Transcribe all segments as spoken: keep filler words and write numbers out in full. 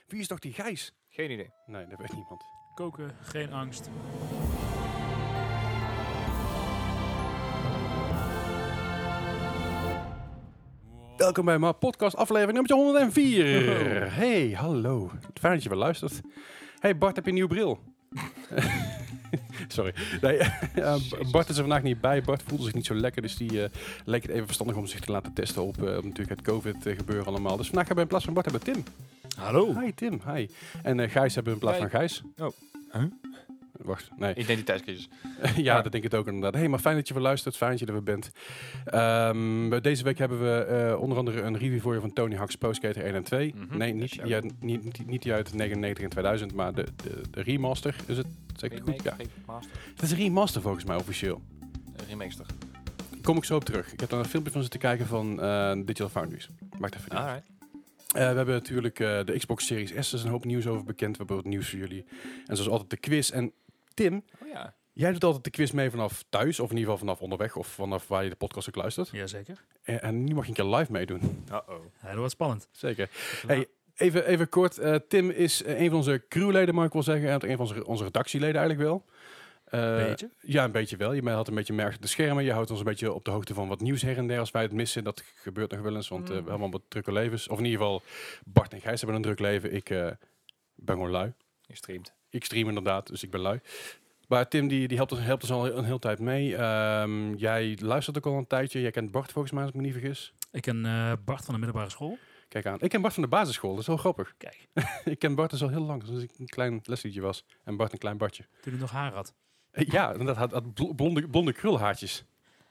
Wie is toch die Gijs? Geen idee. Nee, dat weet niemand. Koken, geen angst. Welkom bij mijn podcast aflevering nummer honderdvier. Hey, hallo. Fijn dat je weer luistert. Hey Bart, heb je een nieuwe bril? Sorry. Nee, uh, Bart is er vandaag niet bij. Bart voelde zich niet zo lekker, dus die uh, leek het even verstandig om zich te laten testen op, uh, op natuurlijk het COVID uh, gebeuren allemaal. Dus vandaag hebben we in plaats van Bart hebben we Tim. Hallo. Hi Tim, hi. En uh, Gijs hebben we in plaats Hi. van Gijs. Oh. Huh? Wacht, nee. Identiteitscrisis. ja, Ja. dat denk ik het ook inderdaad. Hey, maar fijn dat je weer luistert. Fijn dat je er weer bent. Um, deze week hebben we uh, onder andere een review voor je van Tony Hawk's Pro Skater één en twee. Mm-hmm. Nee, niet die, uit, niet, niet, niet die uit negenennegentig en tweeduizend, maar de, de, de remaster. Is het? Zeg ik het goed? Ja. Het is een remaster volgens mij officieel. Remaster. Kom ik zo op terug. Ik heb daar een filmpje van zitten kijken van uh, Digital Foundries. Maakt even niet. Alright. Uh, we hebben natuurlijk uh, de Xbox Series S. Er is een hoop nieuws over bekend. We hebben wat nieuws voor jullie. En zoals altijd de quiz. En Tim, Oh ja. jij doet altijd de quiz mee vanaf thuis, of in ieder geval vanaf onderweg, of vanaf waar je de podcast ook luistert. Jazeker. En, en nu mag je een keer live meedoen. Uh-oh. Ja, dat wordt spannend. Zeker. Hey, even, even kort. Uh, Tim is uh, een van onze crewleden, mag ik wel zeggen. En een van onze, onze redactieleden eigenlijk wel. Uh, Beetje? Ja, een beetje wel. Je bent altijd een beetje meer achter de schermen. Je houdt ons een beetje op de hoogte van wat nieuws her en der. Als wij het missen, dat gebeurt nog wel eens. Want uh, we hebben allemaal wat drukke levens. Of in ieder geval, Bart en Gijs hebben een druk leven. Ik uh, ben gewoon lui. Je streamt. Ik stream inderdaad, dus ik ben lui. Maar Tim, die, die helpt, ons, helpt ons al een hele tijd mee. Um, jij luistert ook al een tijdje. Jij kent Bart volgens mij, als ik me niet vergis. Ik ken uh, Bart van de middelbare school. Kijk aan. Ik ken Bart van de basisschool, dat is wel grappig. Kijk. Ik ken Bart dus al heel lang, sinds ik een klein lesliedje was. En Bart een klein Bartje. Toen hij nog haar had. Uh, ja, dat had, had bl- blonde, blonde krulhaartjes.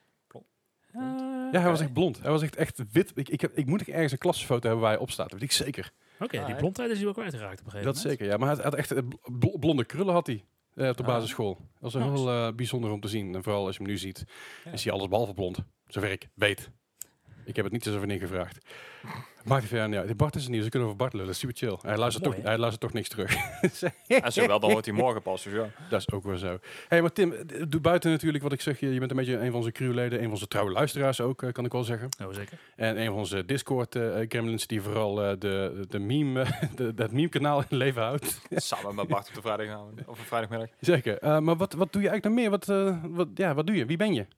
Uh, Ja, hij was echt blond. Hij was echt, echt wit. Ik, ik, heb, ik moet echt ergens een klasfoto hebben waar hij op staat. Dat weet ik zeker. Oké, okay, die Ah, blondheid is hij wel kwijtgeraakt op een gegeven Dat moment. zeker, ja. Maar hij had echt uh, bl- blonde krullen had hij. Uh, op de Ah. basisschool. Dat was Nice. heel uh, bijzonder om te zien. En vooral als je hem nu ziet, Ja. is hij alles behalve blond. Zover ik weet. Ik heb het niet zo van ingevraagd. Maakt het verder niet uit. Bart is er niet, dus we kunnen over Bart lullen. Super chill. Hij luistert, Mooi, toch, hè? hij luistert toch niks terug. En zo wel, dan hoort hij morgen pas. Dus ja. Dat is ook wel zo. Hey, maar Tim, doe buiten natuurlijk wat ik zeg. Je, je bent een beetje een van onze crewleden. Een van onze trouwe luisteraars ook, uh, kan ik wel zeggen. Oh, zeker. En een van onze Discord uh, gremlins die vooral uh, de, de meme, uh, de, dat meme kanaal in leven houdt. Samen met Bart op de vrijdag of een vrijdagmiddag. Zeker. Uh, maar wat, wat doe je eigenlijk nog meer? Wat, uh, wat, ja, wat doe je? Wie ben je?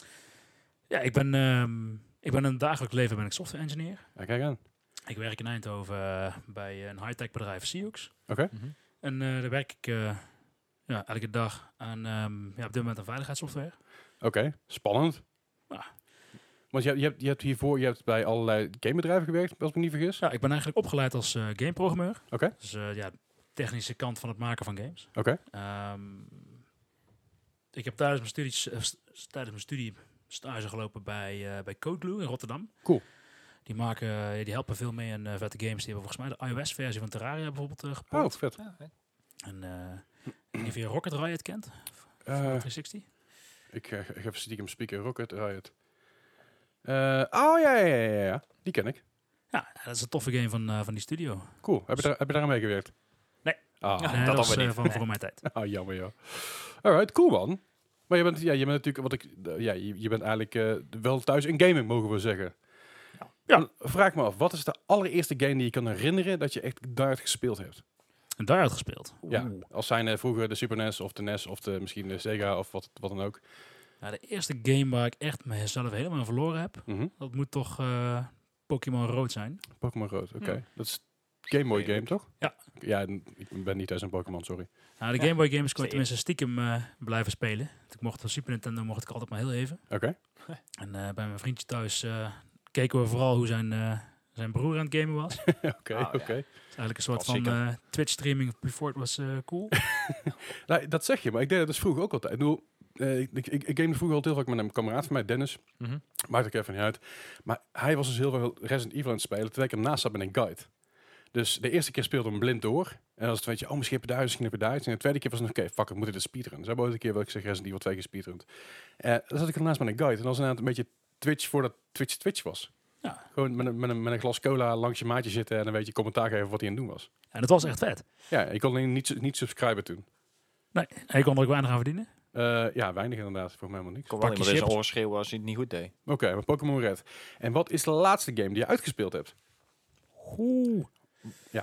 Ja, ik ben, um, ik ben in het dagelijks leven ben ik software engineer. Ja, kijk aan. Ik werk in Eindhoven uh, bij een high-tech bedrijf, Sioux. Oké. Okay. Mm-hmm. En uh, daar werk ik uh, ja, elke dag aan um, ja, op dit moment aan veiligheidssoftware. Oké, okay. Spannend. Ja. Want je, je, hebt, je hebt hiervoor je hebt bij allerlei gamebedrijven gewerkt, als ik me niet vergis. Ja, ik ben eigenlijk opgeleid als uh, gameprogrammeur. Oké. Okay. Dus uh, ja, de technische kant van het maken van games. Oké. Okay. Um, ik heb tijdens mijn studie, uh, st- tijdens mijn studie stage gelopen bij, uh, bij CodeGlue in Rotterdam. Cool. Die, maken, uh, die helpen veel mee aan uh, vette games. Die hebben volgens mij de iOS-versie van Terraria bijvoorbeeld uh, gepoord. Oh, vet. Ja, okay. En uh, ik weet niet of je Rocket Riot kent. Uh, driehonderdzestig. Ik, uh, ik heb stiekem speaker Rocket Riot. Uh, oh ja, ja, ja, ja, die ken ik. Ja, dat is een toffe game van, uh, van die studio. Cool. Heb je daar, heb je daar aan meegewerkt? Nee. Ah. Ja, nee, dat, dat was uh, van voor mijn tijd. Ah, jammer joh. Alright, cool man. Maar je bent, ja, je bent natuurlijk, wat ik, uh, ja, je, je bent eigenlijk uh, wel thuis in gaming, mogen we zeggen. Ja. Ja. Vraag me af, wat is de allereerste game die je kan herinneren dat je echt daaruit gespeeld hebt? En daaruit gespeeld? Ja, als zijn uh, vroeger de Super N E S of de N E S of de, misschien de Sega of wat, wat dan ook. Nou, de eerste game waar ik echt mezelf helemaal verloren heb, Mm-hmm. dat moet toch uh, Pokémon Rood zijn. Pokémon Rood, oké. Okay. Ja. Dat is Game Boy game, toch? Ja. Ja, ik ben niet thuis een Pokémon, sorry. Nou, de Ja. Game Boy games kon ik tenminste stiekem uh, blijven spelen. Ik mocht op Super Nintendo mocht ik altijd maar heel even. Oké. Okay. En uh, bij mijn vriendje thuis uh, keken we vooral hoe zijn, uh, zijn broer aan het gamen was. Oké, okay, oké. Okay. Het is eigenlijk een soort van uh, Twitch streaming before it was uh, cool. Nou, dat zeg je, maar ik deed dat dus vroeger ook altijd. Ik bedoel, uh, ik, ik, ik gamede vroeger altijd heel vaak met een kameraad van mij, Dennis. Mm-hmm. Maakt ook even niet uit. Maar hij was dus heel veel Resident Evil aan het spelen, terwijl ik hem naast zat met een guide. Dus de eerste keer speelde hem blind door. En dan was het, weet je, oh, misschien heb je daar, misschien heb je daar. En de tweede keer was het nog, oké, okay, fuck, ik moet dit speedrun. Dus hebben we een keer, wil ik zeggen, Resident Evil twee keer speedrun. En dan zat ik ernaast met een guide. En dat was inderdaad een beetje Twitch voordat Twitch Twitch was. Ja. Gewoon met een, met, een, met een glas cola langs je maatje zitten en dan weet je commentaar geven wat hij aan het doen was. En dat was echt vet. Ja, ik kon alleen niet, niet subscriben toen. Nee, en je kon er ook weinig aan verdienen. Uh, ja, weinig inderdaad. Voor mij helemaal niks. Kon wel iemand in zijn oor schreeuwen als hij het niet goed deed. Oké, okay, maar Pokémon Red. En wat is de laatste game die je uitgespeeld hebt? Oeh. Ja,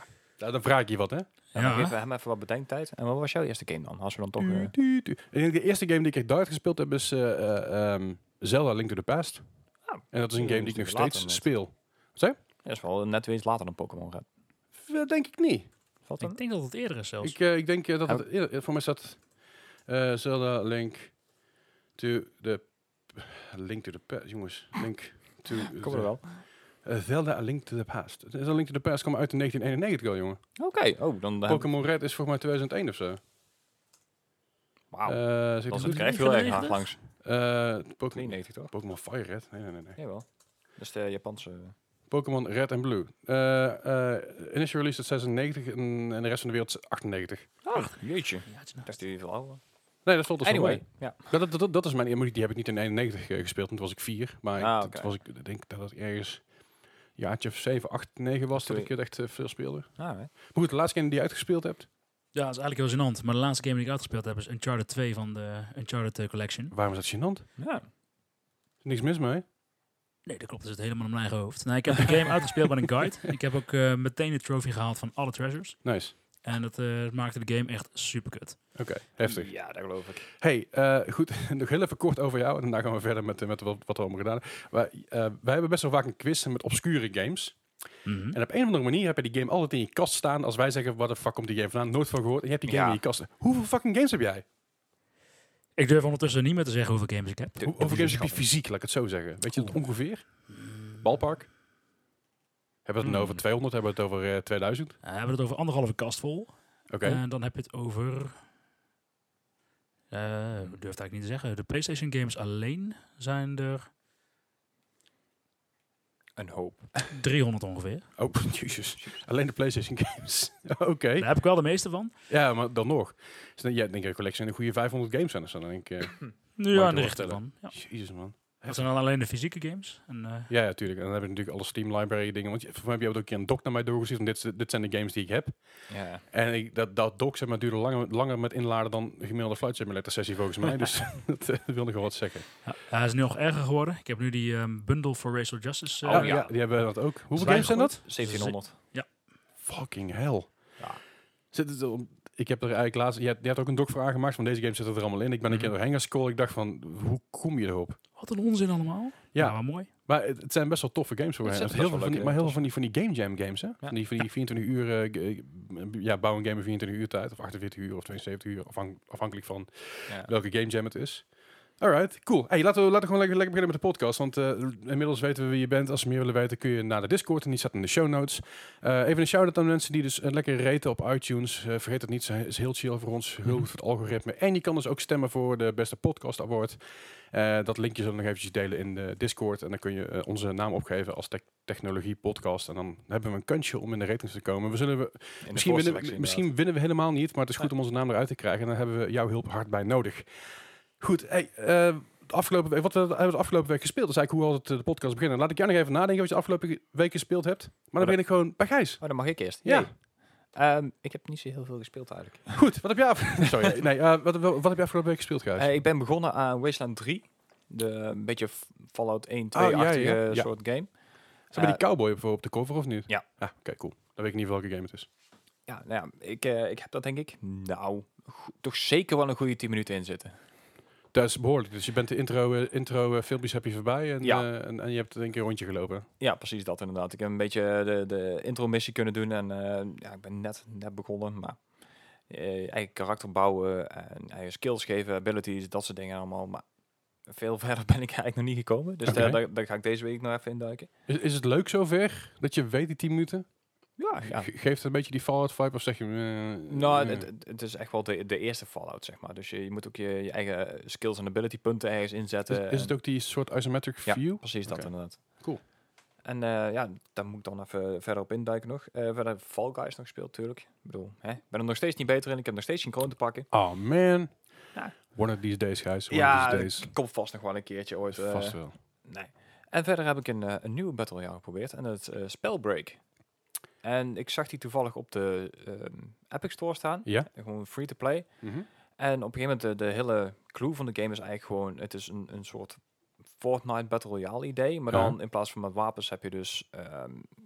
Nou, dan vraag ik je wat, hè? Ja, dan Ja. geven we hem even wat bedenktijd. En wat was jouw eerste game dan? Als we dan toch... eh, Tu, tu, tu. Ik denk de eerste game die ik echt duidelijk gespeeld heb is eh, eh, ehm, Zelda Link to the Past. Ah, En dat is een dat game is die ik nog later steeds net. speel. ja, is wel net weer iets later dan Pokémon Red. Eh, Denk ik niet. Valt dat? Ik denk dat het eerder is zelfs. Ik, eh, ik denk eh, dat Ja. het eerder, voor mij staat eh, Zelda Link to the Link to the Past, jongens. Link to Kom er wel. Eh, Zelda A Link to the Past. Zelda Link to the Past kwam uit in negentien eenennegentig al, jongen. Oké, oh, dan... dan Pokémon Red is volgens mij tweeduizend één of zo. Wauw, Eh, zeg ik dat is het een goed? krijg heel erg hard langs. Eh, Pokémon drieënnegentig toch? Pokémon Fire Red? Nee, nee, nee. nee. Jawel. Dat is de Japanse... Pokémon Red en Blue. Eh, eh, initial release is zesennegentig en, en de rest van de wereld is achtennegentig. Oh, jeetje. Ja, het is nou- Dat is die veel ouder. Nee, dat valt dus wel Anyway, mee. ja. Dat, dat, dat, dat is mijn emotie. Die heb ik niet in eenennegentig eh, gespeeld, want toen was ik vier. Maar Ah, dat oké. was ik, ik denk dat het ergens een jaartje of zeven, acht, negen was dat ik het echt eh, veel speelde. Maar Ah, hè. goed, de laatste game die je uitgespeeld hebt, Ja, dat is eigenlijk heel gênant. Maar de laatste game die ik uitgespeeld heb is Uncharted twee van de Uncharted eh, Collection. waarom is dat gênant? Ja. Is niks mis mee. Nee, dat klopt. Dat zit helemaal in mijn eigen hoofd. Nou, ik heb de game uitgespeeld met een guide. Ik heb ook eh, meteen de trophy gehaald van alle treasures. Nice. En dat eh, maakte de game echt super kut. Oké, heftig. Ja, dat geloof ik. Hey, eh, goed, nog heel even kort over jou en daarna gaan we verder met, eh, met wat, wat we allemaal gedaan hebben. Maar, eh, wij hebben best wel vaak een quiz met obscure games. Mhm. En op een of andere manier heb je die game altijd in je kast staan als wij zeggen, wat de fuck komt die game vandaan? Nooit van gehoord. En je hebt die game Ja. in je kast. Hoeveel fucking games heb jij? Ik durf ondertussen niet meer te zeggen hoeveel games ik heb. De- Hoe- de Hoeveel games heb je schatting. fysiek, laat ik het zo zeggen? Weet je het Oeh. ongeveer? Balpark? Hebben we het Hmm. over tweehonderd? Hebben we het over eh, tweeduizend? Uh, we hebben het over anderhalve kast vol. Oké. En dan heb je het over... eh ik durf het eigenlijk niet te zeggen. De PlayStation games alleen zijn er Een hoop. driehonderd ongeveer. Oh, jezus. Alleen de PlayStation games. Oké. Daar heb ik wel de meeste van. Ja, maar dan nog. Dus dan, ja, denk ik, een collectie en een goede vijfhonderd games zijn. Dus dan denk ik, eh, Nu ik ja, in de wel richting vertellen. van. Ja. jezus man. Dat zijn dan alleen de fysieke games. En, eh, Ja, ja, tuurlijk. En dan hebben we natuurlijk alle Steam library dingen. Want je- volgens mij heb je ook een keer een doc naar mij doorgestuurd. Want dit, is- dit zijn de games die ik heb. Ja. En ik, dat, dat doc zeg maar, duurde langer, langer met inladen dan een gemiddelde Flight Simulator sessie volgens mij. Dus dat eh, wilde ik wel wat zeggen. ja, hij is nu nog erger geworden. Ik heb nu die ehm, bundle for Racial Justice. eh, ja, Oh, ja. ja, die hebben dat ook. Hoeveel Zwaar games zijn dat? zeventienhonderd. Fucking hell. Ja. Zit het om- ik heb er eigenlijk laatst... Je hebt, je hebt ook een doc voor aangemaakt van deze games zitten er allemaal in. Ik ben een keer Mhm. doorheen gaan scrollen. Ik dacht van, hoe kom je erop? Wat een onzin allemaal. Ja. Ja, maar mooi. Maar het, het zijn best wel toffe games voor Het hen. zijn Heel best veel wel van die, leuke maar heel veel van die, van die Game Jam games, hè? Van die, van die vierentwintig uur... eh, g- eh, ja, bouw een game in vierentwintig uur tijd. Of achtenveertig uur of tweeënzeventig uur. Afhang, afhankelijk van Ja. welke Game Jam het is. Alright, cool. Hey, laten we, laten we gewoon lekker, lekker beginnen met de podcast. Want eh, inmiddels weten we wie je bent. Als ze meer willen weten kun je naar de Discord. En die staat in de show notes. Eh, even een shout-out aan mensen die dus eh, lekker raten op iTunes. Eh, vergeet het niet, het is heel chill voor ons. Heel goed voor het algoritme. En je kan dus ook stemmen voor de beste podcast award. Eh, dat linkje zullen we nog eventjes delen in de Discord. En dan kun je eh, onze naam opgeven als tech- technologie podcast. En dan hebben we een kansje om in de ratings te komen. We zullen we, In de misschien, winnen, voorselectie misschien winnen we helemaal niet. Maar het is goed Nee. om onze naam eruit te krijgen. En dan hebben we jouw hulp hard bij nodig. Goed, hey, eh, de afgelopen week, wat we hebben we de afgelopen week gespeeld? Dat is eigenlijk hoe we altijd de podcast beginnen. Laat ik jou nog even nadenken wat je de afgelopen week gespeeld hebt. Maar dan begin ik gewoon bij Gijs. Oh, dan mag ik eerst. Ja. Jee. Ehm, ik heb niet zo heel veel gespeeld eigenlijk. Goed, wat heb jij, af- Sorry, nee, eh, wat, wat heb je afgelopen week gespeeld, Gijs? Eh, ik ben begonnen aan Wasteland drie. De een beetje F- Fallout één, Oh, ja, twee-achtige ja, ja. soort game. Zijn we die Eh, cowboy op, op de cover of niet? Ja. Ah, oké, cool. Dan weet ik niet welke game het is. Ja, nou ja, ik, eh, ik heb dat denk ik, nou, go- toch zeker wel een goede tien minuten in zitten. Dat is behoorlijk. Dus je bent de intro, eh, intro eh, filmpjes heb je voorbij en, Ja. eh, en, en je hebt een keer een rondje gelopen. Ja, precies dat inderdaad. Ik heb een beetje de, de intro-missie kunnen doen en eh, ja, ik ben net, net begonnen, maar eh, eigen karakter bouwen en eigen skills geven, abilities, dat soort dingen allemaal. Maar veel verder ben ik eigenlijk nog niet gekomen. Dus Oké. daar, daar, daar ga ik deze week nog even induiken. Is, is het leuk zover dat je weet die tien minuten? Ja, ja. Ge- Geeft het een beetje die Fallout vibe of zeg je... eh, Nou, eh, het, het- het is echt wel de, de eerste Fallout, zeg maar. Dus je, je moet ook je, je eigen skills en ability punten ergens is, inzetten. is het en- ook die soort isometric Ja, view? precies dat Oké. inderdaad. Cool. En eh, ja, daar moet ik dan even verder op induiken nog. Eh verder Fall Guys nog gespeeld, natuurlijk. Ik bedoel, hè? ik ben er nog steeds niet beter in. Ik heb nog steeds geen kroon te pakken. Oh man. Ja. One of these days, guys. One Ja, of these days. komt vast nog wel een keertje ooit. eh, Vast wel. nee. En verder heb ik een, eh, een nieuwe Battle Royale geprobeerd. En dat is eh, Spellbreak. En ik zag die toevallig op de ehm, Epic Store staan. Ja? Gewoon free to play. Mhm. En op een gegeven moment, de, de hele clue van de game is eigenlijk gewoon... Het is een, een soort Fortnite Battle Royale idee. Maar Ja. dan in plaats van met wapens heb je dus... ehm,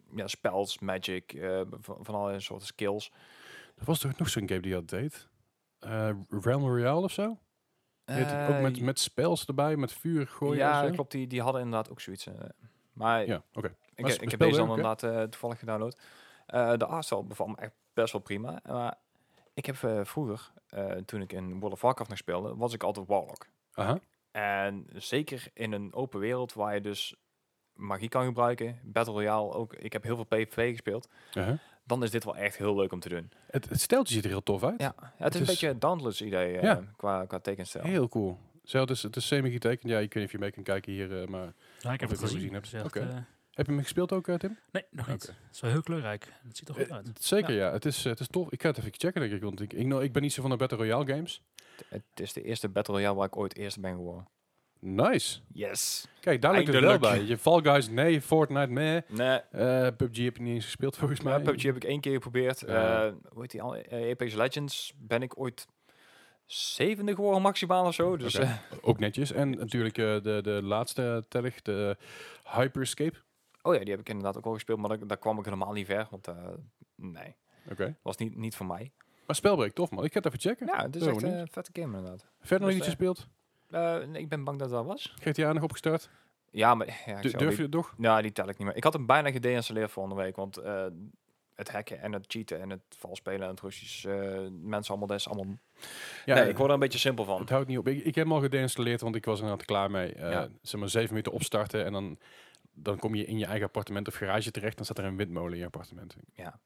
ja, spells, magic, uh, van, van allerlei soorten skills. Er was toch nog zo'n game die dat deed? Uh, Realm Royale of zo? Uh, ook met, met spells erbij, met vuur gooien. Ja, klopt. Die, die hadden inderdaad ook zoiets. Uh, maar ja, oké. Ik, ik, ik heb deze dan inderdaad uh, toevallig gedownload. Uh, de artstyle bevalt me echt best wel prima. Maar ik heb uh, vroeger, uh, toen ik in World of Warcraft nog speelde, was ik altijd Warlock. Aha. En zeker in een open wereld waar je dus magie kan gebruiken, Battle Royale ook. Ik heb heel veel P V P gespeeld. Uh-huh. Dan is dit wel echt heel leuk om te doen. Het, het steltje ziet er heel tof uit. Ja, ja het, het is een beetje een Dauntless idee uh, ja. qua, qua tekenstijl. Heel cool. Zo, het is, het is semi-getekend. Ja, je kunt even mee kan kijken hier, uh, maar... Ja, ik heb het gezien. hebt. Oké. Okay. Uh, heb je hem gespeeld ook, uh, Tim? Nee, nog niet. Okay. Het is wel heel kleurrijk. Het ziet er goed uit. Uh, zeker, ja. ja. Het, is, uh, het is tof. Ik ga het even checken, denk ik. Want ik, ik, nou, ik ben niet zo van de Battle Royale games. Het is de eerste Battle Royale waar ik ooit eerste ben geworden. Nice. Yes. Kijk, daar ligt het wel bij. Je Fall Guys, nee. Fortnite, nee. Nee. Uh, P U B G heb je niet eens gespeeld, volgens mij. Ja, P U B G heb ik één keer geprobeerd. Ja. Uh, hoe heet die al? Uh, Apex Legends ben ik ooit zevende geworden maximaal of zo. Dus, okay. uh, ook netjes. En natuurlijk uh, de, de laatste tellig, de Hyperscape. Oh ja, die heb ik inderdaad ook al gespeeld, maar daar, daar kwam ik helemaal niet ver. Want uh, nee, okay. was niet, niet voor mij. Maar spelbreak tof, man. Ik ga het even checken. Ja, het is echt een uh, vette game inderdaad. Verder nog dus, iets gespeeld? Uh, nee, ik ben bang dat dat was. G T A nog opgestart? Ja, maar... Ja, D- durf je het toch? Ja, die tel ik niet meer. Ik had hem bijna gedeinstalleerd volgende week, want uh, het hacken en het cheaten en het vals spelen en het Russisch uh, mensen allemaal, dat is allemaal... Ja, nee, ik word er een beetje simpel van. Het houdt niet op. Ik, ik heb hem al gedeinstalleerd, want ik was er inderdaad klaar mee. Uh, ja. Zeg maar zeven minuten opstarten en dan, dan kom je in je eigen appartement of garage terecht. Dan staat er een windmolen in je appartement. Ja.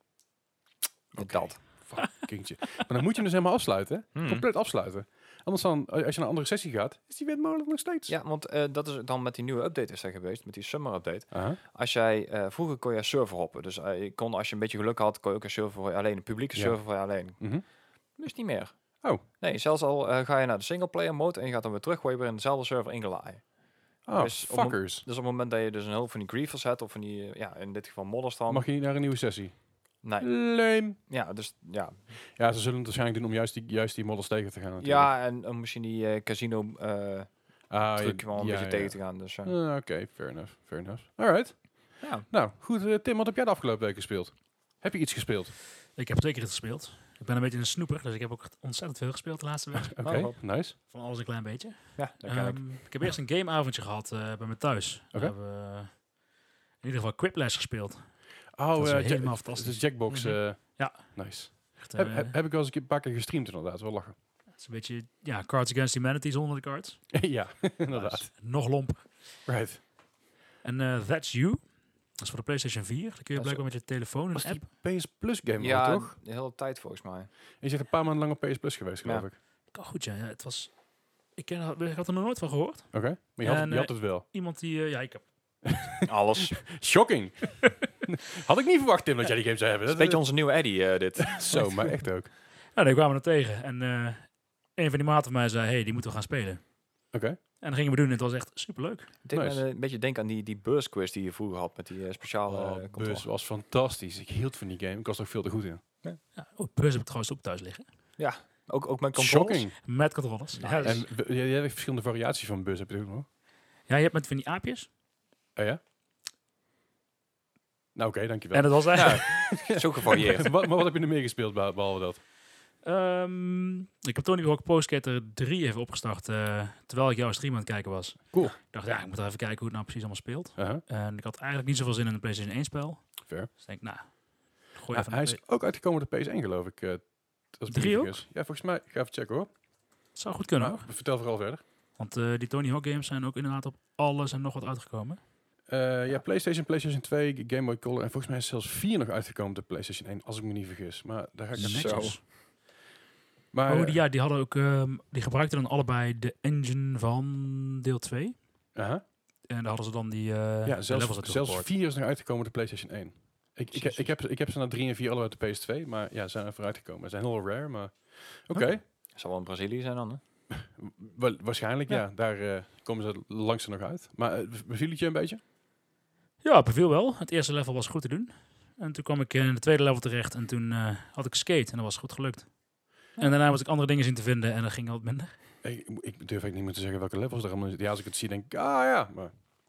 Okay. Dat. Fuckingtje. Maar dan moet je hem dus helemaal afsluiten. Hmm. Compleet afsluiten. Anders dan, als je naar een andere sessie gaat, is die windmolen nog steeds. Ja, want uh, dat is dan met die nieuwe update is er geweest, met die summer update. Uh-huh. Als jij, uh, vroeger kon je server hoppen. Dus uh, je kon, als je een beetje geluk had, kon je ook een server voor je alleen, een publieke ja. server voor je alleen. Mm-hmm. Dus niet meer. Oh. Nee, zelfs al uh, ga je naar de singleplayer mode en je gaat dan weer terug, word je weer in dezelfde server ingelaaien. Oh, dus fuckers. Op, dus op het moment dat je dus een hulp van die griefers hebt, of van die, uh, ja, in dit geval modders dan. Mag je niet naar een nieuwe sessie? Nee. Lame. Ja, dus ja. Ja, ze zullen het waarschijnlijk doen om juist die, juist die models tegen te gaan natuurlijk. Ja, en om misschien die uh, casino uh, ah, truc wel een ja, beetje ja. tegen te gaan. Dus, uh. uh, Oké, okay. fair enough. Fair enough. Alright. Ja. Nou, goed. Uh, Tim, wat heb jij de afgelopen week gespeeld? Heb je iets gespeeld? Ik heb zeker iets gespeeld. Ik ben een beetje een snoeper, dus ik heb ook ontzettend veel gespeeld de laatste week. Oké, okay, nice. Van alles een klein beetje. Ja, dat kan um, ik. ik heb eerst een gameavondje gehad uh, bij me thuis. Okay. We hebben uh, in ieder geval Quiplash gespeeld. Oh, dat is uh, helemaal ja, fantastisch. De Jackbox. Uh, mm-hmm. Ja. Nice. Echt, uh, heb, heb, heb ik wel eens een paar keer gestreamd inderdaad, wel lachen. Het is een beetje, ja, Cards Against Humanity zonder de cards. ja, inderdaad. Dus nog lomp. Right. En uh, That's You. Dat is voor de PlayStation vier. Dan kun je blijkbaar met je telefoon een was app. Die P S Plus game ja, al, toch? de hele tijd volgens mij. Je zit een paar maanden lang op P S Plus geweest, geloof ja. ik. Oh, goed, ja. ja het was... Ik, ken, ik had er nog nooit van gehoord. Oké, okay. Maar je had, en, je had het wel. Iemand die... Uh, ja, ik heb... Alles. Shocking. Had ik niet verwacht, Tim, dat jij die game zou hebben. Dat is een beetje onze nieuwe Eddie, uh, dit. Zo, maar echt ook. Nou, die kwamen er tegen. En uh, een van die maten van mij zei, hey, die moeten we gaan spelen. Oké. Okay. En dan gingen we doen en het was echt superleuk. Ik denk nice. uh, een beetje denk aan die, die beursquiz die je vroeger had met die uh, speciale oh, uh, beurs was fantastisch. Ik hield van die game. Ik was er ook veel te goed in. Ja. Ja, oh, beurs heb ik trouwens ook thuis liggen. Ja, ook, ook met controllers. Shocking. Met controllers. Nice. Ja, dus en we, je, je hebt verschillende variaties van beurs, heb je ook nog? Ja, je hebt met van die aapjes. Oh ja? Nou oké, okay, dankjewel. En dat was eigenlijk... Ja, zo gevarieerd. maar, maar wat heb je er meer gespeeld, behalve dat? Um, ik heb Tony Hawk Pro Skater drie even opgestart, uh, terwijl ik jouw stream aan het kijken was. Cool. Ik dacht, ja, ik moet even kijken hoe het nou precies allemaal speelt. Uh-huh. En ik had eigenlijk niet zoveel zin in een PlayStation één spel. Fair. Dus ik denk, nou, gooi ja, even hij is P- ook uitgekomen op de P S één, geloof ik. Uh, drie ook? Ja, volgens mij. Ik ga even checken, hoor. Het zou goed kunnen, nou, hoor. Vertel vooral verder. Want uh, die Tony Hawk games zijn ook inderdaad op alles en nog wat uitgekomen. Uh, ja, PlayStation, PlayStation twee, Game Boy Color en volgens mij is zelfs vier nog uitgekomen op de PlayStation één, als ik me niet vergis. Maar daar ga ik Netjes. zo. Maar, oh, die, ja, die hadden ook, um, die gebruikten dan allebei de engine van deel twee. Uh-huh. En daar hadden ze dan die, uh, ja, de zelfs, levels zelfs vier is nog uitgekomen op de PlayStation één. Ik, ik, ik, heb, ik heb ze naar drie en vier allebei op de P S twee, maar ja, ze zijn er vooruit gekomen. Ze zijn heel rare, maar oké. Okay. Okay. Zal wel in Brazilië zijn dan, hè? Wel, waarschijnlijk, ja. ja. Daar uh, komen ze langzaam nog uit. Maar uh, beviel het je een beetje? Ja, beviel wel. Het eerste level was goed te doen. En toen kwam ik in het tweede level terecht en toen uh, had ik skate en dat was goed gelukt. Ja. En daarna was ik andere dingen zien te vinden en dat ging wat minder. Ik, ik durf eigenlijk niet meer te zeggen welke levels er allemaal zitten. Ja, als ik het zie, denk ik, ah ja. Maar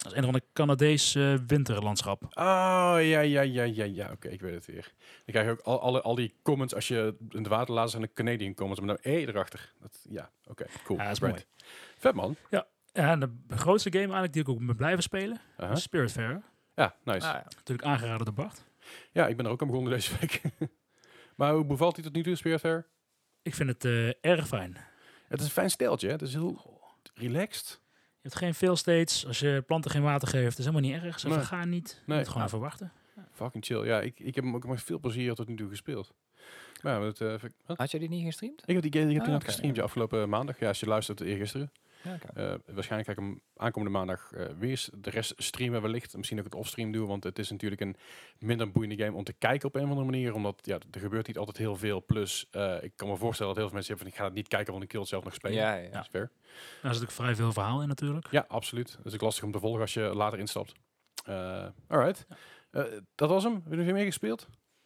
Dat is een of ander Canadees uh, winterlandschap. Oh, ja, ja, ja, ja, ja. Oké, okay, ik weet het weer. Dan krijg je ook al, alle, al die comments als je in het water laat zijn de Canadian comments. Maar nou, E erachter. Dat, ja, oké, okay, cool. Ja, dat is right. mooi. Vet, man. Ja, en de grootste game eigenlijk die ik ook ben blijven spelen, Uh-huh. is Spiritfarer. Ja, nice. Ah, ja. Natuurlijk aangeraden door Bart. Ja, ik ben er ook aan begonnen deze week. Maar hoe bevalt hij tot nu toe, Spiritfarer? Ik vind het uh, erg fijn. Het is een fijn steltje, hè? Het is heel relaxed. Je hebt geen fail states. Als je planten geen water geeft, dat is helemaal niet erg. Ze Nee. vergaan niet. Je Nee. moet gewoon even wachten. Fucking chill. Ja, ik, ik heb hem ook met veel plezier tot nu toe gespeeld. Maar ja, het, uh, wat? Had jij die niet gestreamd? Ik heb die game ik heb Ah, die net oké. gestreamd ja, afgelopen maandag. Ja, als je luistert eergisteren. Ja, okay. Uh, waarschijnlijk ga ik hem aankomende maandag uh, weer de rest streamen wellicht. Misschien ook het offstream doen, want het is natuurlijk een minder boeiende game om te kijken op een of andere manier. Omdat ja, er gebeurt niet altijd heel veel. Plus, uh, ik kan me voorstellen dat heel veel mensen zeggen van ik ga het niet kijken, want ik wil het zelf nog spelen. Ja, ja, Dat ja. is fair. Daar zit ook vrij veel verhaal in natuurlijk. Ja, absoluut. Dat is ook lastig om te volgen als je later instapt. Uh, alright. Uh, dat was hem. Heb je nog meer gespeeld?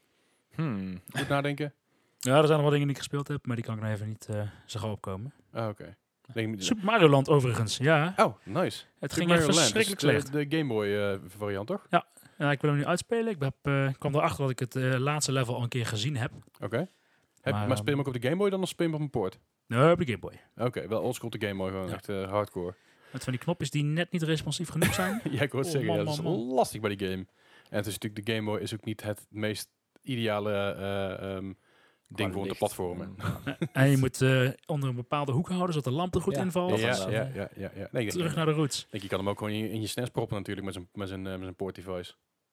Hmm. Goed nadenken. Ja, er zijn nog wat dingen die ik gespeeld heb, maar die kan ik nog even niet uh, zo gauw opkomen. Ah, oké. Okay. Super Mario Land overigens, ja. Oh, nice. Het Super ging Mario echt Land, verschrikkelijk dus slecht. De, de Game Boy uh, variant, toch? Ja, ik wil hem nu uitspelen. Ik heb, uh, kwam erachter dat ik het uh, laatste level al een keer gezien heb. Oké. Okay. Maar, Maar, maar speel je hem ook op de Game Boy dan of speel je hem op een poort? Nee, op de Game Boy. Oké, okay, wel oldschool de Game Boy, gewoon Ja. echt uh, hardcore. Met van die knopjes die net niet responsief genoeg zijn. Ja, ik hoor het Oh, zeggen, man, ja, dat is man, man. lastig bij die game. En het is natuurlijk, de Game Boy is ook niet het meest ideale uh, um, ding voor om te licht. platformen. Ja. En je moet uh, onder een bepaalde hoek houden, zodat de lamp er goed Ja, in valt. dat Ja, was, ja, Dus, ja, uh, ja, ja, ja. Nee, ik Terug denk, naar de roots. denk, je kan hem ook gewoon in, in je S N E S proppen natuurlijk met zijn, met zijn, uh, met zijn port device.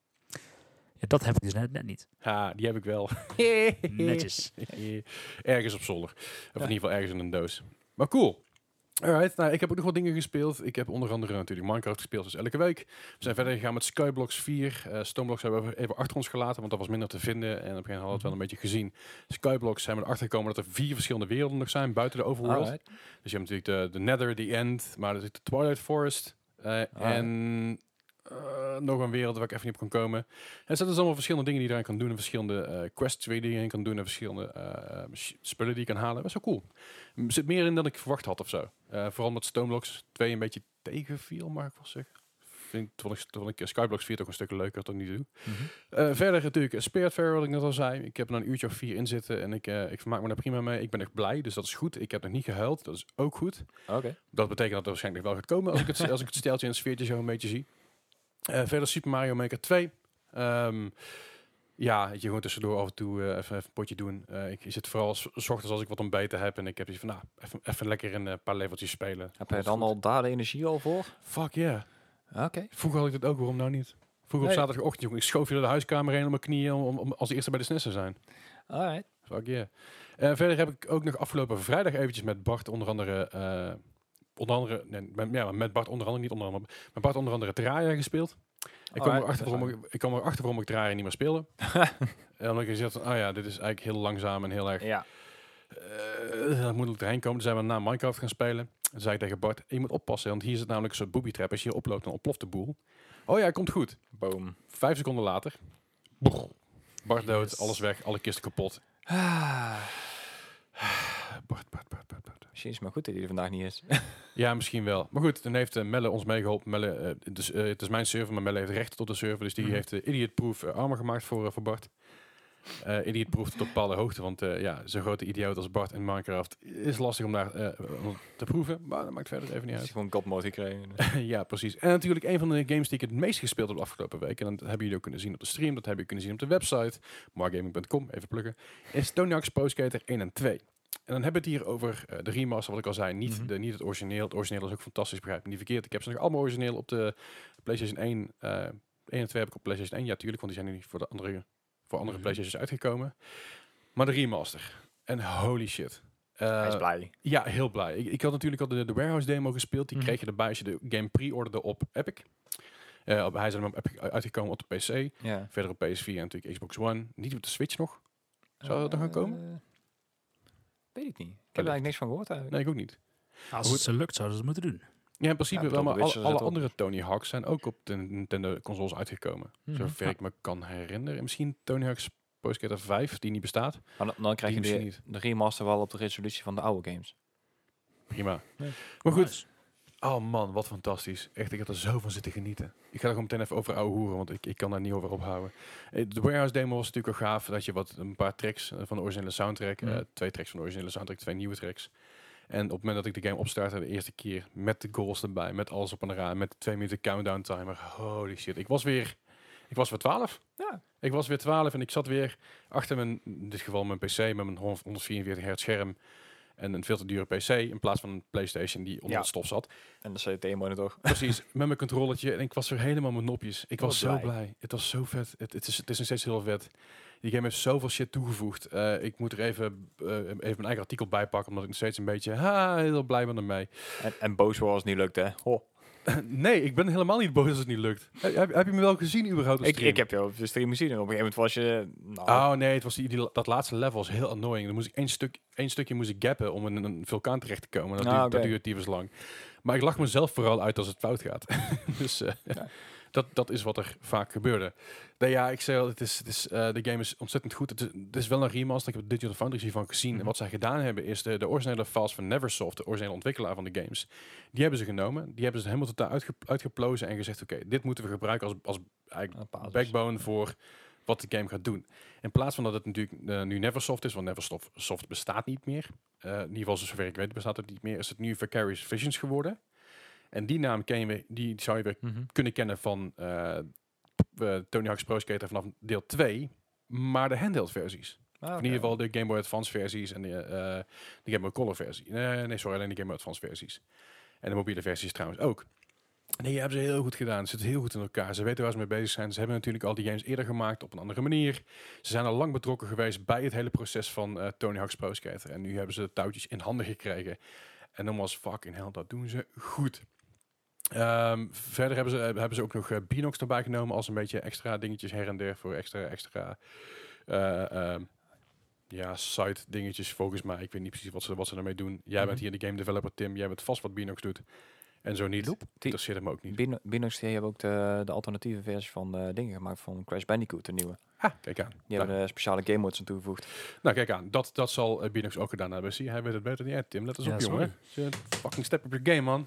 Ja, dat heb ik dus net, net niet. Ha, die heb ik wel. Netjes. Ergens op zolder. Of in ieder geval ergens in een doos. Maar cool. Alright, nou, ik heb ook nog wat dingen gespeeld. Ik heb onder andere natuurlijk Minecraft gespeeld, dus elke week. We zijn verder gegaan met Skyblocks vier. Uh, Stoneblocks hebben we even achter ons gelaten, want dat was minder te vinden. En op een gegeven moment hadden we het wel een beetje gezien. Skyblocks zijn we erachter gekomen dat er vier verschillende werelden nog zijn, buiten de overworld. Alright. Dus je hebt natuurlijk de, de Nether, The End, maar er zit de Twilight Forest. Uh, en uh, nog een wereld waar ik even niet op kan komen. En er zijn dus allemaal verschillende dingen die je eraan kan doen. En verschillende uh, quests die je erin kan doen. En verschillende uh, spullen die je kan halen. Dat is wel cool. Er zit meer in dan ik verwacht had of zo. Uh, vooral met Stoneblocks twee een beetje tegenviel, mag ik wel zeggen. Vind, vond ik, vond ik Skyblocks vier toch een stuk leuker tot nu toe. Mm-hmm. Uh, verder natuurlijk Spiritfarer, wat ik net al zei. Ik heb er een uurtje of vier in zitten en ik, uh, ik vermaak me daar prima mee. Ik ben echt blij, dus dat is goed. Ik heb nog niet gehuild, dat is ook goed. Oké. Okay. Dat betekent dat het waarschijnlijk wel gaat komen als ik het, als ik het steltje en het sfeertje zo een beetje zie. Uh, verder Super Mario Maker twee. Um, ja, je gewoon tussendoor af en toe uh, even, even een potje doen. Uh, ik zit vooral s ochtends als ik wat ontbeten heb en ik heb iets van, nou, even, even lekker een uh, paar leveltjes spelen. Heb je dan al daar de energie al voor? Fuck yeah. Oké. Okay. Vroeger had ik dit ook, waarom nou niet? Vroeger Nee. op zaterdagochtend, jongen, ik schoof je door de huiskamer heen op mijn knieën om, om als eerste bij de S N E S te zijn. Alright. Fuck yeah. Uh, verder heb ik ook nog afgelopen vrijdag eventjes met Bart onder andere... Uh, onder andere, nee, met, ja, met Bart onder andere, niet onder andere, met Bart onder andere Terraria gespeeld. Ik kwam, Alright, erachter waarom ik, ik kwam erachter waarom ik Terraria niet meer speelde. En omdat ik gezegd van, oh ja, dit is eigenlijk heel langzaam en heel erg Ja. uh, moeilijk erheen komen. Toen zijn we naar Minecraft gaan spelen. Toen zei ik tegen Bart, je moet oppassen, want hier zit namelijk een soort booby trap. Als je hier oploopt, dan ontploft de boel. Oh ja, komt goed. Boom. Vijf seconden later. Boeg. Bart dood, Yes. alles weg, alle kisten kapot. Ah. Bart, Bart, Bart, Bart, Bart. Misschien is het maar goed dat hij er vandaag niet is. Ja, misschien wel. Maar goed, dan heeft uh, Melle ons meegeholpen. Melle, uh, dus, uh, het is mijn server, maar Melle heeft rechten tot de server. Dus die Mhm. heeft uh, idiot-proof uh, armor gemaakt voor, uh, voor Bart. Uh, idiot-proof tot op bepaalde hoogte. Want uh, ja, zo'n grote idioot als Bart in Minecraft is lastig om daar uh, om te proeven. Maar dat maakt verder even niet Hij uit. is gewoon God mode gekregen. Ja, precies. En natuurlijk een van de games die ik het meest gespeeld heb de afgelopen week. En dat hebben jullie ook kunnen zien op de stream. Dat hebben jullie kunnen zien op de website. margaming punt com, even plukken. Is Tony Hawk's Pro Skater één en twee. En dan hebben we het hier over uh, de remaster, wat ik al zei. Niet, Mm-hmm. de, niet het origineel. Het origineel is ook fantastisch, begrijp me niet verkeerd. Ik heb ze nog allemaal origineel op de PlayStation één. Uh, één en twee heb ik op PlayStation één. Ja, tuurlijk, want die zijn nu niet voor de andere, voor andere Mm-hmm. PlayStations uitgekomen. Maar de remaster. En holy shit. Uh, Hij is blij. Ja, heel blij. Ik, ik had natuurlijk al de, de Warehouse demo gespeeld. Die Mhm. kreeg je erbij als je de game pre-orderde op Epic. Uh, op, hij is er op Epic uitgekomen op de P C. Ja. Verder op P S vier en natuurlijk Xbox One. Niet op de Switch nog. Zou dat nog gaan komen? Uh, weet ik niet. Ik heb er eigenlijk niks van gehoord eigenlijk. Nee, ik ook niet. Als Goed. het ze lukt, zouden ze het moeten doen. Ja, in principe Ja, wel, maar Witcher alle, zit alle erop. andere Tony Hawk's zijn ook op de Nintendo consoles uitgekomen. Mhm. Zover ik me kan herinneren. Misschien Tony Hawk's Pro Skater vijf, die niet bestaat. Maar dan, dan krijg je Die de, de remaster wel op de resolutie van de oude games. Prima. Nee. Maar goed, Nice. Oh man, wat fantastisch. Echt, ik heb er zo van zitten genieten. Ik ga er gewoon meteen even over ouwe hoeren, want ik, ik kan daar niet over ophouden. Eh, De Warehouse demo was natuurlijk al gaaf, dat je wat een paar tracks eh, van de originele soundtrack, Mhm. eh, twee tracks van de originele soundtrack, twee nieuwe tracks. En op het moment dat ik de game opstartte, de eerste keer, met de goals erbij, met alles op en eraan, met de twee minuten countdown timer, holy shit. Ik was weer, ik was weer twaalf. Ja. Ik was weer twaalf en ik zat weer achter mijn, in dit geval mijn P C, met mijn honderdvierenveertig hertz scherm en een veel te dure P C, in plaats van een PlayStation die onder Ja. het stof zat. En de C T monitor. Precies, met mijn controllertje en ik was er helemaal met nopjes. Ik Wat was zo blij. blij. Het was zo vet. Het, het, is, het is nog steeds heel vet. Die game heeft zoveel shit toegevoegd. Eh, ik moet er even, eh, even mijn eigen artikel bij pakken, omdat ik nog steeds een beetje ha, heel blij ben ermee. En, en boos worden als het niet lukt, hè. Ho. Nee, ik ben helemaal niet boos als het niet lukt. Heb, heb, heb je me wel gezien überhaupt op Ik, stream? ik heb je op de stream gezien en op een gegeven moment was je... Nou, Oh nee, het was die, die, dat laatste level was heel annoying. Dan moest ik één, stuk, één stukje moest ik gappen om in een vulkaan terecht te komen. Dat, Ah, duurt, oké. dat duurt tyfus lang. Maar ik lach mezelf vooral uit als het fout gaat. dus eh, Ja. dat, dat is wat er vaak gebeurde. Nee, ja, ik zei al, het is, het is, eh, de game is ontzettend goed. Het is, het is wel een remaster. Ik heb de Digital Foundry hiervan gezien. Mhm. En wat zij gedaan hebben is de, de originele files van Neversoft, de originele ontwikkelaar van de games. Die hebben ze genomen. Die hebben ze helemaal totaal uitge, uitgeplozen en gezegd, oké, dit moeten we gebruiken als, als eigenlijk Een basis. backbone voor wat de game gaat doen. In plaats van dat het natuurlijk eh, nu Neversoft is, want Neversoft Soft bestaat niet meer. Eh, in ieder geval, zover ik weet, bestaat het niet meer. Is het nu Vicarious Visions geworden. En die naam ken je, weer- die zou je weer Mhm. kunnen kennen van eh, eh, Tony Hawk's Pro Skater vanaf deel twee, maar de handheld versies. Ah, In oké. ieder geval de Game Boy Advance versies en de, eh, de Game Boy Color versie. Nee, nee, sorry, alleen de Game Boy Advance versies. En de mobiele versies trouwens ook. Nee, hebben ze heel goed gedaan. Ze zitten heel goed in elkaar. Ze weten waar ze mee bezig zijn. Ze hebben natuurlijk al die games eerder gemaakt op een andere manier. Ze zijn al lang betrokken geweest bij het hele proces van eh, Tony Hawk's Pro Skater. En nu hebben ze de touwtjes in handen gekregen. En dan was fucking hell, dat doen ze goed. Ehm, verder hebben ze, hebben ze ook nog uh, Beanox erbij genomen als een beetje extra dingetjes her en der voor extra, extra eh, ehm, ja, side dingetjes volgens mij. Ik weet niet precies wat ze, wat ze ermee doen. Jij Mhm. bent hier de game developer Tim, jij weet vast wat Beanox doet. En zo niet. Die- Dat zit hem ook niet. Bino- Binox die hebben ook de, de alternatieve versie van eh, dingen gemaakt van Crash Bandicoot, de nieuwe. Ah, kijk aan. Die Nou, hebben er speciale game modes aan toegevoegd. nou, kijk aan. Dat, dat zal uh, Beanox ook gedaan hebben. Zie, hij weet het beter dan jij, Tim. Let eens Ja, op, sorry. jongen. Je fucking step up your game, man.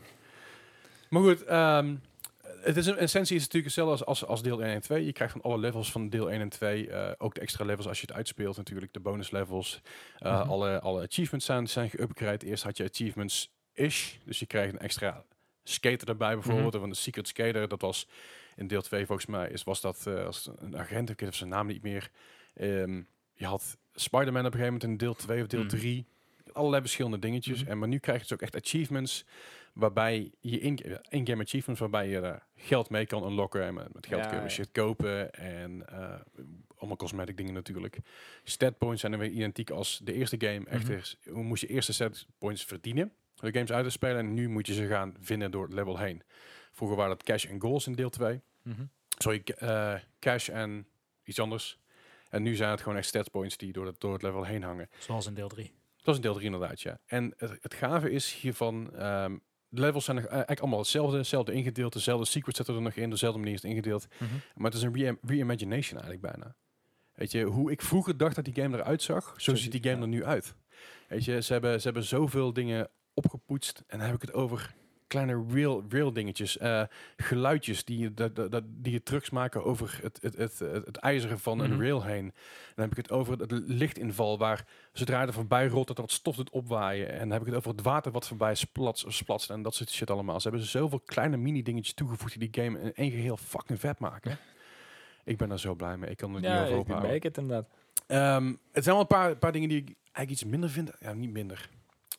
Maar goed, ehm, het is in essentie is het natuurlijk hetzelfde als, als, als deel één en twee. Je krijgt van alle levels van deel één en twee, eh, ook de extra levels als je het uitspeelt natuurlijk, de bonus levels. Uh, Mhm. alle, alle achievements zijn, zijn geupgrade. Eerst had je achievements-ish, dus je krijgt een extra skater erbij bijvoorbeeld. Mhm. Of een secret skater, dat was in deel twee volgens mij, is, was dat uh, als een agent, ik weet zijn naam niet meer. Um, je had Spider-Man op een gegeven moment in deel twee of deel Mhm. drie. Allerlei verschillende dingetjes. Mhm. En maar nu krijg je dus ook echt achievements waarbij je in- in-game achievements waarbij je er geld mee kan unlocken en met, met geld Ja, kun je ja. shit kopen en uh, allemaal cosmetic dingen natuurlijk. Stat points zijn er weer identiek als de eerste game. Mhm. Echter, hoe moest je eerste stat points verdienen om de games uit te spelen en nu moet je ze gaan vinden door het level heen. Vroeger waren dat cash en goals in deel twee. Mhm. Sorry, uh, cash en iets anders. En nu zijn het gewoon echt stat points die door het, door het level heen hangen. Zoals in deel drie. Dat is in deel drie inderdaad, ja. En het, het gave is hiervan, um, de levels zijn nog, uh, eigenlijk allemaal hetzelfde, hetzelfde ingedeeld, dezelfde secrets zitten er nog in, dezelfde manier is het ingedeeld. Mhm. Maar het is een re- reimagination eigenlijk bijna. Weet je, hoe ik vroeger dacht dat die game eruit zag, zo, Zo ziet die ziet- game ja. er nu uit. Weet je, ze hebben, ze hebben zoveel dingen opgepoetst en dan heb ik het over kleine real, real dingetjes, uh, geluidjes die, je- dat, dat, dat- die je trucks maken over het, het, het, het, het ijzeren van Mhm. een rail heen. Dan heb ik het over het lichtinval waar zodra je er voorbij rolt dat er wat stof doet opwaaien. En dan heb ik het over het water wat voorbij splats, splatst en dat soort shit allemaal. Ze hebben zoveel kleine mini dingetjes toegevoegd die die game in één geheel fucking vet maken. Ik ben daar zo blij mee. Ik kan er niet Ja, over ik ophouden. merk het inderdaad. Ehm, het zijn wel een paar, paar dingen die ik eigenlijk iets minder vind. Ja, niet minder.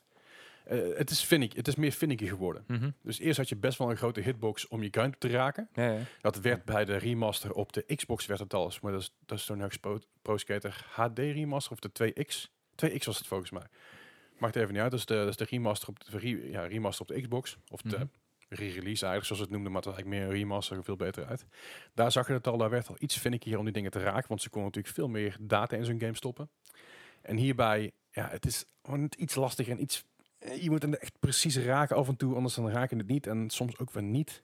Eh, het is finicky. Het is meer finicky geworden. Mhm. Dus eerst had je best wel een grote hitbox om je gun te raken. Ja, ja. Dat werd bij de remaster op de Xbox werd het al. Maar dat is, dat is Tony Hawk's Pro, Pro Skater H D remaster of de twee X. twee X was het volgens mij. Maakt even niet uit. Dat is de, dat is de remaster op de re- ja, remaster op de Xbox. Of de Mhm. re-release eigenlijk, zoals het noemde. Maar het is eigenlijk meer een remaster, veel beter uit. Daar zag je het al. Daar werd al iets finickier om die dingen te raken. Want ze konden natuurlijk veel meer data in zo'n game stoppen. En hierbij, ja, het is gewoon net iets lastiger en iets... eh, Je moet het echt precies raken af en toe, anders dan raak je het niet. En soms ook weer niet.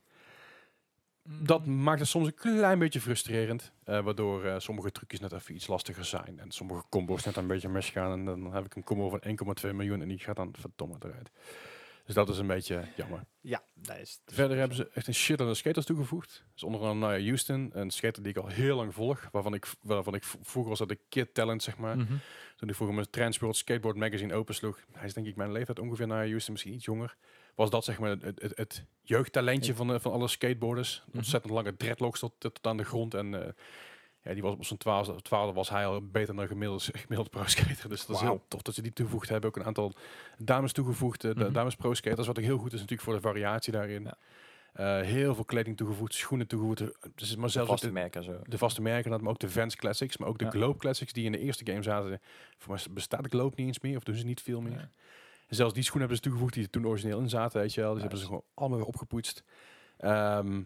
Dat maakt het soms een klein beetje frustrerend. eh, waardoor eh, sommige trucjes net even iets lastiger zijn. En sommige combo's net een beetje misgaan. En dan heb ik een combo van één komma twee miljoen en die gaat dan verdomme eruit. Dus dat is een beetje jammer. Ja, dat is... Verder hebben ze echt een shit aan de skaters toegevoegd. Dus onder andere Nia Houston, een skater die ik al heel lang volg. Waarvan ik, waarvan ik v- vroeger was dat de kid talent, zeg maar. Mhm. Toen ik vroeger mijn Transworld Skateboard Magazine opensloeg. Hij is denk ik mijn leeftijd ongeveer Nia Houston, misschien iets jonger. Was dat zeg maar het, het, het jeugdtalentje Ja. van, de, van alle skateboarders. Mhm. Ontzettend lange dreadlocks tot, tot aan de grond. En uh, ja, die was op zijn twaalfde, twaalfde was hij al beter dan gemiddeld, gemiddeld pro-skater. Dus dat is Wauw. heel tof dat ze die toegevoegd hebben. Ook een aantal dames toegevoegd. Uh, de Mhm. dames pro-skaters, wat ook heel goed is natuurlijk voor de variatie daarin. Ja. Uh, heel veel kleding toegevoegd, schoenen toegevoegd. Dus, maar De zelfs vaste ook de, merken zo. de vaste merken, maar ook de Vans Classics. Maar ook de Ja. Globe Classics die in de eerste game zaten. Voor mij bestaat de Globe niet eens meer. Of doen ze niet veel meer. Ja. En zelfs die schoenen hebben ze toegevoegd die er toen origineel in zaten. Weet je wel. Dus Nice. hebben ze gewoon allemaal weer opgepoetst. Um,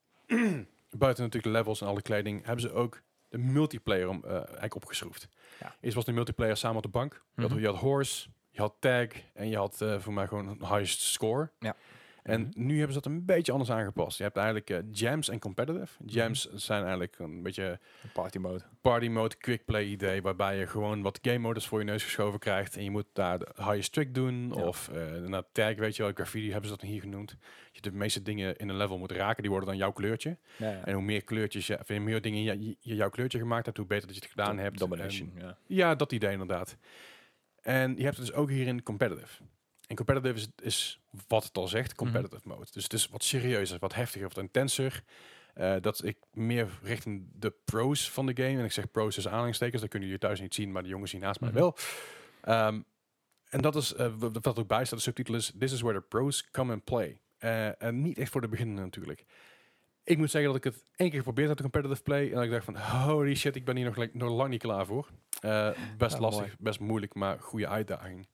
buiten natuurlijk de levels en alle kleding hebben ze ook de multiplayer om, uh, eigenlijk opgeschroefd. Ja. Eerst was de multiplayer samen op de bank. Je, had, Mhm. je had Horse, je had Tag en je had uh, voor mij gewoon een highest score. Ja. En Mhm. nu hebben ze dat een beetje anders aangepast. Je hebt eigenlijk uh, jams en competitive. Jams Mhm. zijn eigenlijk een beetje Een party mode. party mode, quick play idee, waarbij je gewoon wat game modus voor je neus geschoven krijgt en je moet daar de highest trick doen Ja. of uh, naar tag, weet je wel, graffiti hebben ze dat hier genoemd. Je de meeste dingen in een level moet raken, die worden dan jouw kleurtje. Ja, ja. En hoe meer kleurtjes, je, of hoe meer dingen je, je, je jouw kleurtje gemaakt hebt, hoe beter dat je het gedaan hebt. Domination, En, ja. ja, dat idee inderdaad. En je hebt het dus ook hier in competitive. En competitive is, is wat het al zegt, competitive mode. Dus het is wat serieuzer, wat heftiger, wat intenser. Uh, dat ik meer richting de pros van de game. En ik zeg pros dus aanhalingstekens, dat kunnen jullie thuis niet zien, maar de jongens hier naast mij Mhm. wel. Um, en dat is, uh, wat ook bij staat, de subtitel is This is where the pros come and play. Uh, en niet echt voor de beginnenden natuurlijk. Ik moet zeggen dat ik het één keer geprobeerd heb, de competitive play. En dat ik dacht van, holy shit, ik ben hier nog, nog lang niet klaar voor. Uh, best Ja, lastig, mooi. best moeilijk, maar goede uitdaging.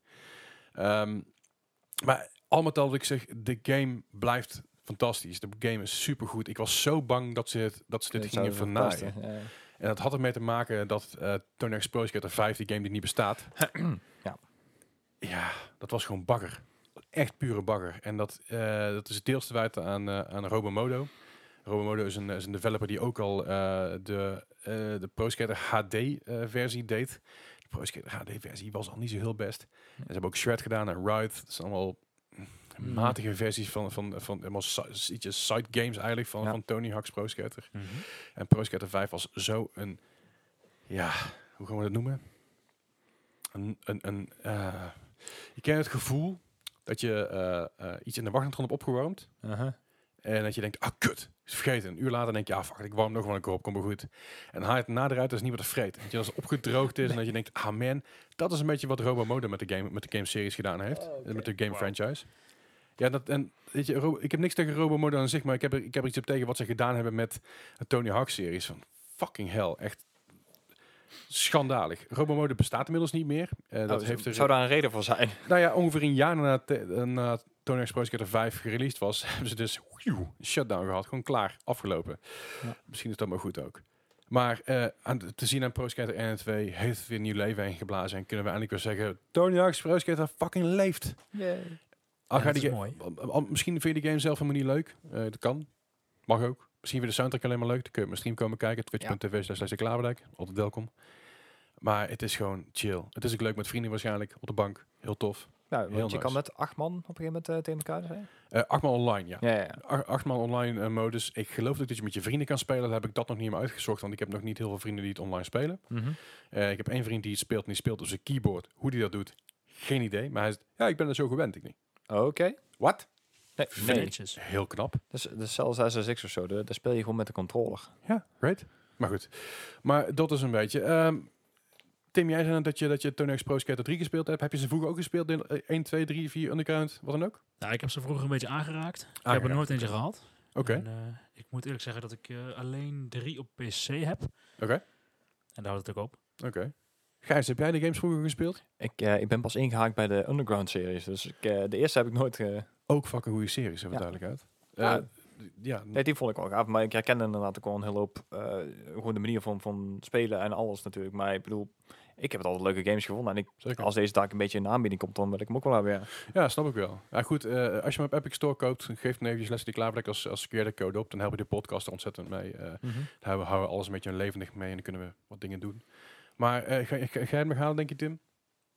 Um, maar al met al wat ik zeg, de game blijft fantastisch. De game is supergoed. Ik was zo bang dat ze, het, dat ze dit Ik gingen zou het vernaaien. verpesten, ja, ja. En dat had ermee te maken dat uh, Tony Hawk's Pro Skater vijf, die game die niet bestaat. Ja. Ja, dat was gewoon bagger. Echt pure bagger. En dat, uh, dat is deels te wijten aan, uh, aan Robomodo. Robomodo is een, is een developer die ook al uh, de, uh, de Pro Skater H D uh, versie deed. De Pro Skater H D versie was al niet zo heel best. En ze hebben ook Shred gedaan en Ride. Dat zijn allemaal Mm. matige versies van, van, van, van helemaal si- ietsjes side games eigenlijk van, Ja. van Tony Hawk's Pro Skater. Mhm. En Pro Skater vijf was zo een, ja, hoe gaan we dat noemen? Een, een, een uh, je kent het gevoel dat je uh, uh, iets in de wachtentron hebt opgewarmd. Uh-huh. En dat je denkt, ah kut, is vergeten. Een uur later denk je, ah fuck, ik warm nog wel een keer op, kom maar goed. En dan haal je het na eruit, dat is niet wat te vreten. Dat je als het opgedroogd is en dat je denkt, ah man, dat is een beetje wat Robomodo met de game, met de game series gedaan heeft. Oh, oké. Met de game Wow. franchise. Ja, dat, en weet je, Ro- ik heb niks tegen Robomodo aan zich, maar ik heb, er, ik heb er iets op tegen wat ze gedaan hebben met de Tony Hawk series. Van fucking hell, echt schandalig. Robomodo bestaat inmiddels niet meer. Uh, dat Oh, heeft er, zou daar een reden voor zijn? nou ja, ongeveer een jaar nadat te- na Tony Hawk's Pro Skater vijf gereleased was, hebben ze dus whew, een shutdown gehad. Gewoon klaar, afgelopen. Ja. Misschien is dat maar goed ook. Maar uh, aan, te zien aan Pro Skater één en twee heeft het weer nieuw leven ingeblazen. En kunnen we eindelijk weer zeggen, Tony Hawk's Pro Skater fucking leeft. Al Ja, ga dat die is ga- mooi. al- al- misschien vind je de game zelf helemaal niet leuk. Uh, dat kan. Mag ook. Misschien vind je de soundtrack alleen maar leuk. Dan kun je op mijn stream komen kijken. Twitch.tv slash de Klaverdijk. Altijd welkom. Maar het is gewoon chill. Het is ook leuk met vrienden waarschijnlijk. Op de bank. Heel tof. Nou, want Heel je nice. kan met acht man op een gegeven moment uh, tegen elkaar zijn. Uh, achtmaal online, ja. Ja, ja, ja. A- achtmaal online uh, modus. Ik geloof ook dat je met je vrienden kan spelen. Dat heb ik dat nog niet meer uitgezocht. Want ik heb nog niet heel veel vrienden die het online spelen. Mhm. Uh, ik heb één vriend die het speelt. En die speelt op zijn keyboard. Hoe die dat doet, geen idee. Maar hij zegt, ja, ik ben er zo gewend. Ik niet. Oké. Wat? Nee, Vind nee. ik Netjes. heel knap. Dus, dus zelfs S S X of zo, daar daar speel je gewoon met de controller. Ja, right. Maar goed. Maar dat is een beetje. Um, Tim, jij zei net dat je, dat je Tony Hawk's Pro Skater drie gespeeld hebt. Heb je ze vroeger ook gespeeld? In één, twee, drie, vier, Underground, wat dan ook? Nou, ik heb ze vroeger een beetje aangeraakt. Ik heb Aangeraakt. er nooit eentje gehad. Oké, En, uh, ik moet eerlijk zeggen dat ik uh, alleen drie op P C heb. oké, En daar houdt het ook op. oké. Gijs, heb jij de games vroeger gespeeld? Ik, uh, ik ben pas ingehaakt bij de Underground series. Dus ik, uh, de eerste heb ik nooit... Uh, Ook fucking goede series, hebben we Ja. duidelijk uit. Ja. Uh, ja, nee, die vond ik wel gaaf. Maar ik herkende inderdaad ook wel een hele hoop... Uh, gewoon de manier van, van spelen en alles natuurlijk. Maar ik bedoel, ik heb het altijd leuke games gevonden. En ik, zeker. als deze dag een beetje in de aanbieding komt, dan wil ik hem ook wel hebben, ja. Ja, snap ik wel. Ja, goed, uh, als je hem op Epic Store koopt, geef dan eventjes Leslie Klaverdijk als, als creator code op. Dan help je de podcast er ontzettend mee. Uh, Mhm. dan houden we, houden we alles een beetje levendig mee en dan kunnen we wat dingen doen. Maar uh, ga, ga, ga jij het nog halen, denk je, Tim?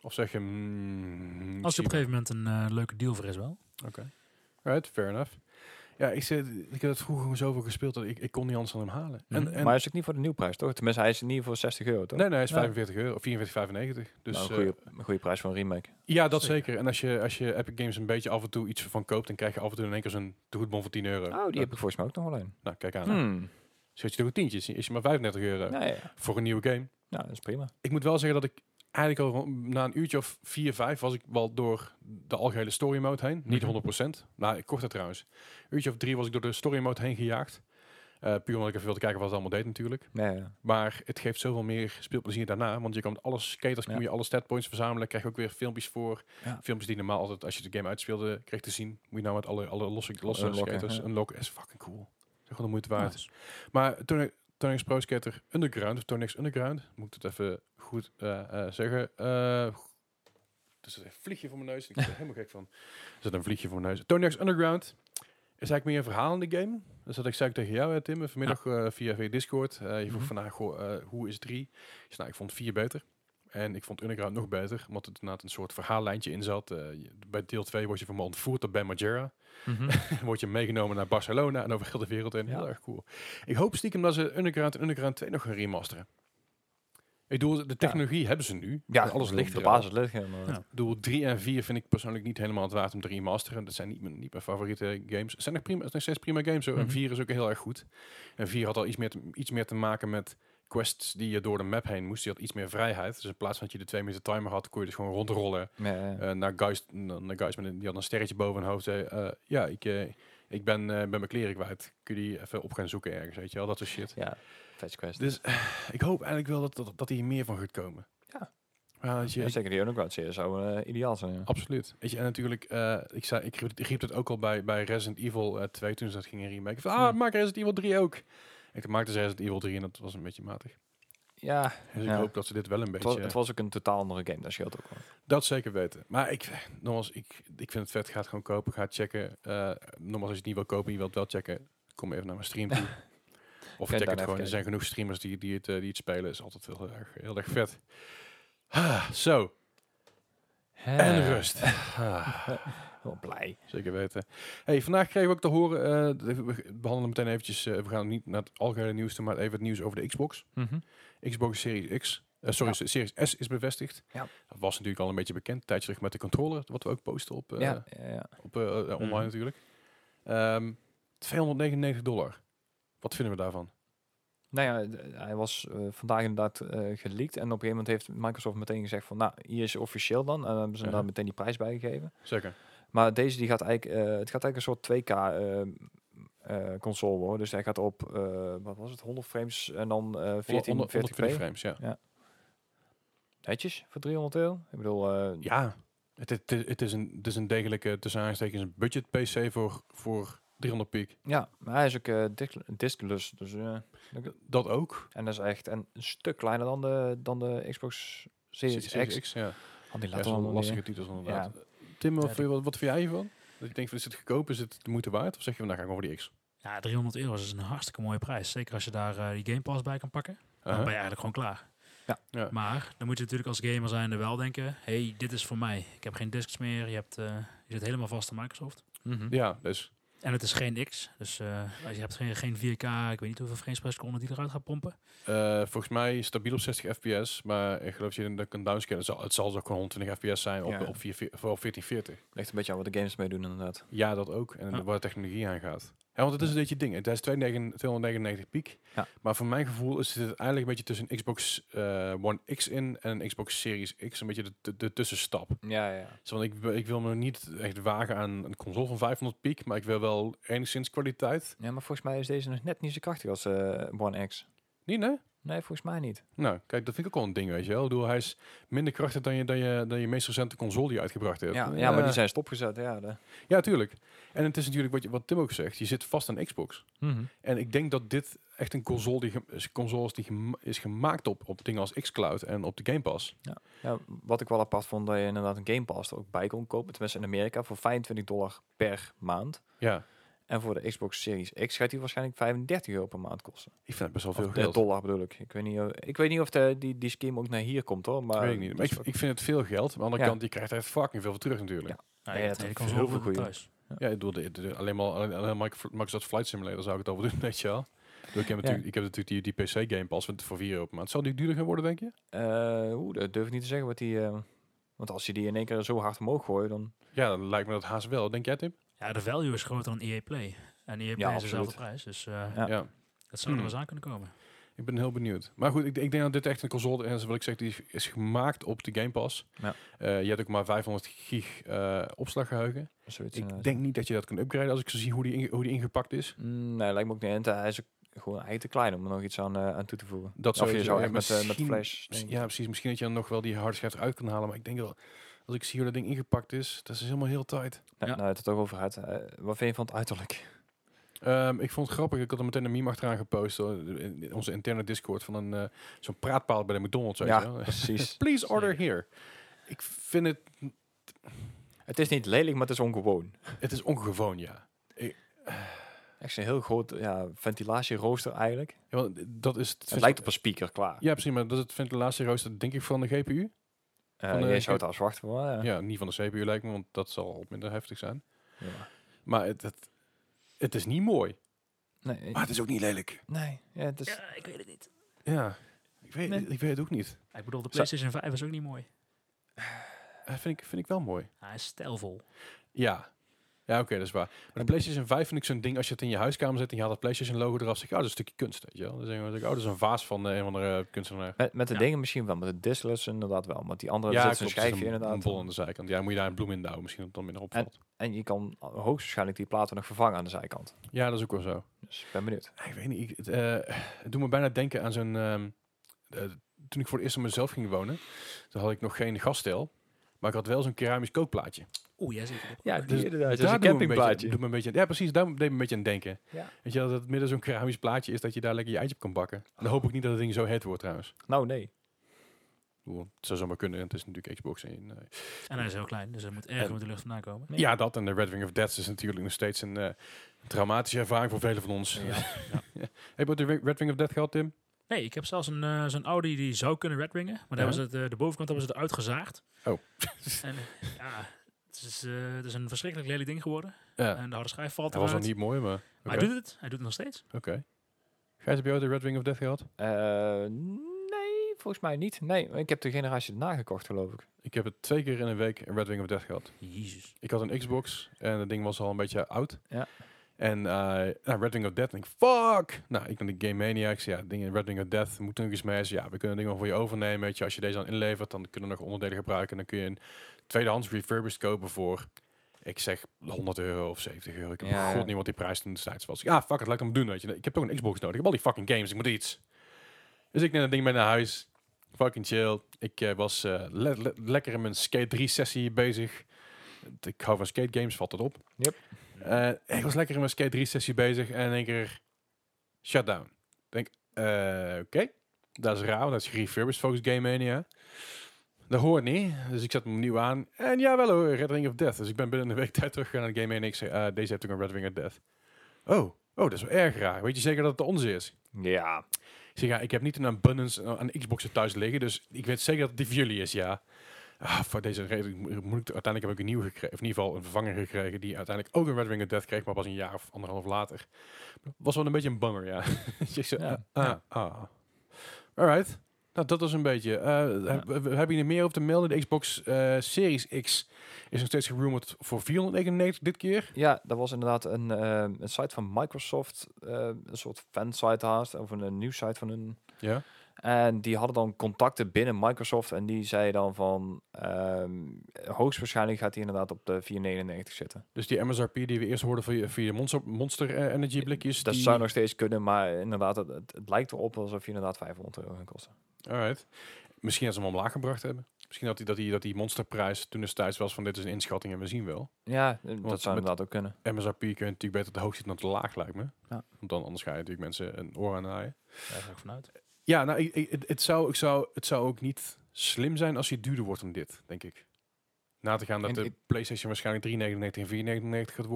Of zeg je... Mm, Als je op zie een gegeven moment een uh, leuke deal voor is wel. Oké. Okay. Right, fair enough. Ja, ik, zit, ik heb het vroeger zoveel gespeeld dat ik, ik kon niet anders dan hem halen. Mm. En, en maar hij is ook niet voor de nieuwprijs, toch? Tenminste, hij is niet voor zestig euro, toch? Nee, nee, hij is Nee. vijfenveertig euro of vierenveertig vijfennegentig. Dus nou, een goede, uh, een goede prijs voor een remake. Ja, dat zeker. zeker. En als je, als je Epic Games een beetje af en toe iets van koopt, dan krijg je af en toe in één keer zo'n tegoedbon van tien euro. Oh, die nou, heb ik volgens mij ook nog wel een. Nou, kijk aan. Hmm. Zet je toch een tientje, is je maar vijfendertig euro Nee, ja. voor een nieuwe game. Nou, dat is prima. Ik moet wel zeggen dat ik eigenlijk al na een uurtje of vier, vijf was ik wel door de algehele story mode heen. Niet Mm-hmm. honderd procent. Nou, ik kocht het trouwens. Een uurtje of drie was ik door de story mode heen gejaagd. Uh, puur omdat ik even wilde kijken wat het allemaal deed natuurlijk. Nee, ja. Maar het geeft zoveel meer speelplezier daarna. Want je kan met alle skaters, Ja. kun je alle statpoints verzamelen. Krijg je ook weer filmpjes voor. Ja. Filmpjes die normaal altijd, als je de game uitspeelde, kreeg te zien. Moet je nou met alle, alle losse, losse Unlocken, skaters. ja. Unlocken is fucking cool. Dat is gewoon de moeite waard. Nice. Maar toen ik Tony Hawk's Pro Skater Underground, of Tony Hawk's Underground, moet ik het even goed uh, uh, zeggen. Uh, er zit een vliegje voor mijn neus. Ik ben er helemaal gek van. Er zit een vliegje voor mijn neus. Tony Hawk's Underground is eigenlijk meer een verhaal in de game. Dat zat ik zei ik tegen jou, Tim, vanmiddag ja. uh, via, via Discord. Uh, je vroeg mm-hmm. vandaag, goh, uh, hoe is drie? Dus, nou, ik vond vier beter. En ik vond Underground nog beter, omdat het inderdaad een soort verhaallijntje in zat. Uh, bij deel twee word je van me ontvoerd door Ben Margera. Mm-hmm. Word je meegenomen naar Barcelona en over heel de wereld heen. Ja. Heel erg cool. Ik hoop stiekem dat ze Underground en Underground twee nog gaan remasteren. Ik bedoel, de technologie ja. hebben ze nu. Ja, alles ligt de er basis ligt er. Ja. Ik bedoel, drie en vier vind ik persoonlijk niet helemaal het waard om te remasteren. Dat zijn niet mijn, niet mijn favoriete games. Het zijn nog, prima, nog steeds prima games. Mm-hmm. En vier is ook heel erg goed. En vier had al iets meer te, iets meer te maken met quests die je door de map heen moest. Die had iets meer vrijheid. Dus in plaats van dat je de twee minuten timer had, kon je dus gewoon rondrollen. Ja, ja. Uh, naar guys, naar guys met een, die had een sterretje boven hun hoofd. Zei, uh, ja, ik, uh, ik ben, uh, ben mijn kleren kwijt. Kun je die even op gaan zoeken ergens, weet je wel? Dat soort shit. Ja, fetch quest. Dus uh, ik hoop eigenlijk wel dat, dat, dat hier meer van gaat komen. Ja. Uh, je, ja, zeker die Underground serie zou uh, ideaal zijn. Ja. Absoluut. Weet je, en natuurlijk, uh, ik, zei, ik, ik riep het ook al bij, bij Resident Evil uh, twee toen ze dat gingen remaken. Van, ah, maak Resident Evil drie ook. Ik maakte ze Resident Evil drie en dat was een beetje matig. Ja. Dus ik ja. hoop dat ze dit wel een het beetje... Was, het was ook een totaal andere game, dat scheelt ook wel. Dat zeker weten. Maar ik, nogmaals, ik, ik vind het vet. Ga het gewoon kopen, ga het checken. Uh, nogmaals, als je het niet wil kopen en je wilt wel checken, kom even naar mijn stream toe. Of check het gewoon. Er zijn genoeg streamers die, die, het, uh, die het spelen. Is altijd heel erg, heel erg vet. Ah, zo. En rust. Wel blij. Zeker weten. Hey, vandaag kregen we ook te horen, uh, we behandelen meteen eventjes, uh, we gaan niet naar het algehele nieuws toe, maar even het nieuws over de Xbox. Mm-hmm. Xbox Series X, uh, sorry, ja. Series S is bevestigd. Ja. Dat was natuurlijk al een beetje bekend, een tijdje terug met de controller, wat we ook posten op, uh, ja, ja, ja. op uh, uh, online mm-hmm. natuurlijk. Um, tweehonderdnegenennegentig dollar. Wat vinden we daarvan? Nou ja, hij was uh, vandaag inderdaad uh, geleakt. En op een gegeven moment heeft Microsoft meteen gezegd van, nou, hier is officieel dan. En dan hebben ze uh-huh. daar meteen die prijs bij gegeven. Zeker. Maar deze die gaat eigenlijk, uh, het gaat eigenlijk een soort twee K uh, uh, console worden. Dus hij gaat op, uh, wat was het, honderd frames en dan uh, veertien veertig p. frames, ja. ja. Netjes voor driehonderd euro. Ik bedoel... Uh, ja, het, het, het, is een, het is een degelijke, tussen aanstekens, een budget P C voor... voor driehonderd piek. Ja, maar hij is ook uh, diskless, dus uh, dat ook. En dat is echt een, een stuk kleiner dan de dan de Xbox Series, Series X. X. Ja, oh, die ja zo'n lastige titels inderdaad. Ja. Tim, wat, ja, wat, wat vind jij hiervan? Dat je denkt, is het goedkoop, is het de moeite waard? Of zeg je van, nou ga ik over die X? Ja, driehonderd euro is een hartstikke mooie prijs. Zeker als je daar uh, die Game Pass bij kan pakken. Dan uh-huh. ben je eigenlijk gewoon klaar. Ja. Ja. Maar dan moet je natuurlijk als gamer zijnde wel denken, hey, dit is voor mij. Ik heb geen discs meer. Je, hebt, uh, je zit helemaal vast aan Microsoft. Mm-hmm. Ja, dus... En het is geen X, dus uh, je hebt geen, geen vier K, ik weet niet hoeveel frames per seconde die eruit gaat pompen. Uh, volgens mij stabiel op zestig F P S, maar ik geloof dat je dat kan downscannen. Het zal, het zal ook gewoon honderdtwintig F P S zijn op, ja. op, op veertien veertig. Ligt een beetje aan wat de games mee doen inderdaad. Ja, dat ook. En ja. waar de technologie aan gaat. Ja, want het is een beetje ding. Het is tweehonderdnegenennegentig piek. Ja. Maar voor mijn gevoel is het eigenlijk een beetje tussen een Xbox uh, One X in en een Xbox Series X. Een beetje de, de, de tussenstap. Ja, ja. Dus, want ik, ik wil me niet echt wagen aan een console van vijfhonderd piek, maar ik wil wel enigszins kwaliteit. Ja, maar volgens mij is deze nog net niet zo krachtig als uh, One X. Niet, nee? Nee, volgens mij niet. Nou, kijk, dat vind ik ook wel een ding, weet je wel. Ik bedoel, hij is minder krachtig dan je, dan je, dan je meest recente console die je uitgebracht hebt. Ja, ja, ja, maar die zijn stopgezet, ja. De... Ja, tuurlijk. En het is natuurlijk wat, je, wat Tim ook zegt, je zit vast aan Xbox. Mm-hmm. En ik denk dat dit echt een console, die ge, console is die gema- is gemaakt op, op dingen als xCloud en op de Game Pass. Ja. Ja, wat ik wel apart vond, dat je inderdaad een Game Pass er ook bij kon kopen. Tenminste in Amerika voor vijfentwintig dollar per maand. Ja. En voor de Xbox Series X gaat die waarschijnlijk vijfendertig euro per maand kosten. Ik vind het best wel veel Of, eh, geld. dollar bedoel ik. Ik weet niet, of- ik weet niet of de, die, die scheme ook naar hier komt hoor. Maar Weet ik niet. Maar ik, ik vind het veel geld. Maar aan de andere Ja. kant, je krijgt er fucking veel voor terug natuurlijk. Ja. Ja, Nee, ja, dat het is kan heel heel veel veel goeie. thuis. Ja, ik bedoel, de, de- alleen maar alleen, alleen Microsoft Microsoft Flight Simulator zou ik het over doen, weet je wel. Ik heb, Ja. natuurlijk, ik heb natuurlijk die, die P C Game Pass want voor vier euro per maand. Zal die duurder gaan worden, denk je? Uh, Oeh, dat durf ik niet te zeggen wat die... Uh, want als je die in één keer zo hard omhoog gooit, dan... Ja, dan lijkt me dat haast wel. Denk jij, Tim? Ja, de value is groter dan E A Play. En E A Play Ja, is dezelfde absoluut. prijs. Dus uh, Ja. Ja. dat zou er Hmm. wel eens aan kunnen komen. Ik ben heel benieuwd. Maar goed, ik, ik denk dat dit echt een console is, wat ik zeg, die is gemaakt op de Game Pass. Ja. Uh, je hebt ook maar vijfhonderd gig uh, opslaggeheugen. Zoiets, Ik uh, denk niet dat je dat kunt upgraden als ik zo zie hoe die, inge- hoe die ingepakt is. Mm, nee, lijkt me ook niet. En te- hij is ook gewoon eigenlijk te klein om er nog iets aan, uh, aan toe te voegen. Dat Of je sowieso, zou ja, echt met, uh, met misschien- flash... denk ik. Ja, precies. Misschien dat je dan nog wel die harde schijf eruit kan halen. Maar ik denk wel, als ik zie hoe dat ding ingepakt is, dat is helemaal heel tight. Ja, Ja. Nou, het er toch over uit. Uh, wat vind je van het uiterlijk? Um, ik vond het grappig. Ik had er meteen een meme achteraan gepost. uh, in in onze interne Discord van een uh, zo'n praatpaal bij de McDonald's. Weet je Ja, wel. precies. Please order here. Ik vind het... Het is niet lelijk, maar het is ongewoon. Het is ongewoon, ja. Echt een heel groot ja, ventilatierooster eigenlijk. ja want dat is Het lijkt op een speaker, klaar. Ja, precies. Maar dat is het ventilatierooster, denk ik, van de G P U. Uh, van de- je zou het als wachten, maar... Uh, Ja, niet van de C P U lijkt me, want dat zal minder heftig zijn. ja. Maar het, het, het is niet mooi. Nee, Maar het is ook niet lelijk. nee ja, het is... Ja, ik weet het niet. Ja, ik weet, Nee. ik weet het ook niet. Ja, ik bedoel, de PlayStation vijf is ook niet mooi. Uh, vind, ik, vind ik wel mooi. Hij is stijlvol. Ja. Ja, oké, dat is waar. Maar de PlayStation vijf vind ik zo'n ding, als je het in je huiskamer zet en je haalt het PlayStation logo eraf, zeg je, oh, dat is een stukje kunst, weet je wel. Dan zeggen we, zeg ik, oh, dat is een vaas van uh, een of andere kunstenaar. Met, met de Ja. dingen misschien wel, met de diskless inderdaad wel. Maar die andere Ja, zit klopt, zo'n er zit schijfje een, inderdaad. een bol aan de zijkant. Ja, moet je daar een bloem in douwen, misschien dat het dan minder opvalt. En je kan hoogstwaarschijnlijk die platen nog vervangen aan de zijkant. Ja, dat is ook wel zo. Dus ik ben benieuwd. Ik weet niet, ik, het, uh, het doet me bijna denken aan zo'n... Um, uh, toen ik voor het eerst aan mezelf ging wonen, toen had ik nog geen gasstijl, maar ik had wel zo'n keramisch kookplaatje. Oeh, jij zit erop. Ja, Dus inderdaad. daar een doet me campingplaatje. beetje- doet me een beetje, ja, precies, daar deed me een beetje aan denken. Ja. Weet je wel, dat het midden zo'n keramisch plaatje is, dat je daar lekker je eitje op kan bakken. Dan hoop ik niet dat het ding zo heet wordt trouwens. Nou, nee. Oeh, het zou zomaar kunnen, het is natuurlijk Xbox. En, uh, En hij is heel klein, dus hij moet erg En- met de lucht vandaan komen. Nee. ja, dat en de Red Ring of Death is natuurlijk nog steeds een uh, traumatische ervaring voor velen van ons. Ja. ja. Heb je de Ri- Red Ring of Death gehad, Tim? Nee, ik heb zelfs een, uh, zo'n Audi die zou kunnen redringen. Maar daar Ja. hebben ze het, uh, de bovenkant hebben ze het uitgezaagd. Oh. En ja, het is, uh, het is een verschrikkelijk lelijk ding geworden. Ja, En de harde schijf valt dat was eruit. al niet mooi, maar... Maar Oké. hij doet het. Hij doet het nog steeds. Oké. Gijs, heb je ooit de Red Ring of Death gehad? Uh, nee, volgens mij niet. Nee, ik heb de generatie erna gekocht, geloof ik. Ik heb het twee keer in een week een Red Ring of Death gehad. Jezus. Ik had een Xbox en het ding was al een beetje oud. Ja. En uh, nou, Red Ring of Death, denk ik, fuck! Nou, ik ben de Game Maniacs, ja, dingen Red Ring of Death, moet nog eens mee. Dus ja, we kunnen dingen voor je overnemen, weet je. Als je deze dan inlevert, dan kunnen we nog onderdelen gebruiken. En dan kun je een tweedehands refurbished kopen voor, ik zeg, honderd euro of zeventig euro. Ik heb Ja, god ja. niet wat die prijs toen destijds was. Ja, fuck het, laat ik hem doen, weet je. Ik heb toch een Xbox nodig. Ik heb al die fucking games, ik moet iets. Dus ik neem dat ding mee naar huis. Fucking chill. Ik uh, was uh, le le lekker in mijn Skate drie sessie bezig. Ik hou van skate games, valt het op. Yep. Uh, ik was lekker in mijn Skate drie sessie bezig en in één keer shutdown. Ik denk, uh, oké, okay. Dat is raar, want dat is refurbished Focus Game Mania. Dat hoort niet, dus ik zet hem opnieuw aan. En ja, wel hoor, Red Ring of Death. Dus ik ben binnen een week tijd teruggegaan naar de Game Mania en ik zei, uh, deze heeft ook een Red Ring of Death. Oh, oh, dat is wel erg raar. Weet je zeker dat het de onze is? Ja. Ik zeg, ja, ik heb niet een abundance aan Xboxen thuis liggen, dus ik weet zeker dat het die voor jullie is, ja. Ah, voor deze reden moet ik uiteindelijk heb ik een nieuwe gekregen, of in ieder geval een vervanger gekregen die uiteindelijk ook een Red Ring of Death kreeg, maar pas een jaar of anderhalf later. Was wel een beetje een bummer, ja. Dus zo, Ja. ah, ah, ah. Alright. Nou, dat was een beetje. Uh, Ja. heb, we, we hebben hier meer over te melden. De Xbox uh, Series X is nog steeds gerumored voor vierhonderdnegenennegentig dit keer. Ja, dat was inderdaad een, uh, een site van Microsoft, uh, een soort fansite haast, of een, een nieuwssite van hun. Ja. En die hadden dan contacten binnen Microsoft en die zei dan van, um, hoogstwaarschijnlijk gaat hij inderdaad op de vier negenennegentig zitten. Dus die M S R P die we eerst hoorden via, via Monster, Monster uh, Energy blikjes. Dat die... zou nog steeds kunnen, maar inderdaad, het, het, het lijkt erop alsof je inderdaad vijfhonderd euro gaan kosten. Alright. Misschien dat ze hem omlaag gebracht hebben. Misschien dat die, dat die, dat die monsterprijs toen destijds was van dit is een inschatting en we zien wel. Ja, dat Want zou met inderdaad ook kunnen. M S R P kun je natuurlijk beter te hoog zitten dan te laag, lijkt me. Ja. Want dan anders ga je natuurlijk mensen een oor aan naaien. Daar ga ik vanuit. Ja, nou, ik, ik, het, het, zou, ik zou, het zou ook niet slim zijn als hij duurder wordt dan dit, denk ik. Na te gaan dat En de ik- PlayStation waarschijnlijk drie negenennegentig en vier negenennegentig gaat worden.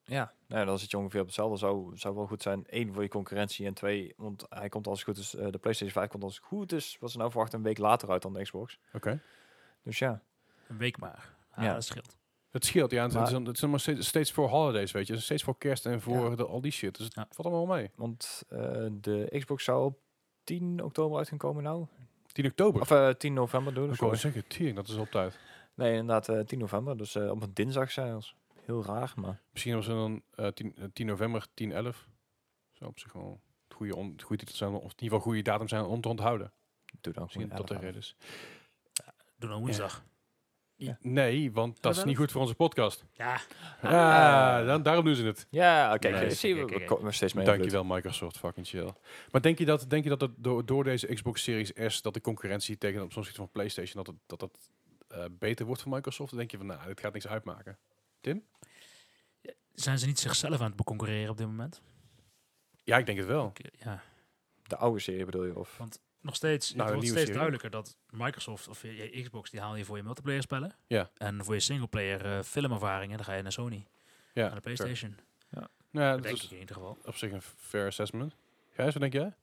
Ja, nou, dan zit je ongeveer op hetzelfde. Zou, zou wel goed zijn. Eén, voor je concurrentie. En twee, want hij komt als het goed is, uh, de PlayStation vijf komt als het goed is, wat ze nou verwachten, een week later uit dan de Xbox. Oké. Okay. Dus ja. Een week maar. Ah, Ja. dat scheelt. Het scheelt, ja. Het, Maar, het is, het is nog steeds, steeds voor holidays, weet je. Steeds voor kerst en voor ja. de, al die shit. Dus het Ja. valt allemaal wel mee. Want uh, de Xbox zou op tien oktober uit gaan komen nou. tien oktober? Of uh, tien november doen. Ik wou zeggen, tien, dat is op tijd. Nee, inderdaad uh, tien november. Dus uh, op een dinsdag zelfs. Heel raar, maar... Misschien was het dan uh, tien, uh, tien november, tien elf. Zo op zich wel het goede, on, het goede titel zijn, of in ieder geval goede datum zijn om te onthouden. Doe dan Misschien dat de reden is. Ja, doe dan woensdag. Ja. Nee, want dat is niet goed voor onze podcast. Ja. Ja, uh, dan, daarom doen ze het. Ja, oké. Okay, zie je, we komen steeds meer. Dankjewel Microsoft, fucking chill. Maar denk je dat, denk je dat het door, door deze Xbox Series S, dat de concurrentie tegen op zo'n van PlayStation, dat het, dat het uh, beter wordt voor Microsoft? Dan denk je van, nou, dit gaat niks uitmaken. Tim? Zijn ze niet zichzelf aan het beconcurreren op dit moment? Ja, ik denk het wel. Ja. De oude serie bedoel je? Of? Want nog steeds, nou, het wordt steeds serie. duidelijker dat Microsoft of je, je Xbox, die haal je voor je multiplayer spellen. Ja. En voor je singleplayer uh, filmervaringen, dan ga je naar Sony. Ja. Naar de PlayStation. Ja. Nou, dat dat denk is ik in ieder geval. op zich een fair assessment. Gijs, wat denk jij?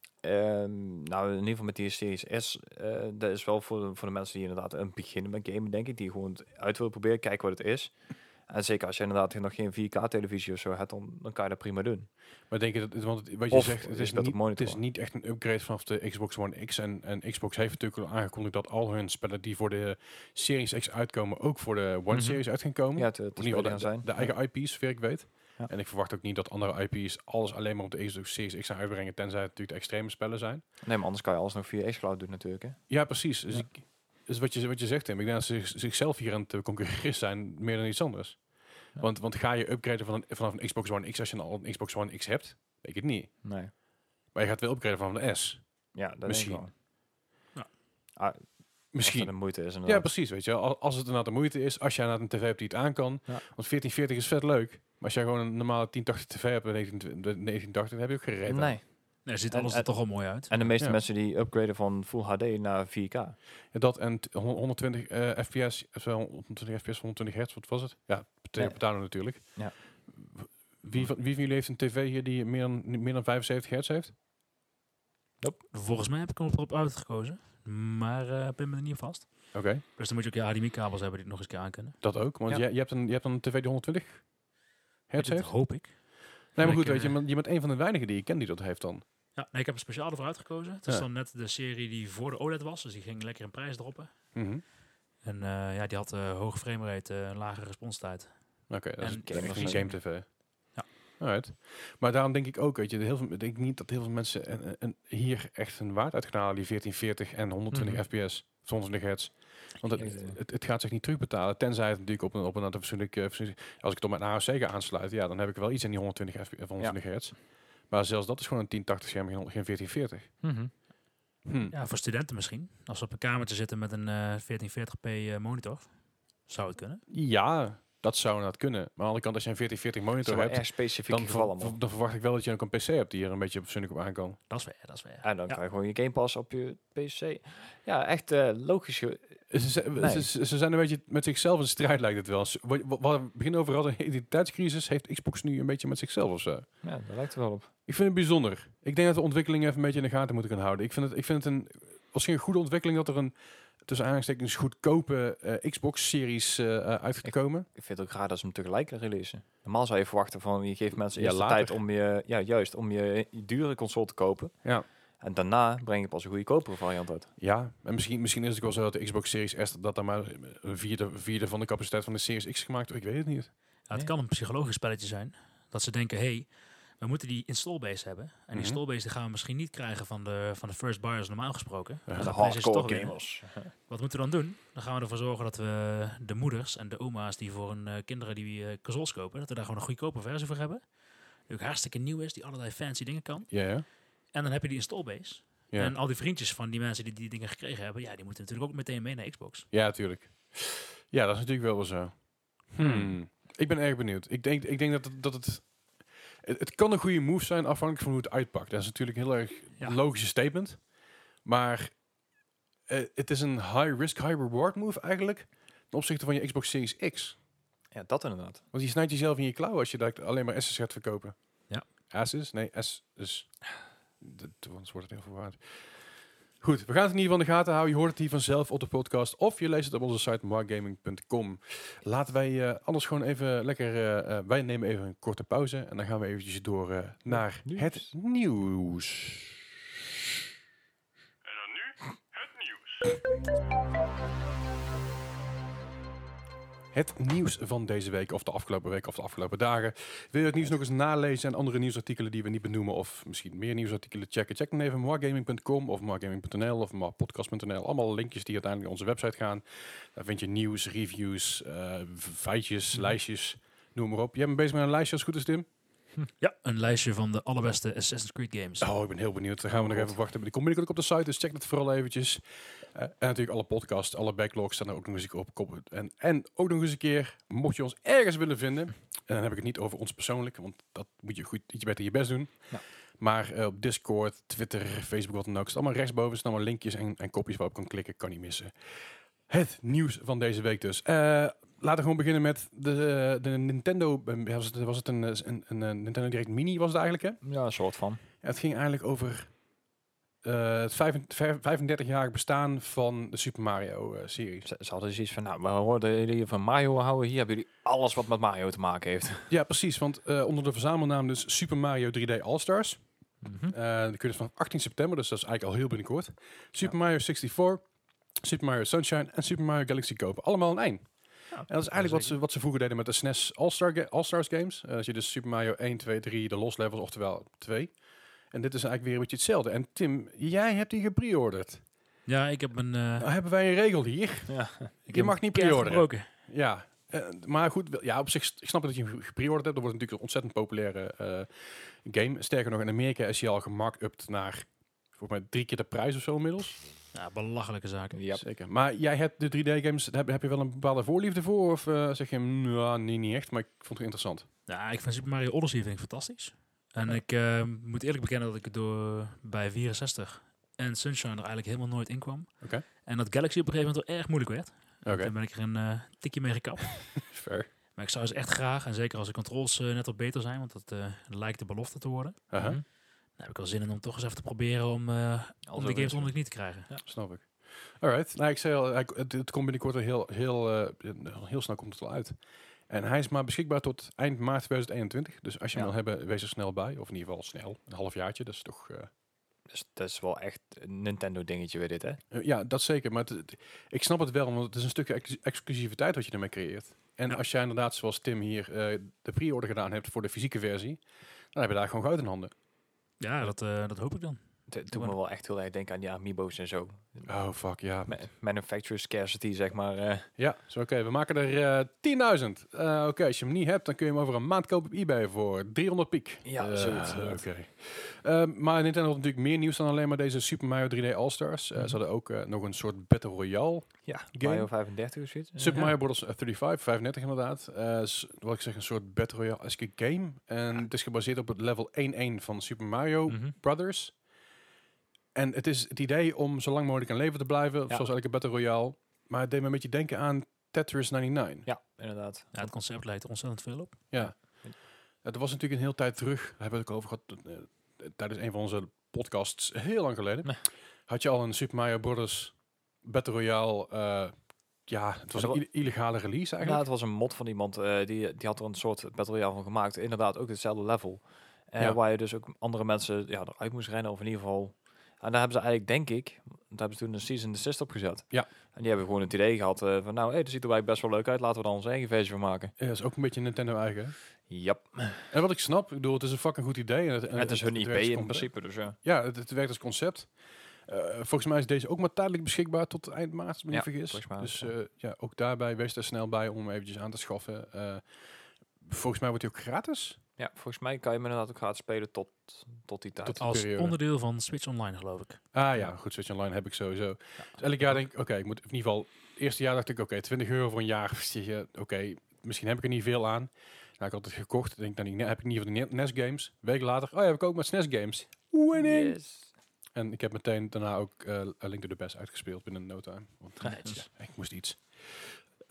Um, nou, in ieder geval met die Series S, uh, dat is wel voor de, voor de mensen die inderdaad een beginnen met gamen, denk ik, die gewoon uit willen proberen, kijken wat het is. En zeker als je inderdaad nog geen vier K-televisie of zo hebt, dan, dan kan je dat prima doen. Maar denk je dat, want het, wat je Of zegt, het is is, dat niet, op monitor? het is niet echt een upgrade vanaf de Xbox One X. En, en Xbox heeft natuurlijk al aangekondigd dat al hun spellen die voor de Series X uitkomen, ook voor de One Mm-hmm. Series uit gaan komen. Ja, het, het in ieder geval de, zijn. de, de eigen ja. I P's, zover ik weet. Ja. En ik verwacht ook niet dat andere I P's alles alleen maar op de Xbox Series X gaan uitbrengen, tenzij het natuurlijk de extreme spellen zijn. Nee, maar anders kan je alles nog via xCloud doen natuurlijk. Hè? Ja, precies. Dus, Ja. ik, dus wat, je, wat je zegt, Tim, ik denk dat ze zich, zichzelf hier aan het concurreren zijn, meer dan iets anders. Ja. Want, want ga je upgraden van een, vanaf een Xbox One X als je al een Xbox One X hebt? Weet ik het niet. Nee. Maar je gaat wel upgraden vanaf een S. Ja, dat Misschien. denk ik wel. Ja. Ah, Misschien. Als het een moeite is. Ja, Inderdaad. precies. Weet je, wel. Als het inderdaad de moeite is, als jij naar een tv hebt die het aan kan. Ja. Want veertien veertig is vet leuk. Maar als jij gewoon een normale tien tachtig tv hebt en negentien tachtig, dan heb je ook geen reet aan. Nee. Nee, ziet En- alles en- er toch al mooi uit. En de meeste Ja. mensen die upgraden van Full H D naar vier K. Ja, dat en t- honderdtwintig uh, F P S, of wel honderdtwintig F P S, honderdtwintig hertz, wat was het? Ja, tegen Ja. betalen natuurlijk. Ja. Wie van, wie van jullie heeft een tv hier die meer dan, meer dan vijfenzeventig hertz heeft? Volgens mij heb ik hem erop uitgekozen. Maar uh, ik ben me er niet op vast. Oké, okay. Dus dan moet je ook je H D M I-kabels hebben die het nog eens een keer aan kunnen. Dat ook. Want Ja. jij, je, hebt een, je hebt een tv die honderdtwintig hertz Dat heeft? hoop ik. Nee, maar ik, goed, uh, weet je, maar je bent een van de weinigen die ik ken die dat heeft dan. Ja, nee, ik heb een speciaal ervoor uitgekozen. Het is Ja. dan net de serie die voor de O L E D was. Dus die ging lekker in prijs droppen. Mm-hmm. En uh, ja, die had uh, hoge framerate, uh, lage responstijd. Oké, okay, dat is En- denk ik en- een game tv. Ja. Alright. Maar daarom denk ik ook, weet je, heel veel, denk ik niet dat heel veel mensen en, en hier echt een waard uit gaan halen, die veertien veertig en honderdtwintig Mhm. F P S, honderdtwintig hertz. Want het, Ja, ja. het, het gaat zich niet terugbetalen, tenzij het natuurlijk op een, op een aantal fatsoenlijke, fatsoenlijke- als ik het op mijn A O C ga aansluiten, ja, dan heb ik wel iets aan die honderdtwintig F P S of honderdtwintig hertz. Maar zelfs dat is gewoon een tien tachtig scherm, geen, geen veertien veertig. Mhm. Hm. Ja, voor studenten misschien. Als ze op een kamertje zitten met een uh, veertien veertig p uh, monitor. Zou het kunnen. Ja, dat zou inderdaad kunnen. Maar aan de andere kant, als je een veertien veertig Dat monitor zijn wel hebt, erg specifieke dan, gevallen, ver- man. dan verwacht ik wel dat je ook een P C hebt die er een beetje fatsoenlijk op aan kan. Dat is waar, dat is waar. En dan Ja. kan je gewoon je Game Pass op je P C. Ja, echt uh, logisch. ge- Ze, ze, Nee. ze, ze zijn een beetje met zichzelf in strijd, lijkt het wel. Wat wat- wat we begin over hadden, een identiteitscrisis, heeft Xbox nu een beetje met zichzelf of zo. Ja, dat lijkt er wel op. Ik vind het bijzonder. Ik denk dat de ontwikkeling even een beetje in de gaten moeten gaan houden. Ik vind het, ik vind het een, als een goede ontwikkeling dat er een, tussen aanhalingstekens, goedkope uh, Xbox-series uh, uh, uit gaat Ik- komen. Ik vind het ook raar dat ze hem tegelijk releasen. Normaal zou je verwachten van je geeft mensen Ja, eerst de later. tijd om je, ja juist, om je, je dure console te kopen. Ja. En daarna breng je pas een goedkopere variant uit. Ja, en misschien, misschien is het ook wel zo dat de Xbox Series S, dat er maar een vierde, vierde van de capaciteit van de Series X gemaakt wordt. Ik weet het niet. Ja, het Nee. kan een psychologisch spelletje zijn. Dat ze denken, hé, hey, we moeten die installbase hebben. En die Mhm. installbase die gaan we misschien niet krijgen van de, van de first buyers normaal gesproken. Ja, Dan De gaat PlayStation toch hardcore winnen. gamers. Wat moeten we dan doen? Dan gaan we ervoor zorgen dat we de moeders en de oma's die voor hun uh, kinderen die uh, consoles kopen, dat we daar gewoon een goedkope versie voor hebben. Die ook hartstikke nieuw is, die allerlei fancy dingen kan. Ja, ja. En dan heb je die installbase. Ja, En al die vriendjes van die mensen die die dingen gekregen hebben, ja, die moeten natuurlijk ook meteen mee naar Xbox. ja natuurlijk. Ja, dat is natuurlijk wel wel zo. Hmm. Ik ben erg benieuwd. Ik denk, ik denk dat, het, dat het, het... Het kan een goede move zijn afhankelijk van hoe het uitpakt. Dat is natuurlijk een heel erg Ja. logische statement. Maar eh, het is een high risk, high reward move eigenlijk ten opzichte van je Xbox Series X. Ja, dat inderdaad. Want je snijdt jezelf in je klauw als je dat alleen maar S's gaat verkopen. Ja. S's? Nee, S. Dus. Anders wordt het heel verwaard. Goed, we gaan het in ieder geval in de gaten houden. Je hoort het hier vanzelf op de podcast. Of je leest het op onze site markgaming punt com. Laten wij uh, anders gewoon even lekker... Uh, uh, wij nemen even een korte pauze. En dan gaan we eventjes door uh, naar Nieuws. het nieuws. En dan nu het nieuws. Het nieuws van deze week, of de afgelopen week, of de afgelopen dagen. Wil je het nieuws nog eens nalezen en andere nieuwsartikelen die we niet benoemen, of misschien meer nieuwsartikelen checken? Check dan even markgaming punt com of markgaming punt n l of marpodcast punt n l. Allemaal linkjes die uiteindelijk naar onze website gaan. Daar vind je nieuws, reviews, uh, feitjes, mm. lijstjes, noem maar op. Jij bent bezig met een lijstje als het goed is, Tim? Ja, een lijstje van de allerbeste Assassin's Creed games. Oh, ik ben heel benieuwd. Daar gaan we nog even wachten. Die komt binnenkort ook op de site, dus check dat vooral eventjes. Uh, en natuurlijk alle podcasts, alle backlogs staan er ook nog eens op. op en, en ook nog eens een keer, mocht je ons ergens willen vinden, en dan heb ik het niet over ons persoonlijk, want dat moet je goed, iets beter je best doen. Ja. Maar uh, op Discord, Twitter, Facebook, wat dan ook, is allemaal rechtsboven, staan allemaal linkjes en, en kopjes waarop je kan klikken, kan niet missen. Het nieuws van deze week dus. Uh, Laten we gewoon beginnen met de, de Nintendo. Was het, was het een, een, een, een Nintendo Direct Mini was het eigenlijk, hè? Ja, een soort van. Ja, het ging eigenlijk over uh, het vijfendertig-jarig bestaan van de Super Mario uh, serie. Ze, ze hadden zoiets van, nou, we hoorden jullie van Mario houden. Hier hebben jullie alles wat met Mario te maken heeft. Ja, precies. Want uh, onder de verzamelnaam dus Super Mario drie D All-Stars. Mm-hmm. Uh, dan kun je dus van achttien september, dus dat is eigenlijk al heel binnenkort. Super ja. Mario zesenzestig, Super Mario Sunshine en Super Mario Galaxy kopen. Allemaal in één. Ja, en dat is eigenlijk wat ze, wat ze vroeger deden met de S N E S All-Star ga- All-Stars games. Uh, als je dus Super Mario één, twee, drie, de Lost Levels, oftewel twee. En dit is eigenlijk weer een beetje hetzelfde. En Tim, jij hebt die gepreorderd. Ja, ik heb een... Uh, nou hebben wij een regel hier. Ja. Ik je mag niet preorderen. Ja, uh, maar goed, ja, op zich, ik snap dat je hem gepreorderd hebt. Dat wordt natuurlijk een ontzettend populaire uh, game. Sterker nog, in Amerika is hij al gemarkt naar, volgens mij, drie keer de prijs of zo inmiddels. Ja, belachelijke zaken. Ja, zeker. Maar jij hebt de drie D games, heb, heb je wel een bepaalde voorliefde voor? Of uh, zeg je, nou, nee, niet echt, maar ik vond het interessant. Ja, ik vind Super Mario Odyssey vind ik fantastisch. En ja. ik uh, moet eerlijk bekennen dat ik er door bij vierenzestig en Sunshine er eigenlijk helemaal nooit in kwam. Okay. En dat Galaxy op een gegeven moment wel erg moeilijk werd. Okay. Daar ben ik er een uh, tikje mee gekapt. Fair. Maar ik zou ze echt graag, en zeker als de controls uh, net wat beter zijn, want dat uh, lijkt de belofte te worden. Uh-huh. Mm-hmm. Dan heb ik wel zin in om toch eens even te proberen om, uh, om de games onder de knie te krijgen. Ja. Snap ik. Alright. Nou, ik zei al, het, het komt binnenkort heel, heel, uh, heel snel komt het al uit. En hij is maar beschikbaar tot eind maart tweeduizend eenentwintig. Dus als je ja. hem wil hebben, wees er snel bij. Of in ieder geval snel. Een halfjaartje, dat is toch... Uh... Dus dat is wel echt een Nintendo dingetje weer dit, hè? Uh, ja, dat zeker. Maar het, het, ik snap het wel, want het is een stukje ex- exclusiviteit wat je ermee creëert. En ja. als jij inderdaad, zoals Tim hier, uh, de pre-order gedaan hebt voor de fysieke versie, dan heb je daar gewoon goud in handen. Ja, dat, uh, dat hoop ik dan. Het doet me wel echt heel erg denken aan die amiibo's en zo. Oh, fuck, ja. Ma- manufacturer scarcity, zeg maar. Uh. Ja, zo oké. Okay. We maken er uh, tienduizend. Uh, oké, okay. Als je hem niet hebt, dan kun je hem over een maand kopen op eBay voor driehonderd piek. Ja, uh, zoiets. Oké. Okay. Uh, maar Nintendo had natuurlijk meer nieuws dan alleen maar deze Super Mario drie D All-Stars. Uh, mm-hmm. Ze hadden ook uh, nog een soort Battle Royale ja, game. Mario vijfendertig of zoiets. Super ja. Mario Bros. vijfendertig, vijfendertig inderdaad. Uh, s- wat ik zeg, een soort Battle Royale-esque game. En ja. het is gebaseerd op het level één één van Super Mario mm-hmm. Brothers. En het is het idee om zo lang mogelijk in leven te blijven, ja. zoals elke Battle Royale. Maar het deed me een beetje denken aan Tetris negenennegentig. Ja, inderdaad. Ja, het concept lijkt er ontzettend veel op. Ja. Het was natuurlijk een hele tijd terug, daar hebben we het ook over gehad, uh, tijdens een van onze podcasts, heel lang geleden. Nee. Had je al een Super Mario Brothers Battle Royale, uh, ja, het was ja, een illegale release eigenlijk. Ja, het was een mod van iemand, uh, die, die had er een soort Battle Royale van gemaakt. Inderdaad, ook hetzelfde level. Uh, ja. Waar je dus ook andere mensen ja, eruit moest rennen, of in ieder geval... En daar hebben ze eigenlijk, denk ik, daar hebben ze toen een Season Desist op gezet. Ja. En die hebben gewoon het idee gehad uh, van, nou, hey, dat ziet er eigenlijk best wel leuk uit. Laten we dan onze eigen versie van maken. Ja, dat is ook een beetje Nintendo eigen. Yep. En wat ik snap, ik bedoel, het is een fucking goed idee. En het, en het is hun het, I P het in principe, dus ja. Ja, het, het werkt als concept. Uh, volgens mij is deze ook maar tijdelijk beschikbaar tot eind maart, als ik me ja, niet vergis. mij, dus ja. Uh, ja, ook daarbij, wees er snel bij om hem eventjes aan te schaffen. Uh, volgens mij wordt hij ook gratis. Ja, volgens mij kan je hem inderdaad ook gratis spelen tot, tot die tijd. Tot die als periode. onderdeel van Switch Online, geloof ik. Ah ja, goed, Switch Online heb ik sowieso. Ja. Dus elk jaar denk ik, oké, okay, ik moet in ieder geval... Het eerste jaar dacht ik, oké, okay, twintig euro voor een jaar. Oké, okay, misschien heb ik er niet veel aan. Nou, ik had het gekocht. Denk dan heb ik in ieder geval de N E S games. Een week later, oh ja, heb ik ook met S N E S games. Winning! Yes. En ik heb meteen daarna ook uh, A Link to the Past uitgespeeld binnen no time. Want nice. ja, ik moest iets.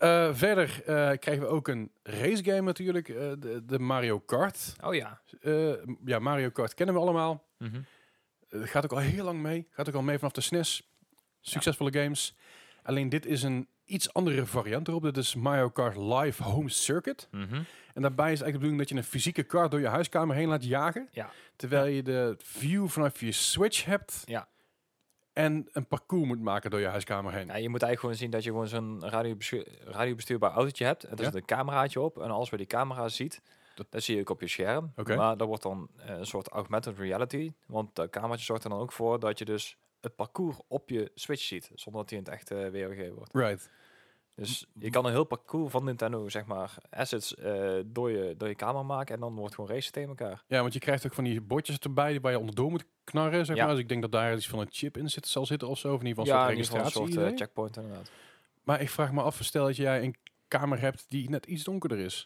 Uh, verder uh, krijgen we ook een race game natuurlijk. Uh, de, de Mario Kart. Oh ja. Uh, ja, Mario Kart kennen we allemaal. Mm-hmm. Uh, gaat ook al heel lang mee. Gaat ook al mee vanaf de S N E S. Succesvolle ja. games. Alleen dit is een iets andere variant erop. Dit is Mario Kart Live Home Circuit. Mm-hmm. En daarbij is eigenlijk de bedoeling dat je een fysieke kart door je huiskamer heen laat jagen. Ja. Terwijl je de view vanaf je Switch hebt. Ja. En een parcours moet maken door je huiskamer heen. Ja, je moet eigenlijk gewoon zien dat je gewoon zo'n radiobestuur, radiobestuurbaar autootje hebt. En er Ja? zit een cameraatje op. En als we die camera ziet, dat, dat zie je ook op je scherm. Okay. Maar dat wordt dan uh, een soort augmented reality. Want dat cameraatje zorgt er dan ook voor dat je dus het parcours op je Switch ziet. Zonder dat die in het echt uh, weergegeven wordt. Right. Dus je kan een heel parcours van Nintendo, zeg maar, assets uh, door, je, door je camera maken. En dan wordt gewoon race tegen elkaar. Ja, want je krijgt ook van die bordjes erbij waar je onderdoor moet knarren, zeg ja. maar. Dus ik denk dat daar iets van een chip in zit, zal zitten of zo. Of in ieder geval ja, een soort registratie. een soort uh, checkpoint inderdaad. Maar ik vraag me af, stel dat jij een kamer hebt die net iets donkerder is.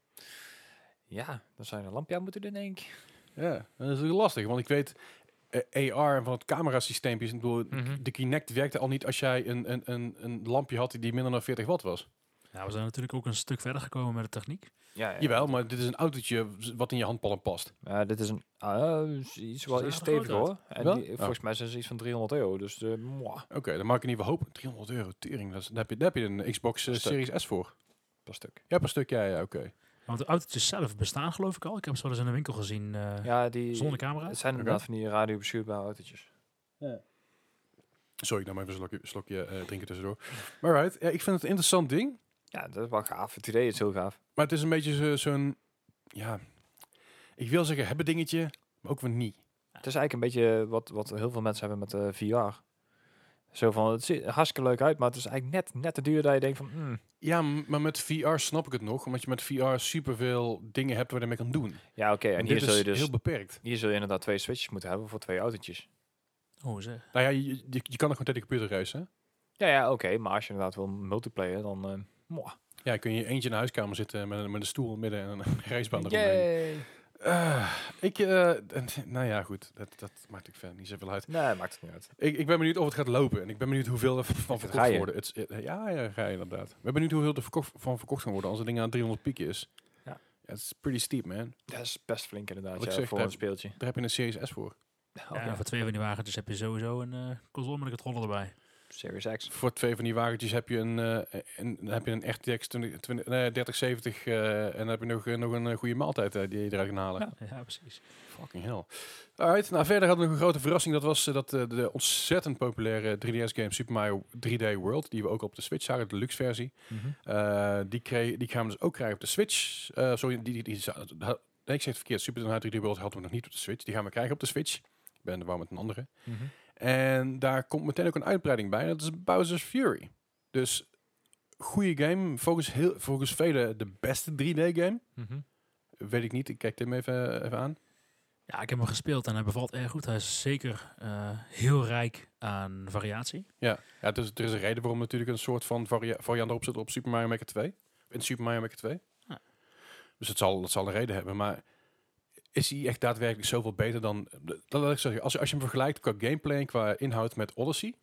Ja, dan zou je een lampje aan moeten doen, denk ik. Ja, dat is heel lastig. Want ik weet, uh, A R van het camerasysteempje, ik bedoel, Mm-hmm. de Kinect werkte al niet als jij een, een, een, een lampje had die minder dan veertig watt was. Nou, we zijn natuurlijk ook een stuk verder gekomen met de techniek. Ja, ja. Jawel, maar dit is een autootje wat in je handpalm past. Ja, dit is een uh, iets wel zijn iets er stevig groot hoor. En Wel? die, volgens mij zijn ze iets van driehonderd euro. Dus uh, mwah, Oké, okay, dan maak ik in ieder geval hoop. driehonderd euro, tering. Dat is, daar, heb je, daar heb je een Xbox uh, Stuk. Series S voor. per stuk. Ja, per stuk, ja, ja, oké. Okay. Want de autootjes zelf bestaan geloof ik al. Ik heb ze wel eens in de winkel gezien uh, Ja, die zonder camera. het zijn inderdaad van die radiobestuurbare autootjes. Ja. Sorry, ik nam even een slokje, slokje uh, drinken tussendoor. Maar right, ja, ik vind het een interessant ding. Ja, dat is wel gaaf. Het idee is heel gaaf. Maar het is een beetje zo, zo'n, ja, ik wil zeggen hebben dingetje, maar ook weer niet. Het is eigenlijk een beetje wat, wat heel veel mensen hebben met uh, V R. Zo van, het ziet er hartstikke leuk uit, maar het is eigenlijk net, net te duur dat je denkt van... Mm. Ja, m- maar met V R snap ik het nog, omdat je met V R superveel dingen hebt waar je mee kan doen. Ja, oké. Okay. En, En hier dit zul je is dus heel beperkt. hier zul je inderdaad twee switches moeten hebben voor twee autootjes. Oh, zeg. Nou ja, je, je, je kan nog gewoon tegen de computer racen. Ja, ja, oké. Okay, maar als je inderdaad wil multiplayer, dan... Uh, mwah. Ja, kun je eentje in de huiskamer zitten met een, met een stoel midden en een racebaan eromheen. Yay! Uh, ik, uh, nou ja, goed. Dat, dat maakt ik verder niet zoveel uit. Nee, maakt het niet uit. Ik, ik ben benieuwd of het gaat lopen. En ik ben benieuwd hoeveel er van verkocht je? worden. Het, uh, ja, ja, ga je inderdaad. Ik ben benieuwd hoeveel er verkocht, van verkocht gaan worden als het ding aan driehonderd piek is. Ja. Het is pretty steep, man. Dat is best flink inderdaad, Wat ik ja, zeg, voor daar- een speeltje. Daar heb je een Series S voor. Oh, Ja, en voor twee van die wagentjes heb je sowieso een uh, console met een controller erbij. Series X. Voor twee van die wagentjes heb je een, uh, een, dan heb je een R T X twintig, twintig, nee, dertig zeventig uh, en dan heb je nog, uh, nog een uh, goede maaltijd uh, die je eruit kan halen. Ja, ja precies. Fucking hell. Alright, nou verder hadden we nog een grote verrassing. Dat was uh, dat uh, de ontzettend populaire drie D S-game Super Mario drie D World, die we ook op de Switch zagen, de luxe versie. Mm-hmm. Uh, die, kreeg, die gaan we dus ook krijgen op de Switch. Uh, sorry, die, die, die, die, nee, ik zeg het verkeerd. Super Mario drie D World hadden we nog niet op de Switch. Die gaan we krijgen op de Switch. Ik ben er wel met een andere. Mm-hmm. En daar komt meteen ook een uitbreiding bij. Dat is Bowser's Fury. Dus goede game. Volgens, heel, volgens velen de beste drie D game. Mm-hmm. Weet ik niet. Ik kijk Tim even, even aan. Ja, ik heb hem gespeeld en hij bevalt erg goed. Hij is zeker uh, heel rijk aan variatie. Ja, ja dus, er is een reden waarom natuurlijk een soort van varia variant erop zit op Super Mario Maker twee. In Super Mario Maker twee. Ja. Dus het zal, het zal een reden hebben. Maar is hij echt daadwerkelijk zoveel beter dan... Dat laat ik zeggen. Als, als je hem vergelijkt qua gameplay en qua inhoud met Odyssey.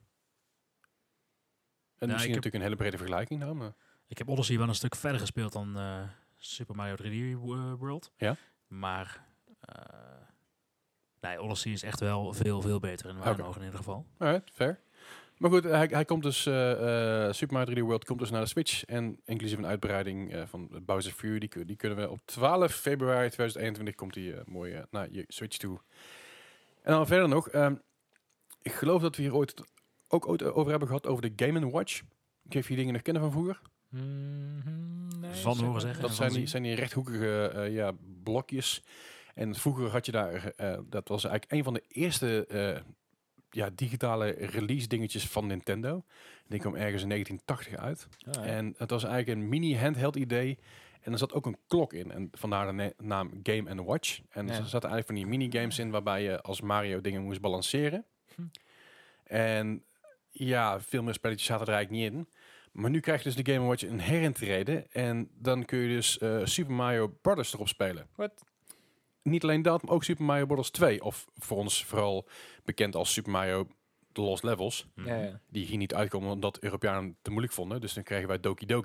En Ja, misschien ik heb- natuurlijk een hele brede vergelijking nou, maar... Ik heb Odyssey wel een stuk verder gespeeld dan uh, Super Mario drie D uh, World. Ja? Maar uh, nee, Odyssey is echt wel veel, veel beter in mijn Oké. ogen in ieder geval. Alright, fair. Maar goed, hij, hij komt dus, uh, uh, Super Mario drie D World komt dus naar de Switch. En inclusief een uitbreiding uh, van Bowser's Fury, die, kun- die kunnen we op twaalf februari tweeduizend eenentwintig komt die uh, mooi uh, naar je Switch toe. En dan verder nog, um, ik geloof dat we hier ooit ook ooit over hebben gehad over de Game and Watch. Ik weet of je die dingen nog kennen van vroeger. Mm-hmm. Nee, Van zeg horen maar. zeggen. Dat en zijn van die, zien. zijn die rechthoekige uh, ja, blokjes. En vroeger had je daar, uh, dat was eigenlijk een van de eerste uh, ja, digitale release dingetjes van Nintendo. Die kwam ergens in negentien tachtig uit. Ah, ja. En het was eigenlijk een mini handheld idee. En er zat ook een klok in. En vandaar de na- naam Game and Watch. En Ja. er zaten eigenlijk van die minigames in waarbij je als Mario dingen moest balanceren. Hm. En ja, veel meer spelletjes zaten er eigenlijk niet in. Maar nu krijg je dus de Game and Watch een herintreden. En dan kun je dus uh, Super Mario Brothers erop spelen. Wat? Niet alleen dat, maar ook Super Mario Bros. twee. Of voor ons vooral bekend als Super Mario The Lost Levels. Mhm. Ja, ja. Die hier niet uitkomen omdat Europeanen het te moeilijk vonden. Dus dan kregen wij Doki Doki.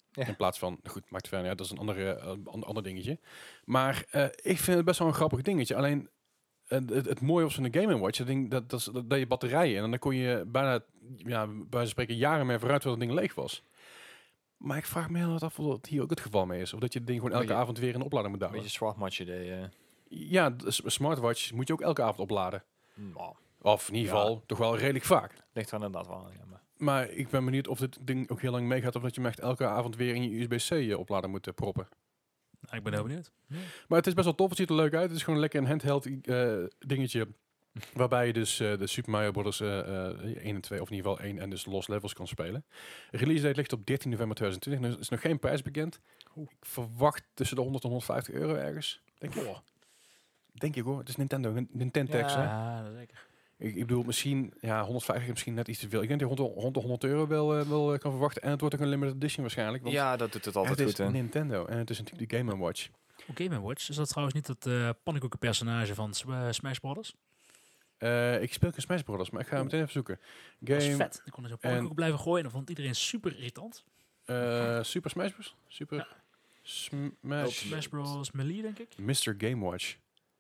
Ja. In plaats van, goed, maakt verder, ja, dat is een andere, uh, ander, ander dingetje. Maar uh, ik vind het best wel een grappig dingetje. Alleen, uh, het, het mooie was van de Game and Watch, dat, ding, dat, dat, dat, dat je batterijen in. En dan kon je bijna, ja, bij wijze van spreken, jaren mee vooruit dat het ding leeg was. Maar ik vraag me heel erg af of dat hier ook het geval mee is. Of dat je het ding gewoon elke Beetje- avond weer in de oplader moet Een houden. beetje smartwatch idee. eh. Ja, de s- smartwatch moet je ook elke avond opladen. Nou, Of in ieder Ja. geval toch wel redelijk vaak. ligt er inderdaad wel aan. Ja, maar. Maar ik ben benieuwd of dit ding ook heel lang meegaat. Of dat je hem echt elke avond weer in je U S B C oplader moet uh, proppen. Nou, ik ben heel benieuwd. Maar het is best wel tof. Het ziet er leuk uit. Het is gewoon lekker een handheld uh, dingetje. Waarbij je dus uh, de Super Mario Bros. Uh, uh, één en twee, of in ieder geval één en dus Lost Levels kan spelen. Release date ligt op dertien november tweeduizend twintig. Er is nog geen prijs bekend. Ik verwacht tussen de honderd en honderdvijftig euro ergens. Denk ik. Denk ik hoor. Het is Nintendo. Nintendex. hè? Ja, dat zeker. Ik, ik bedoel, misschien ja, honderdvijftig is misschien net iets te veel. Ik denk dat je rond de, rond de honderd euro wel, uh, wel uh, kan verwachten. En het wordt ook een limited edition waarschijnlijk. Want Ja, dat doet het altijd het goed. is hè. Nintendo en het is natuurlijk de Game and Watch. Hoe Game and Watch, is dat trouwens niet dat uh, pannenkoekenpersonage van S- uh, Smash Brothers? Uh, ik speel geen Smash Bros, maar ik ga hem meteen even zoeken. Dat was Game vet. Ik kon er zo'n pannenkoek blijven gooien en dat vond iedereen super irritant. uh, Super Smash Bros? Super Ja. Smash. Smash Bros. Melee, denk ik. mister Game Watch.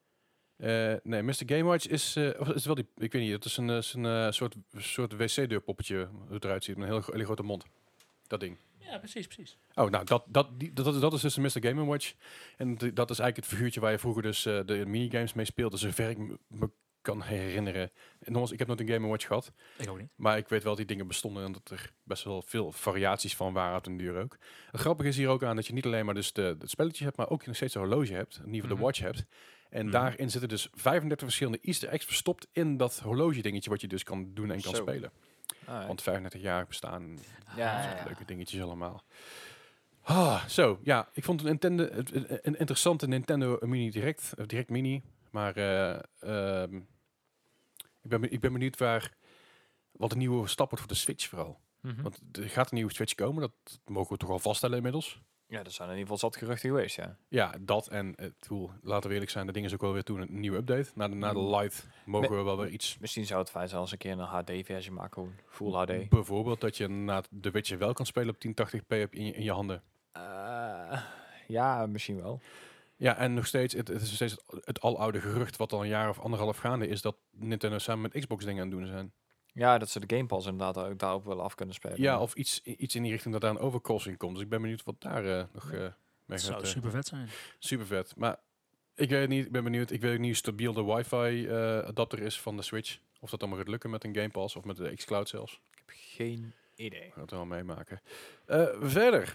Uh, nee, mister Game Watch is, uh, of is wel die, ik weet niet, het is een, is een uh, soort, soort wc-deurpoppetje hoe het eruit ziet, met een heel, hele grote mond. Dat ding. Ja, precies, precies. Oh, nou, dat, dat, die, dat, dat is dus de mister Game and Watch. En d- dat is eigenlijk het figuurtje waar je vroeger dus uh, de minigames mee speelde, zover ik me, me kan herinneren. En nogmaals, ik heb nooit een Game and Watch gehad, Ik ook niet. maar ik weet wel dat die dingen bestonden en dat er best wel veel variaties van waren op den duur ook. Het grappige is hier ook aan dat je niet alleen maar dus de, het spelletje hebt, maar ook nog steeds een horloge hebt, in ieder geval de Mhm. watch hebt. En Mhm. daarin zitten dus vijfendertig verschillende easter eggs verstopt in dat horloge dingetje wat je dus kan doen en kan Zo. spelen. Ah, Want vijfendertig jaar bestaan, ja, Ah, dat ja. leuke dingetjes allemaal. Ah, zo, ja, ik vond een, Nintendo, een, een interessante Nintendo Mini Direct, of Direct Mini, maar uh, um, ik, ben, ik ben benieuwd waar, wat een nieuwe stap wordt voor de Switch vooral. Mhm. Want er gaat een nieuwe Switch komen, dat mogen we toch wel vaststellen inmiddels. Ja, er zijn in ieder geval zat geruchten geweest, ja. Ja, dat en het tool, laten we eerlijk zijn, de ding is ook wel weer toen een nieuwe update. Na de, na de Mm. Lite mogen we wel weer iets. Misschien zou het fijn zijn als een keer een H D-versie maken, gewoon full H D. Bijvoorbeeld dat je na de Witcher wel kan spelen op tien tachtig p op in je, in je handen. Uh, ja, misschien wel. Ja, en nog steeds, het, het is nog steeds het, het aloude gerucht wat al een jaar of anderhalf gaande is, dat Nintendo samen met Xbox dingen aan het doen zijn. Ja, dat ze de Game Pass inderdaad ook daarop wel af kunnen spelen. Ja, of iets, iets in die richting dat daar een overcrossing komt. Dus ik ben benieuwd wat daar uh, nog uh, mee Dat zou gaat. Uh, super vet zijn. super vet. Maar ik weet het niet, ik ben benieuwd. Ik weet ook niet hoe stabiel de wifi uh, adapter is van de Switch. Of dat allemaal gaat lukken met een Game Pass of met de xCloud zelfs. Ik heb geen idee. We gaan het wel meemaken. Uh, verder.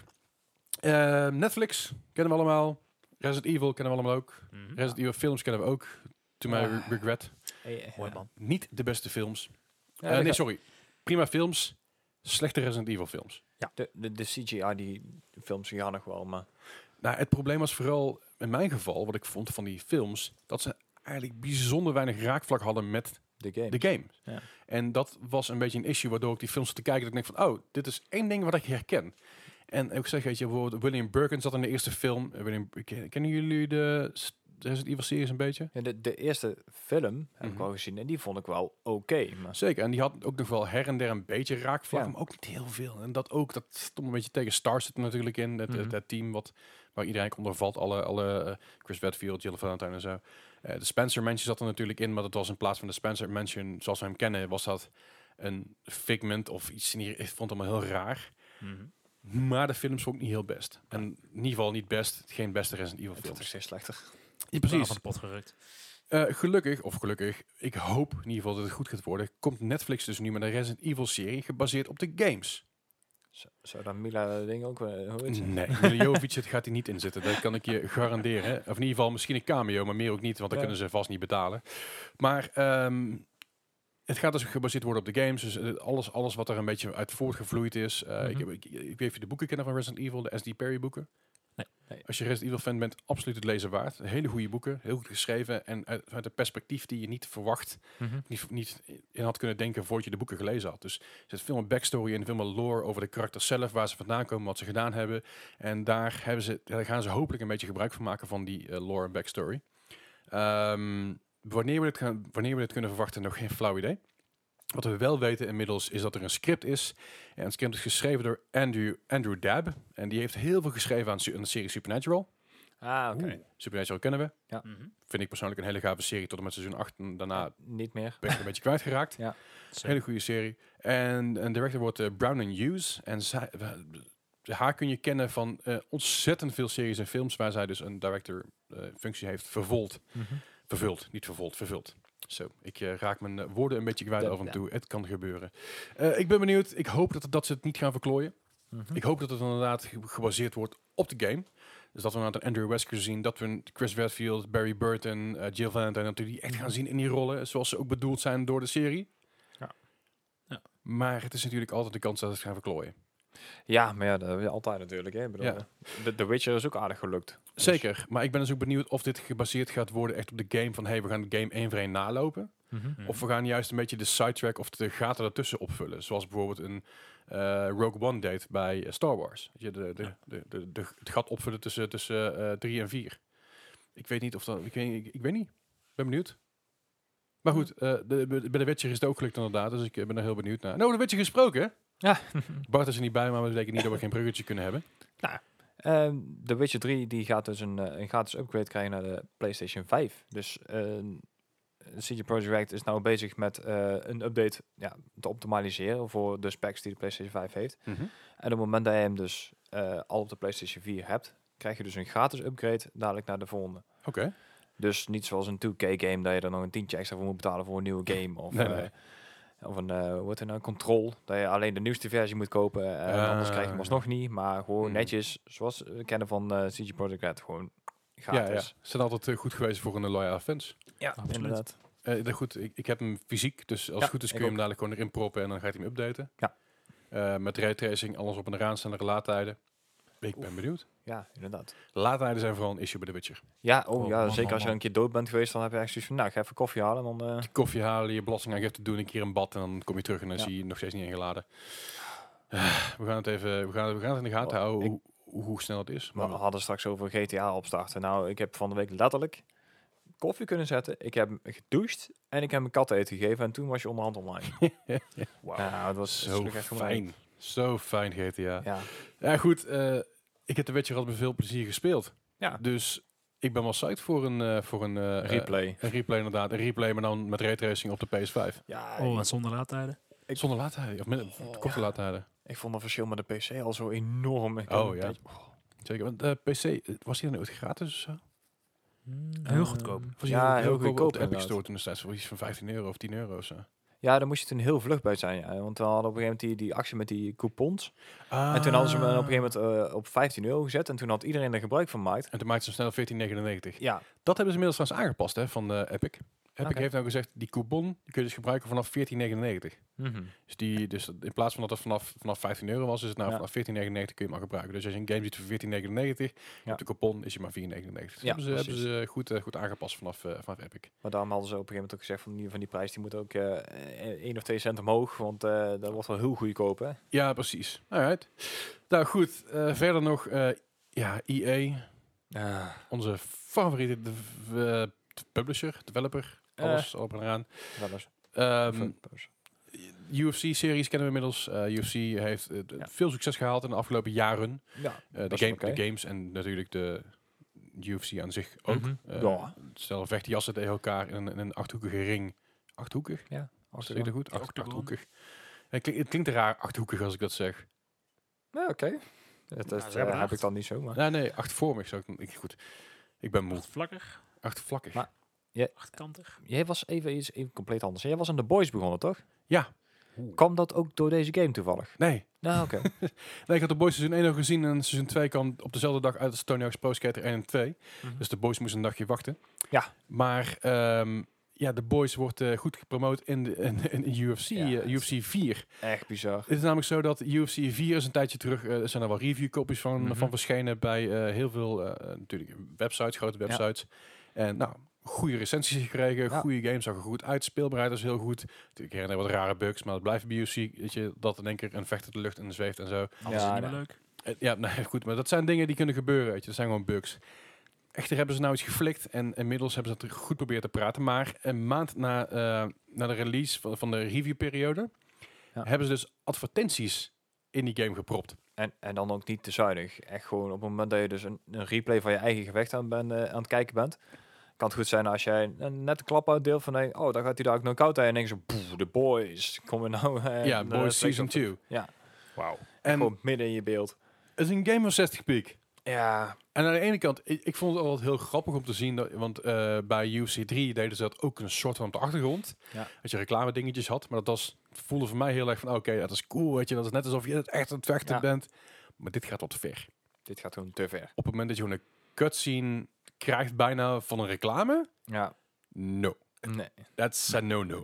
Uh, Netflix kennen we allemaal. Resident Evil kennen we allemaal ook. Mhm. Resident Evil films kennen we ook. To my Ah. re- regret. Hey, Mooi ja. man. Niet de beste films. Ja, Uh, de nee, ga- sorry. Prima films. Slechte Resident Evil films. De, de, de C G I, die de films gaan nog wel, maar... Nou, het probleem was vooral in mijn geval, wat ik vond van die films, dat ze eigenlijk bijzonder weinig raakvlak hadden met De game. de game. Ja. En dat was een beetje een issue waardoor ik die films zat te kijken. Dat ik denk van, oh, dit is één ding wat ik herken. En ook zeg, weet je, bijvoorbeeld William Birkin zat in de eerste film. Uh, William, ken- kennen jullie de s- de Resident Evil series een beetje? Ja, de, de eerste film heb ik Mhm. wel gezien en die vond ik wel oké. maar Zeker, en die had ook nog wel her en der een beetje raakvlak, Ja. maar ook niet heel veel. En dat ook, dat stond een beetje tegen. Star zit er natuurlijk in, het, Mhm. het, het team wat, waar iedereen onder valt. Alle, alle uh, Chris Redfield, Jill Valentine en zo. Uh, de Spencer Mansion zat er natuurlijk in, maar dat was in plaats van de Spencer Mansion zoals we hem kennen, was dat een figment of iets in hier. Ik vond het allemaal heel raar. Mhm. Maar de films vond ik niet heel best. En in ieder geval niet best, geen beste Resident Evil het wordt nog films. steeds slechter. Ja, Precies. precies. Van de pot gerukt. Uh, gelukkig, of gelukkig, ik hoop in ieder geval dat het goed gaat worden, komt Netflix dus nu met een Resident Evil serie gebaseerd op de games. Zo- Zou dat Mila ding ook... eh, hoe heet ze? Nee, Mila Jovovich het gaat hij niet in zitten. Dat kan ik je garanderen. Hè. Of in ieder geval misschien een cameo, maar meer ook niet, want dan Ja. kunnen ze vast niet betalen. Maar ehm, het gaat dus gebaseerd worden op de games. Dus eh, alles, alles wat er een beetje uit voortgevloeid is. Uh, Mhm. ik, heb- ik, ik weet niet of je de boeken kennen van Resident Evil, de S D Perry boeken. Nee. Nee. Als je Resident Evil fan bent, absoluut het lezen waard. Hele goede boeken, heel goed geschreven en uit, uit een perspectief die je niet verwacht, Mhm. niet, niet in had kunnen denken voordat je de boeken gelezen had. Dus er zit veel meer backstory en veel meer lore over de karakters zelf, waar ze vandaan komen, wat ze gedaan hebben. En daar, hebben ze, daar gaan ze hopelijk een beetje gebruik van maken van die uh, lore en backstory. Um, wanneer, we dit gaan, wanneer we dit kunnen verwachten, nog geen flauw idee. Wat we wel weten inmiddels is dat er een script is. En het script is geschreven door Andrew, Andrew Dabb. En die heeft heel veel geschreven aan, su- aan de serie Supernatural. Ah, oké. Oeh, Supernatural kennen we. Mhm. Vind ik persoonlijk een hele gave serie tot en met seizoen acht. En daarna Niet meer. ben ik het een beetje kwijtgeraakt. Ja. Zeker. Hele goede serie. En een director wordt uh, Brown and Hughes. En zij, uh, haar kun je kennen van uh, ontzettend veel series en films waar zij dus een director uh, functie heeft vervuld. Mm-hmm. Vervuld, niet vervuld, vervuld. Zo, ik uh, raak mijn uh, woorden een beetje kwijt Ja, af en ja. toe. Het kan gebeuren. Uh, ik ben benieuwd. Ik hoop dat, dat ze het niet gaan verklooien. Mm-hmm. Ik hoop dat het inderdaad ge- gebaseerd wordt op de game. Dus dat we inderdaad een Andrew Wesker zien, dat we een Chris Redfield, Barry Burton, uh, Jill Valentine, dat we die echt gaan zien in die rollen, zoals ze ook bedoeld zijn door de serie. Ja. Ja. Maar het is natuurlijk altijd de kans dat het gaan verklooien. Ja, maar ja, dat heb je altijd natuurlijk. Hè. Ik bedoel, Ja. eh, de, The Witcher is ook aardig gelukt. Dus- Zeker, maar ik ben dus ook benieuwd of dit gebaseerd gaat worden echt op de game van, hey, we gaan de game één voor één nalopen. Mhm. Mhm. Of we gaan juist een beetje de sidetrack of de gaten ertussen opvullen. Zoals bijvoorbeeld een uh, Rogue One deed bij uh, Star Wars. Weet je, de, de, de, de, de, het gat opvullen tussen, tussen uh, drie en vier. Ik weet niet of dat... Ik weet, ik, ik weet niet. Ben benieuwd. Maar goed, uh, de, bij de Witcher is het ook gelukt inderdaad. Dus ik uh, ben er heel benieuwd naar. Nou, de Witcher gesproken. Ja. Bart is er niet bij, maar we betekent niet dat we geen bruggetje kunnen hebben. Ehm, The Witcher drie die gaat dus een, eh, een gratis upgrade krijgen naar de PlayStation vijf. Dus uh, C D Projekt Red is nou bezig met uh, een update ja, te optimaliseren voor de specs die de PlayStation vijf heeft. Mm-hmm. En op het moment dat je hem dus uh, al op de PlayStation vier hebt, krijg je dus een gratis upgrade dadelijk naar de volgende. Oké. Okay. Dus niet zoals een twee K game dat je er nog een tientje extra voor moet betalen voor een nieuwe game. Of, nee, uh, nee. of een, uh, hoe heet het nou, Control, dat je alleen de nieuwste versie moet kopen. En Uh, anders krijg je hem alsnog niet. Maar gewoon mm. netjes, zoals we kennen van uh, C D Projekt Red, gewoon Ja, ja. gratis. Ze zijn altijd uh, goed geweest voor een loyale fans. Ja, Absoluut. inderdaad. Uh, goed, ik, ik heb hem fysiek, dus als Ja, het goed is kun ik je hem ook. dadelijk gewoon erin proppen en dan gaat hij hem updaten. Ja. Uh, met raytracing, alles op en eraan staan, laadtijden. Ik ben Oef. benieuwd. Ja, inderdaad. Laadtijden zijn vooral een issue bij The Witcher. Ja, oh, Oh, ja man, zeker man, als je man. een keer dood bent geweest, dan heb je echt zoiets van, nou, ga even koffie halen. En dan, uh, Je koffie halen, je belastingaangifte doen, een keer een bad en dan kom je terug en dan Ja. zie je nog steeds niet ingeladen. Uh, we gaan het even, we gaan, we gaan het in de gaten Oh, houden ik- hoe, hoe, hoe snel het is. we Maar hadden straks over G T A opstarten. Nou, ik heb van de week letterlijk koffie kunnen zetten. Ik heb gedoucht en ik heb mijn kat eten gegeven. En toen was je onderhand online. wow. Nou, het was Zo sloeg echt voor mij. fijn. Zo fijn G T A. Ja. Ja goed, uh, ik heb The Witcher al met veel plezier gespeeld. Ja. Dus ik ben wel psyched voor een, uh, voor een uh, Replay. Uh, een replay inderdaad. Een replay, maar dan met raytracing op de P S vijf. Ja, Oh, ik, en zonder laadtijden? Ik- Zonder laadtijden, of met Oh, korte ja. laadtijden. ik vond het verschil met de P C al zo enorm. Ik Oh, had een ja. beetje- Zeker, want de P C, uh, was die dan ooit gratis of zo? Hmm, heel Eh, goedkoop. Was die Ja, heel op goedkoop de Epic inderdaad. Store toen destijds voor iets van vijftien euro of tien euro of zo. Ja, daar moest je toen heel vlug bij zijn. Ja. Want we hadden op een gegeven moment die, die actie met die coupons. Ah. En toen hadden ze hem op een gegeven moment uh, op vijftien euro gezet. En toen had iedereen er gebruik van gemaakt. En toen maakte ze snel veertien negenennegentig. Ja, Dat hebben ze inmiddels trouwens aangepast hè, van uh, Epic. Epic Oké. heeft nou gezegd, die coupon die kun je dus gebruiken vanaf veertien negenennegentig. mhm. Dus, die, dus in plaats van dat het vanaf, vanaf vijftien euro was, is het nou Ja. vanaf veertien negenennegentig kun je hem maar gebruiken. Dus als je een game ziet voor veertien negenennegentig, Ja. op de coupon is je maar vier negenennegentig. Dus Ja, hebben ze, hebben precies. ze goed, uh, goed aangepast vanaf, uh, vanaf Epic. Maar daarom hadden ze op een gegeven moment ook gezegd van die, van die prijs die moet ook uh, één of twee cent omhoog. Want uh, dat wordt wel heel goedkoop, hè? Ja, precies. Alright. Nou goed, uh, verder nog uh, ja, E A, Uh, onze favoriete de, uh, publisher, developer, alles uh, op en eraan. wel eens. Um, U F C-series kennen we inmiddels. Uh, U F C heeft uh, Ja. veel succes gehaald in de afgelopen jaren. Ja, Uh, de, dat is game, oké. de games en natuurlijk de U F C aan zich ook. Mhm. Uh, Ja. Stel vechtjassen tegen elkaar in een, in een achthoekige ring. Achthoekig? Ja, Zeg je dat goed? Acht, Octagon. achthoekig. Het klinkt, het klinkt raar, achthoekig als ik dat zeg. Ja, oké. Dat, dat ze uh, hebben heb acht. ik dan niet zo, maar... Nee, nee, achtvormig zou ik... ik goed, ik ben moe. Vlakkig, Achtvlakkig. Maar- achtkantig. Jij was even iets even compleet anders. Jij was aan The Boys begonnen, toch? Ja. Kwam dat ook door deze game toevallig? Nee. Nou, oké. Nee, ik had de Boys seizoen één al gezien en seizoen twee kwam op dezelfde dag uit als Tony Hawk's Pro Skater één en twee. Mhm. Dus de Boys moesten een dagje wachten. Ja. Maar um, ja, de Boys wordt uh, goed gepromoot in de in, in, in U F C, Ja, uh, het U F C vier. Echt bizar. Het is namelijk zo dat U F C vier is een tijdje terug, uh, er zijn er wel review-copies van, Mhm. van verschenen bij uh, heel veel uh, natuurlijk websites, grote websites. En nou, goede recensies gekregen, Ja. goede games, zag er goed uit, speelbaarheid is heel goed. Natuurlijk herinner wat rare bugs, maar het blijft bij U F C, weet je, dat in één keer een vechter de lucht in zweeft en zo. Alles Ja, is niet meer nee. leuk. Uh, ja, nee, goed, maar dat zijn dingen die kunnen gebeuren, weet je, dat zijn gewoon bugs. echter hebben ze nou iets geflikt en inmiddels hebben ze het goed geprobeerd te praten. Maar een maand na, uh, na de release van, van de reviewperiode Ja. hebben ze dus advertenties in die game gepropt. En, en dan ook niet te zuinig. Echt gewoon op het moment dat je dus een, een replay van je eigen gevecht aan, ben, uh, aan het kijken bent. Kan het goed zijn als jij een net een klap uitdeelt van hey, oh, dan gaat hij daar ook knock-out uit en denk je zo, boe, de boys komen nou. Uh, Ja, Boys Season twee. Ja. Wauw. En En gewoon midden in je beeld. het is een game van zestig piek. Ja. En aan de ene kant, ik, ik vond het altijd heel grappig om te zien, dat, want uh, bij U F C drie deden ze dat ook een soort van op de achtergrond. Ja. Dat je reclame dingetjes had, maar dat was, voelde voor mij heel erg van, oké, okay, dat is cool, weet je, dat is net alsof je het echt aan het vechten Ja. bent. Maar dit gaat wat te ver. Dit gaat gewoon te ver. Op het moment dat je gewoon een cutscene krijgt bijna van een reclame, Ja. no. Nee. That's a no-no.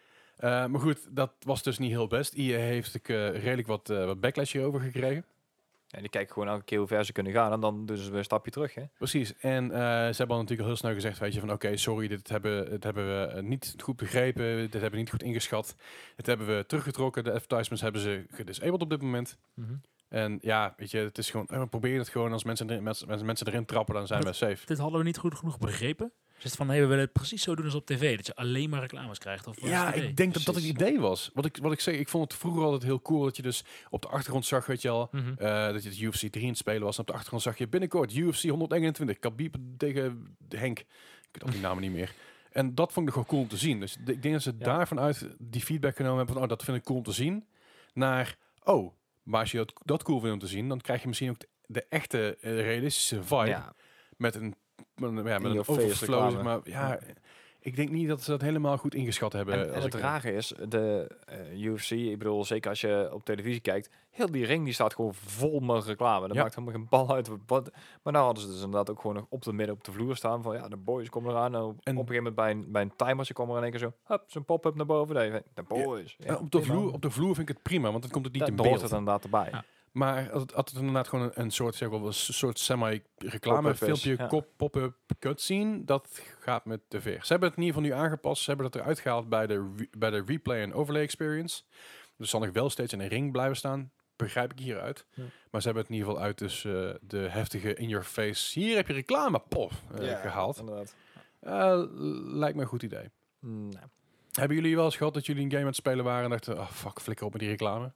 Uh, maar goed, dat was dus niet heel best. I E heeft ik uh, redelijk wat, uh, wat backlash hierover gekregen. En die kijken gewoon elke keer hoe ver ze kunnen gaan. En dan doen ze weer een stapje terug. Hè? Precies. En uh, ze hebben al natuurlijk al heel snel gezegd, weet je, van oké, okay, sorry, dit hebben, dit hebben we uh, niet goed begrepen. Dit hebben we niet goed ingeschat. Dit hebben we teruggetrokken. De advertisements hebben ze gedisabled op dit moment. Mm-hmm. En ja, weet je, het is gewoon, we proberen het gewoon. Als mensen erin, mensen, mensen erin trappen, dan zijn Dat- we safe. Dit hadden we niet goed genoeg begrepen. Dus het van, nee, we willen het precies zo doen als op tv. Dat je alleen maar reclames krijgt. Of wat is Ja, het idee? ik denk dat dat het Precies. idee was. Wat ik, wat ik zeg, ik vond het vroeger altijd heel cool dat je dus op de achtergrond zag, weet je al, Mhm. uh, dat je het U F C drie in het spelen was. En op de achtergrond zag je binnenkort U F C honderdeenentwintig, Khabib tegen Henk. Ik weet al die namen niet meer. En dat vond ik gewoon cool om te zien. Dus de- ik denk dat ze Ja. daarvan uit die feedback genomen hebben van, oh, dat vind ik cool om te zien. Naar, oh, maar als je dat, dat cool vindt om te zien, dan krijg je misschien ook de, de echte uh, realistische vibe. Ja. Met een, met een, ja, met In een your face overflow, zeg reclame. maar. Ja, ik denk niet dat ze dat helemaal goed ingeschat hebben. En, en als het ik, rare is, de uh, U F C, ik bedoel, zeker als je op televisie kijkt, heel die ring die staat gewoon vol met reclame. Dat Ja. maakt helemaal geen bal uit. Wat, maar nou hadden ze dus inderdaad ook gewoon nog op de midden op de vloer staan van ja, de boys komen eraan. En op, En- op een gegeven moment bij een, bij een timertje kwam er in één keer zo, hup, zo'n pop-up naar boven. Dat je denkt, de boys. Ja, Ja, op, de prima. vloer, op de vloer vind ik het prima, want dan komt het niet Da- in daar hoort beeld. het inderdaad erbij. Ja. Maar als het, als het inderdaad gewoon een, een soort, zeg wel, een soort semi-reclame Pop-up is, filmpje, ja. kop, pop-up cutscene, dat gaat me te ver. Ze hebben het in ieder geval nu aangepast. Ze hebben het eruit gehaald bij de, re- bij de replay en overlay experience. Dus zal nog wel steeds in een ring blijven staan. Begrijp ik hieruit. Ja. Maar ze hebben het in ieder geval uit dus uh, de heftige in-your-face. Hier heb je reclame, pof, uh, Ja, gehaald. inderdaad. Uh, lijkt me een goed idee. Nee. Hebben jullie wel eens gehad dat jullie een game aan het spelen waren en dachten, oh fuck, flikker op met die reclame?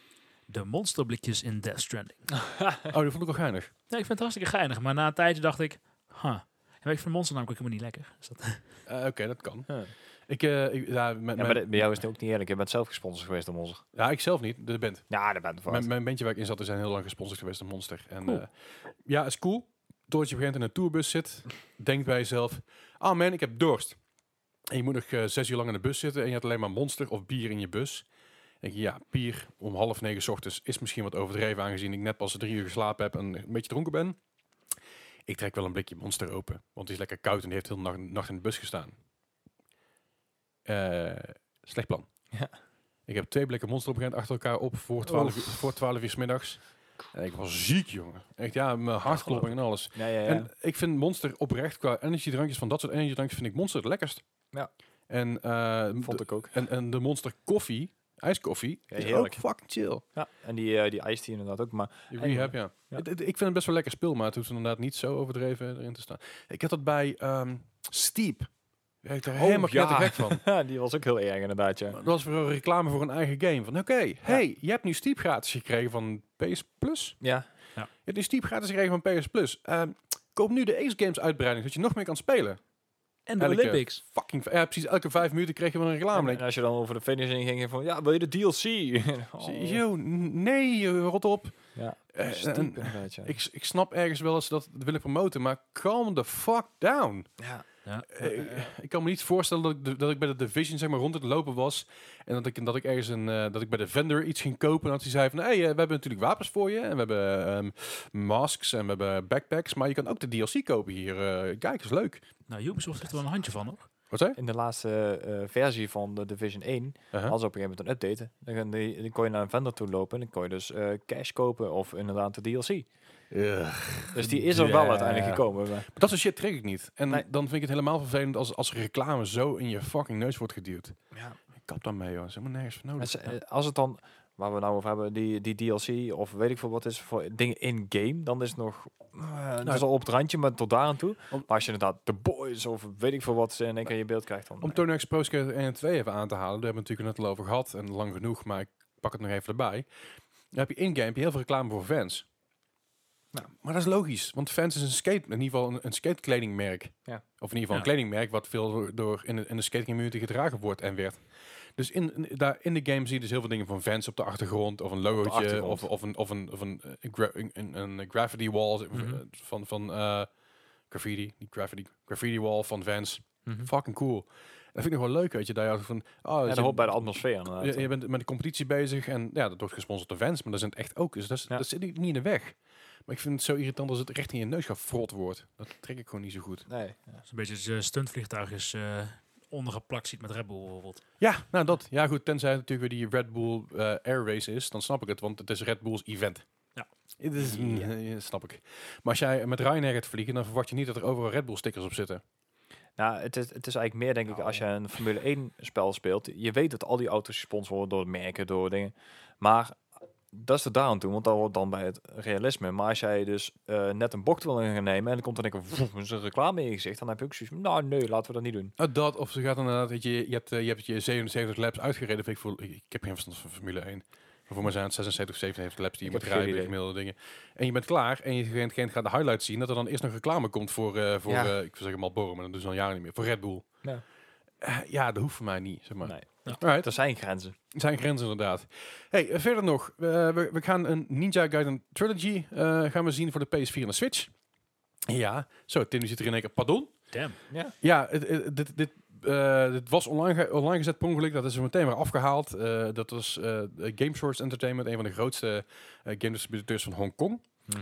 De monsterblikjes in Death Stranding. Oh, dat vond ik wel geinig. Ja, ik vind het hartstikke geinig. Maar na een tijdje dacht ik, huh. Ja, maar ik vind monster namelijk helemaal niet lekker. Dus dat, Uh, Oké, okay, dat kan. Huh. Ik, uh, ik, ja, met, Ja, mijn- maar de- bij jou is het ook niet eerlijk. Je bent zelf gesponsord geweest door ons. ja, ik zelf niet, de band. Ja, daar bent Mijn, mijn bandje waar ik in zat, we zijn heel lang gesponsord geweest door Monster. En Cool. uh, ja, is cool. Doordat je op een gegeven moment in een tourbus zit, denk bij jezelf, oh man, ik heb dorst. En je moet nog uh, zes uur lang in de bus zitten en je hebt alleen maar Monster of bier in je bus. Denk je, ja, bier om half negen 's ochtends is misschien wat overdreven, aangezien ik net pas drie uur geslapen heb en een beetje dronken ben. Ik trek wel een blikje Monster open, want die is lekker koud en die heeft heel de nacht, nacht in de bus gestaan. Uh, slecht plan. Ja. Ik heb twee blikken Monster op een gegeven moment achter elkaar op voor twaalf uur, voor twaalf uur 's middags. En ik was ziek, jongen. Echt, ja, mijn hartklopping en alles. Ja, ja, ja. En ik vind Monster oprecht, qua energiedrankjes, van dat soort energiedrankjes, vind ik Monster het lekkerst. Ja. En, uh, Vond de, ik ook. en, en de Monster koffie, ijskoffie, Ja, is heerlijk. ook fucking chill. Ja, en die, uh, die iced tea inderdaad ook. Maar Die En- rehab, ja. ja. Het- het- ik vind het best wel lekker spul, maar het hoeft inderdaad niet zo overdreven erin te staan. Ik had dat bij ehm Steep. Daar ben ik er helemaal ja. knettergek van. die was ook heel erg inderdaad, ja. Dat was voor een reclame voor een eigen game. Van oké, hey, je hebt nu Steep gratis gekregen van P S Plus. Ja, Je hebt nu Steep gratis gekregen van P S Plus. Ehm, koop nu de X-Games uitbreiding, zodat je nog meer kan spelen. en de Elke Olympics. Fucking, v- ja, precies. Elke vijf minuten kreeg je wel een reclame. en, Denk en als je dan over de finish in ging, van ja, wil je de D L C? Oh. ik, yo, n- nee, rot op. Ja, Eh, steep en- inderdaad, ja. ik, ik snap ergens wel eens dat ze dat willen promoten, maar calm the fuck down. ja. Ja. Eh, ik, ik kan me niet voorstellen dat ik, de- dat ik bij de Division zeg maar rond het lopen was en dat ik, dat ik ergens een, eh, dat ik bij de vendor iets ging kopen en dat hij zei van, hey, eh, we hebben natuurlijk wapens voor je en we hebben ehm, masks en we hebben backpacks, maar je kan ook de D L C kopen hier. Eh, kijk, is leuk. Nou, Ubisoft heeft er wel een handje van, hoor. Wat zei je? In de laatste eh, versie van de Division één Uh-huh. hadden ze op een gegeven moment een update. Dan, gaan die- dan kon je naar een vendor toe lopen en dan kon je dus eh, cash kopen of inderdaad de D L C. Dus die is er wel Ja. uiteindelijk gekomen. Maar, Maar dat soort shit trek ik niet. En Nee. dan vind ik het helemaal vervelend als, als reclame zo in je fucking neus wordt geduwd. ja. Kap dan mee, joh. Dat is helemaal nergens voor nodig. En ze- eh, als het dan waar we nou over hebben, die, die D L C of weet ik veel wat is voor dingen in-game, dan is het nog uh, dat is al op het randje, maar tot daar aan toe. Om- Maar als je inderdaad The Boys of weet ik veel wat in één keer in je beeld krijgt, dan... Om Tony Hawk's Pro Skater één en twee even aan te halen, daar hebben we het natuurlijk net al over gehad en lang genoeg, maar ik pak het nog even erbij. Dan heb je in-game heb je heel veel reclame voor Vans. Nou, maar dat is logisch, want Vans is een skate, in ieder geval een, een skatekledingmerk. Ja. Of in ieder geval Ja. een kledingmerk wat veel door, door in, de, in de skate community gedragen wordt en werd. Dus in, in, daar in de game zie je dus heel veel dingen van Vans op de achtergrond, of een logootje, achtergrond. of, of een, of een, of een, eh, gra- een, een, een graffiti wall Mhm. eh, van, van eh, graffiti, niet graffiti, graffiti wall van Vans. Mhm. Fucking cool. Dat vind ik nog wel leuk, weet je, daar van, oh, Ja, je, dat hoort bij de atmosfeer inderdaad. je, je bent met de competitie bezig en ja, dat wordt gesponsord door Vans, maar dat zijn het echt ook, dus dat, is, Ja. dat zit niet in de weg. Maar ik vind het zo irritant als het recht in je neus gefrot wordt. Dat trek ik gewoon niet zo goed. Nee. Ja. Dat is een beetje als je stuntvliegtuig is eh, ondergeplakt ziet met Red Bull bijvoorbeeld. Ja, nou dat. Ja goed, tenzij het natuurlijk weer die Red Bull eh, Air Race is, dan snap ik het, want het is Red Bull's event. Ja. Het is, Ja. mm, eh, snap ik. Maar als jij met Ryanair gaat vliegen, dan verwacht je niet dat er overal Red Bull stickers op zitten. Nou, het is, het is eigenlijk meer, denk ik, als je een Formule één spel speelt. Je weet dat al die auto's gesponsord worden door merken, door dingen. Maar dat is er daar aan toe, want dat wordt dan bij het realisme. Maar als jij dus eh, net een bocht wil gaan nemen en dan komt er denk ik een een reclame in je gezicht, dan heb je ook zoiets van, nou nee, laten we dat niet doen. Nou, dat, of ze gaat inderdaad, weet je, je hebt, eh, je hebt je zevenenzeventig laps uitgereden. Vind ik, voel, ik heb geen verstand van Formule één. Maar voor mij zijn het zesenzeventig of zevenenzeventig laps die je Ik moet heb geen rijden, idee. gemiddelde dingen. En je bent klaar en je gaat, gaat- gaat de highlights zien, dat er dan eerst nog reclame komt voor, eh, voor Ja. eh, ik wil zeggen Marlboro, maar dat doen ze al jaren niet meer, voor Red Bull. Ja. Eh, ja, dat hoeft voor mij niet, zeg maar. Nee, Alright. er zijn grenzen. Er zijn grenzen inderdaad. Hey, eh, verder nog. eh, we, we gaan een Ninja Gaiden Trilogy eh, gaan we zien voor de P S vier en de Switch. Ja, zo, Tim die zit er in één keer. Pardon? Damn. Ja. Ja, het, het- dit, dit, eh, dit was online, ge- online gezet per ongeluk. Dat is er meteen weer afgehaald. Eh, dat was eh GameSource Entertainment, een van de grootste eh game distributeurs van Hongkong.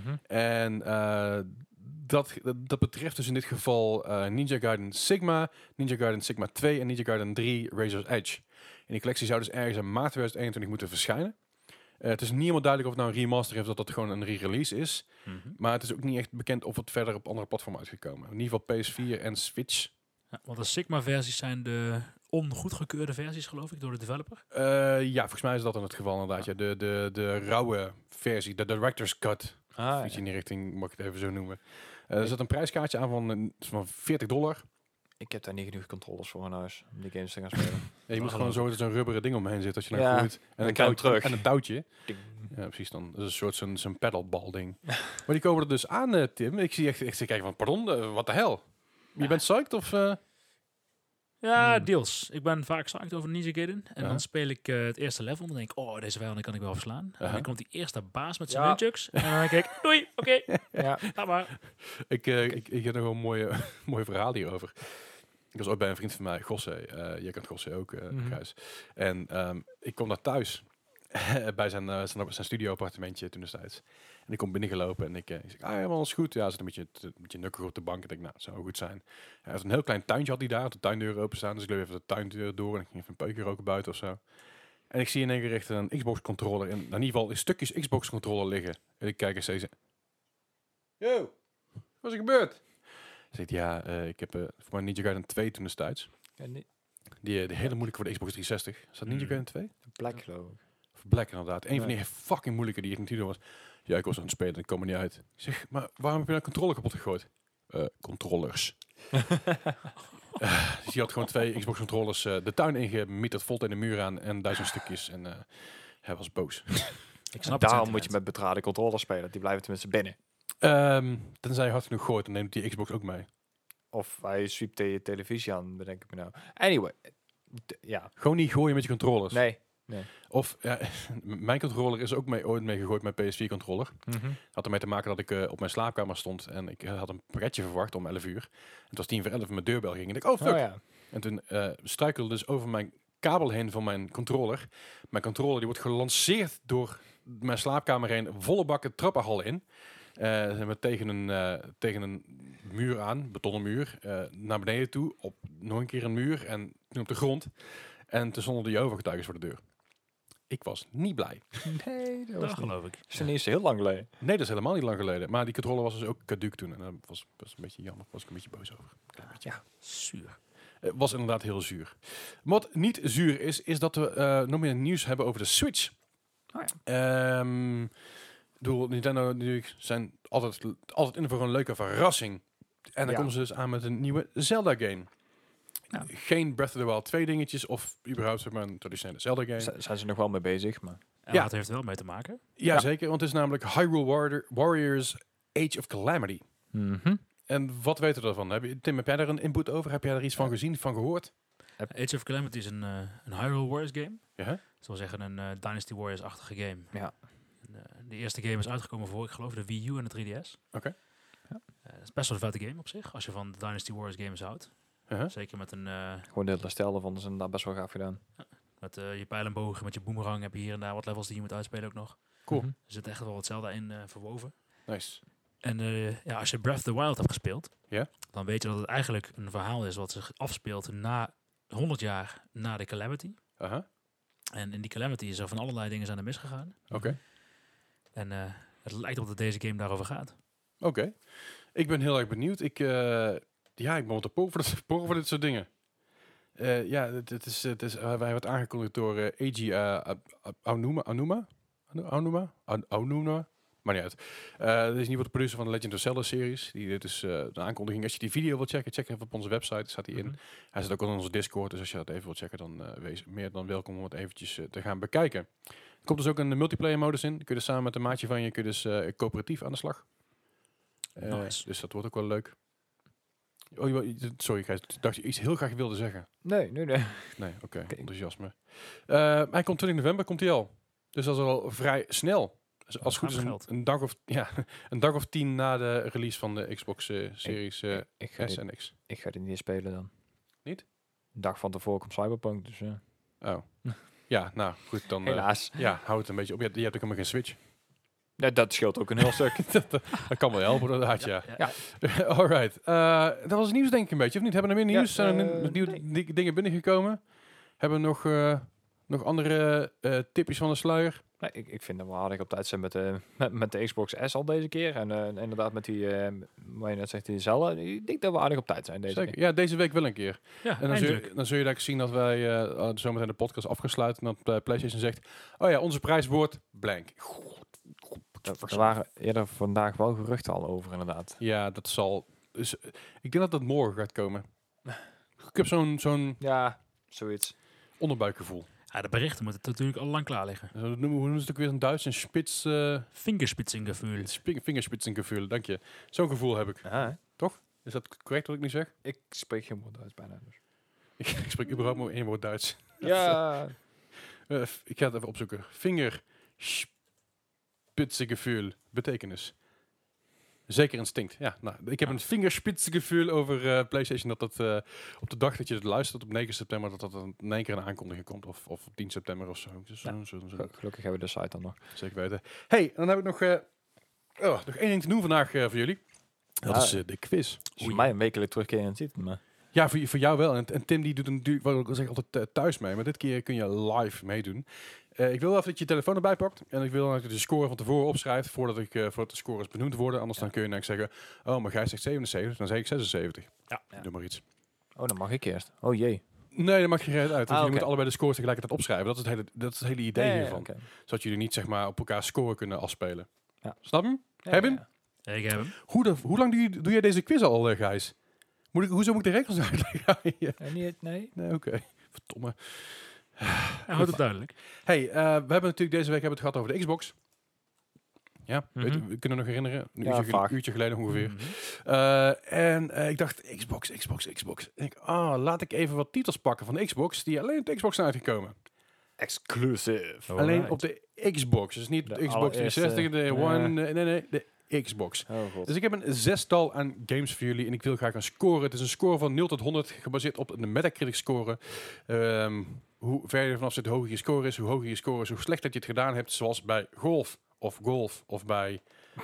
En eh, dat, dat, dat betreft dus in dit geval eh, Ninja Gaiden Sigma, Ninja Gaiden Sigma twee en Ninja Gaiden drie Razor's Edge. En die collectie zou dus ergens in maart tweeduizend eenentwintig moeten verschijnen. Eh, het is niet helemaal duidelijk of het nou een remaster is of dat het gewoon een re-release is. Mhm. Maar het is ook niet echt bekend of het verder op andere platformen uitgekomen. In ieder geval P S vier en Switch. Ja, want de Sigma-versies zijn de ongoedgekeurde versies, geloof ik, door de developer. Eh, ja, volgens mij is dat in het geval inderdaad. Ja. De, de, de rauwe versie, de director's cut. Ah, Iets ja. in die richting, mag ik het even zo noemen. Eh, er zit een prijskaartje aan van, een- van veertig dollar. Ik heb daar niet genoeg controllers voor in huis om die games te gaan spelen. Ja, je moet geloof gewoon ik. zorgen dat er zo'n rubberen ding omheen zit als je naar Ja, gooit. En dan een, kan je touwtje, terug. en een touwtje. Ding. Ja, precies dan. Dat is een soort zo'n zo'n pedalbal ding. Maar die komen er dus aan, eh, Tim. Ik zie echt, ik zie kijken van, pardon, eh, wat de hel? Je Ja. bent psyched of... eh? Ja, Hmm. deels. Ik ben vaak psyched over Ninja Gaiden. En Ja. dan speel ik eh, het eerste level. En dan denk ik, oh, deze vijand kan ik wel verslaan. En Aha. dan komt die eerste baas met zijn Ja. nunchucks. En dan denk ik, doei, oké, Ja. laat maar. Ik, eh, ik, ik heb nog wel een mooie, mooi verhaal hierover. Ik was ook bij een vriend van mij, Gosse. eh jij kent Gosse ook, eh Mhm. Gijs. En ehm, ik kom daar thuis bij zijn, eh, zijn, zijn studio-appartementje toen destijds. En ik kom binnengelopen en ik, eh, ik zeg, ah, ja, alles goed. Ja, zit een beetje, te- een beetje nukkig op de bank. Ik denk, nou, het zou goed zijn. Hij had een heel klein tuintje had hij daar, de tuindeur openstaan. Dus ik loop even de tuindeur door en ik ging even een peukje roken buiten of zo. En ik zie in één keer echt een Xbox-controller, in, in ieder geval in stukjes Xbox-controller liggen. En ik kijk eens deze. Yo, wat is er gebeurd? Zegt ja, eh, ik heb eh, voor mij Ninja Gaiden twee toen destijds. Ja, die- Die, eh, die hele moeilijke voor de Xbox driehonderdzestig. Is dat Ninja Mm. Gaiden twee? Black geloof ik. Of Black inderdaad. Een Ja. van die fucking moeilijke die ik natuurlijk was. Ja, ik was aan het spelen en ik kom er niet uit. Ik zeg, maar waarom heb je nou controller kapot gegooid? Eh, controllers. Eh, dus die had gewoon twee Xbox controllers eh, de tuin ingemieterd, volt in de muur aan en duizend stukjes. En eh, hij was boos. Ik snap het Daarom moet sentiment. je met betraande controllers spelen. Die blijven tenminste binnen. Ehm, tenzij je hard genoeg gooit, dan neemt die Xbox ook mee. Of hij sweept je televisie aan, bedenk ik me nou. Anyway. d- Ja. Gewoon niet gooien met je controllers. Nee. Of, ja, mijn controller is ook mee, ooit mee gegooid met P S vier controller. Had ermee te maken dat ik eh, op mijn slaapkamer stond en ik eh, had een pakketje verwacht om elf uur. Het was tien voor elf en mijn deurbel ging en ik, oh fuck. Oh, ja. En toen eh struikelde dus over mijn kabel heen van mijn controller. Mijn controller die wordt gelanceerd door mijn slaapkamer heen, volle bakken trappenhal in. Eh met tegen, een, eh, tegen een muur aan, betonnen muur, eh, naar beneden toe, op nog een keer een muur en toen op de grond. En toen stonden de Jehovah-getuigen voor de deur. Ik was niet blij. Nee, dat Dat was niet. geloof ik. Dat is ten eerste heel lang geleden. Nee, dat is helemaal niet lang geleden. Maar die controller was dus ook caduc toen. En dat was, was een beetje jammer. Was ik een beetje boos over. Klein beetje. Ja. Zuur. Het was inderdaad heel zuur. Wat niet zuur is, is dat we eh, nog meer nieuws hebben over de Switch. Oh ja. Ehm, ik bedoel, Nintendo natuurlijk zijn altijd, altijd in voor een leuke verrassing. En dan Ja. komen ze dus aan met een nieuwe Zelda-game. Ja. Geen Breath of the Wild twee dingetjes of überhaupt zeg maar een traditionele Zelda-game. Z- zijn ze nog wel mee bezig, maar... En Ja. dat heeft er wel mee te maken. Ja, Ja. zeker, want het is namelijk Hyrule Warrior- Warriors Age of Calamity. Mhm. En wat weten we daarvan? Heb je, Tim, heb jij daar een input over? Heb jij daar iets van gezien, van gehoord? Age of Calamity is een, uh, een Hyrule Warriors game. Ja, hè? Dat wil zeggen een uh, Dynasty Warriors-achtige game. Ja. En, uh, de eerste game is uitgekomen voor, ik geloof, de Wii U en de drie D S. Oké. Ja. Uh, het is best wel een vette game op zich, als je van de Dynasty Warriors games houdt. Uh-huh. Zeker met, een, uh, Gewoon de hele stijl daarvan is inderdaad best wel gaaf gedaan. met uh, je pijl en bogen, met je boomerang heb je hier en daar wat levels die je moet uitspelen ook nog. Cool. Mhm. Er zit echt wel wat Zelda in uh, verwoven. Nice. En uh, ja, als je Breath of the Wild hebt gespeeld, Ja. dan weet je dat het eigenlijk een verhaal is wat zich afspeelt na honderd jaar na de Calamity. Uh-huh. En in die Calamity is er van allerlei dingen zijn er misgegaan. Oké. En uh, het lijkt op dat deze game daarover gaat. Oké. Ik ben heel erg benieuwd. Ik, uh, ja, ik ben wat te poren voor, dit- poren voor dit soort dingen. Uh, ja, het, het is, het is, uh, wij hebben het aangekondigd door uh, Eiji uh, Aonuma. Aonuma? Aonuma? Aonuma? Maar niet uit. Uh, dit is in ieder geval de producer van de Legend of Zelda series. Die, dit is uh, de aankondiging. Als je die video wilt checken, check even op onze website. Staat die in. Mhm. Hij zit ook in onze Discord. Dus als je dat even wilt checken, dan uh, wees meer dan welkom om het eventjes uh, te gaan bekijken. Er komt dus ook een multiplayer modus in. Dan kun je dus samen met een maatje van je kun je dus uh, coöperatief aan de slag. Uh, Nice. Dus dat wordt ook wel leuk. Oh, je wou- sorry Gijs, ik dacht je iets heel graag wilde zeggen. Nee, nee, nee. Nee, oké, Oké. enthousiasme. Uh, hij komt twintig november, komt hij al. Dus dat is al vrij snel. Dus als het goed is een, geld. een, dag of, ja, een dag of tien na de release van de Xbox uh, Series uh, ik, ik, ga S dit, en X. ik ga dit niet spelen dan. Niet? Een dag van tevoren komt Cyberpunk, dus... Uh, Oh. Ja, nou goed, dan uh, helaas. ja, hou het een beetje op. Je, je hebt ook helemaal geen Switch. Ja, dat scheelt ook een heel stuk. dat, dat kan wel helpen, inderdaad, ja. Ja. Ja. Alright. Uh, dat was het nieuws denk ik een beetje, of niet? Hebben we er meer Ja, nieuws? Zijn er eh, n- nieuwe nee. di- dingen binnengekomen? Hebben we nog, uh, nog andere uh, tipjes van de sluier? Nee, ik, ik vind dat we aardig op tijd zijn met de, met, met de Xbox S al deze keer. En uh, inderdaad met die, uh, wat je net zegt, die Zelda. Ik denk dat we aardig op tijd zijn deze Zeker. keer. Ja, deze week wel een keer. Ja, En dan zul, eindelijk. je, dan zul je daar zien dat wij uh, zometeen de podcast afgesluiten. En dat uh, PlayStation zegt, oh ja, onze prijs wordt blank. Er, er waren eerder vandaag wel geruchten al over inderdaad. Ja, dat zal... Dus, uh, ik denk dat dat morgen gaat komen. Ik heb zo'n zo'n Ja, zoiets. onderbuikgevoel. Ja, de berichten moeten natuurlijk al lang klaar liggen. Zo noemen, hoe noemen ze het ook weer een Duits? Een spits... Uh, Fingerspitzengevoel. Fingerspitzengevoel, dank je. Zo'n gevoel heb ik. Ja, Is dat correct wat ik nu zeg? ik spreek geen woord Duits bijna. Dus. Ik, ik spreek überhaupt maar één woord Duits. Ja, Uh, f- ik ga het even opzoeken. Fingerspitzengevoel. Betekenis. Zeker instinct. Ja, nou, ik heb een vingerspitzengevoel over uh, PlayStation. Dat dat uh, op de dag dat je het luistert, op negen september, dat dat dan in één keer een aankondiging komt. Of, of op tien september of zo. Dus, Ja. zo, zo, zo. Ge- gelukkig hebben we de site dan nog. Zeker weten. Hey, dan heb ik nog, uh, oh, nog één ding te doen vandaag uh, voor jullie. Dat Ja. is uh, de quiz. Het is voor mij een wekelijk terugkerend titel, maar... Ja, voor, voor jou wel. En, en Tim die doet het natuurlijk, wat ik al zeg, altijd uh, thuis mee. Maar dit keer kun je live meedoen. Uh, ik wil wel even dat je je telefoon erbij pakt. En ik wil dat je de score van tevoren opschrijft. Voordat, ik, uh, voordat de scores benoemd worden. Anders Ja. dan kun je eigenlijk zeggen... Oh, maar Gijs zegt zevenenzeventig. Dan zeg ik zesenzeventig. Ja. Ja. Doe maar iets. Oh, dan mag ik eerst. Oh jee. Nee, dan mag je eruit uit. Want Ah, je oké. moet allebei de scores tegelijkertijd opschrijven. Dat is het hele, dat is het hele idee Ja, ja, hiervan. oké. Zodat jullie niet zeg maar op elkaar score kunnen afspelen. Ja. Snap je hem? Ja, Heb je ja. Ja, ik heb hem. Hoe, de, hoe lang doe, je, doe jij deze quiz al, uh, Gijs? Moet ik, hoezo moet ik de regels uitleggen? Ja. Eh, niet, nee? Nee, oké. Verdomme. Ja, houdt het duidelijk. Hey, uh, we hebben natuurlijk deze week hebben we het gehad over de Xbox. Ja, Mhm. weet je, we kunnen nog herinneren. Een Ja, uurtje, vaag. uurtje geleden ongeveer. Mhm. Uh, en uh, ik dacht, Xbox, Xbox, Xbox. En ik, ah, laat ik even wat titels pakken van de Xbox die alleen op de Xbox zijn uitgekomen. Exclusive. Alleen Alright. op de Xbox. Dus niet De de Xbox allereerste, driehonderdzestig, de ja. One, nee, nee, nee, de Xbox. Oh god. Dus ik heb een zestal aan games voor jullie en ik wil graag een score. Het is een score van nul tot honderd, gebaseerd op de Metacritic score. Um, hoe ver je er vanaf zit, hoe hoger je score is, hoe hoger je score is, hoe slecht dat je het gedaan hebt. Zoals bij golf of golf of bij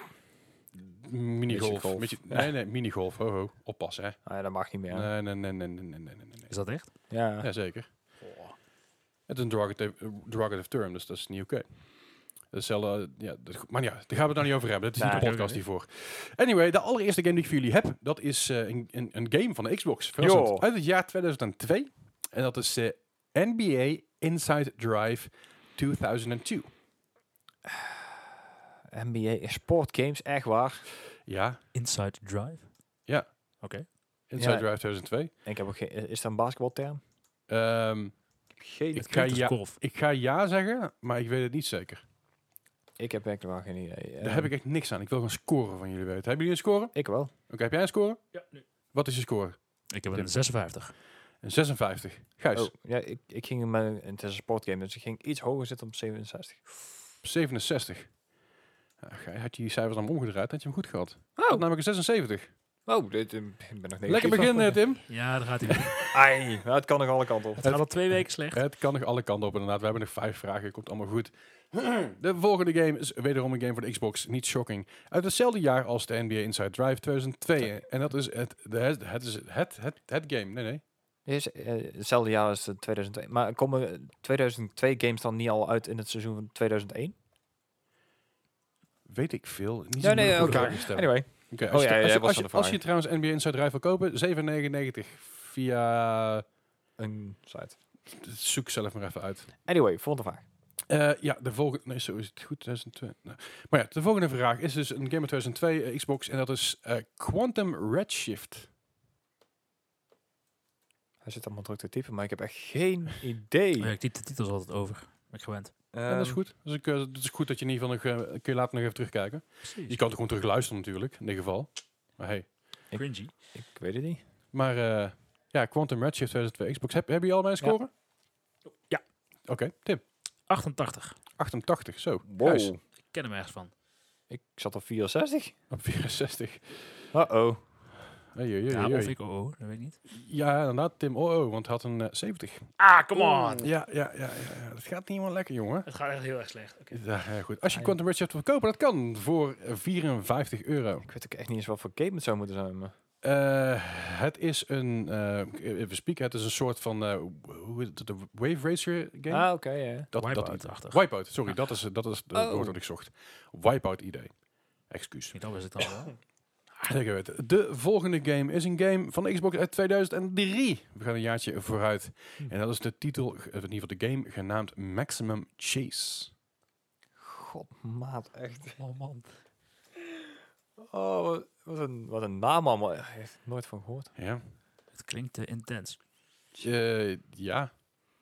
minigolf. Golf. Met je- Ja. Nee, nee, minigolf. Ho, ho. Oppassen, hè. Ah, ja, dat mag niet meer. Nee, nee, nee, nee, nee, nee, nee, nee, nee. Is dat echt? Ja. Ja, zeker. Het is een derogatory, uh, derogatory term, dus dat is niet oké. Hetzelfde, ja, dat, maar ja, daar gaan we het nou niet over hebben. Dat is Nee, niet de oké, podcast oké. hiervoor. Anyway, de allereerste game die ik voor jullie heb, dat is uh, een, een, een game van de Xbox. Verrassend. Jo. Uit het jaar tweeduizend twee. En dat is uh, N B A Inside Drive tweeduizend twee. N B A Sport Games, echt waar. Ja, Inside Drive? Ja. Oké. Inside Ja. Drive tweeduizend twee. Ik heb ook geen, is dat een basketbalterm? Ehm, Geen. Ik Het ga klinkt als ja- golf. ik ga ja zeggen, maar ik weet het niet zeker. Ik heb eigenlijk wel geen idee. Daar Ehm, heb ik echt niks aan. Ik wil gewoon scoren van jullie weten. Hebben jullie een score? Oké, Ik wel. heb jij een score? Ja, nu. Wat is je score? Ik heb een zesenvijftig. Een zesenvijftig. Gijs, Oh, ja, ik, ik ging met het is een sportgame, dus ik ging iets hoger zitten op zevenenzestig. zevenenzestig. Ja, Gij- had je die cijfers allemaal omgedraaid, had je hem goed gehad. Oh, Had namelijk een zesenzeventig. oh dit, eh, ik ben nog negatief. Lekker beginnen, Tim. Ja, daar gaat hij weer. Ai, nou, het kan nog alle kanten op. Het gaat al twee weken slecht. Het kan nog alle kanten op inderdaad. We hebben nog vijf vragen. Komt allemaal goed. De volgende game is wederom een game voor de Xbox. Niet shocking. Uit hetzelfde jaar als de N B A Inside Drive tweeduizend twee. En dat is het, de, het, het, is het, het, het game. Nee, nee. Dit is eh, hetzelfde jaar als de tweeduizend twee. Maar komen tweeduizend twee games dan niet al uit in het seizoen van tweeduizend één? Weet ik veel. Niet Ja, zo nee, moeilijk oké. voor vragen stellen. Anyway. Oké, Oh als, ja, je, ja, als, je, was als, van je, de als je vraag. trouwens N B A Inside Drive wil kopen, zeven negenennegentig via... Een site. Zoek zelf maar even uit. Anyway, volgende vraag. Eh, ja, de volgende... Nee, zo is het goed. tweeduizend twee. Nou. Maar ja, de volgende vraag is dus een game uit tweeduizend twee eh, Xbox. En dat is eh, Quantum Redshift. Hij zit allemaal druk te typen, maar ik heb echt geen idee. Ja, ik typ de titels altijd over. Ben ik gewend. En dat is Ehm, goed. Dus ik, eh, het is goed dat je in ieder geval nog... eh, kun je later nog even terugkijken. Precies. Je kan het gewoon terug luisteren natuurlijk, in ieder geval. Maar hey. Cringy. Ik weet het niet. Maar eh, ja, Quantum Redshift tweeduizend twee Xbox. Heb, hebben jullie al mijn score? Ja. Oké, Tim. achtentachtig. achtentachtig, zo. Wow. Gijs, Ik ken hem ergens van. Ik zat op vierenzestig. op vierenzestig. Uh-oh. Oei, oei, oei, Ja, oei. of ik oh, oh, dat weet ik niet. Ja, inderdaad, Tim. Oh, oh, want hij had een eh, zeventig. Ah, come on! Ja, ja, ja, ja, ja. Dat gaat niet helemaal lekker, jongen. Het gaat echt heel erg slecht. Oké. Ja, ja, goed. Als je Ah, ja. Quantum Redshift wil kopen, dat kan voor eh, vierenvijftig euro. Ik weet ook echt niet eens wat voor game het zou moeten zijn. Maar. Eh, het is een, eh, even spieken, het is een soort van, eh, hoe heet het, de Wave Racer game? Ah, oké, ja. dat, dat, Wipeout-achtig. Wipeout, sorry, dat is, dat is het Oh. woord dat ik zocht. Wipeout idee. Excuus. Niet dat was het dan wel. Zeker weten. De volgende game is een game van de Xbox uit tweeduizend drie. We gaan een jaartje vooruit. Hm. En dat is de titel, eh, in ieder geval de game, genaamd Maximum Chase. God, maat, echt. Oh man. Oh, wat- wat een, wat een naam allemaal. Ik heb er nooit van gehoord. Ja. Het klinkt te intens. Eh, ja.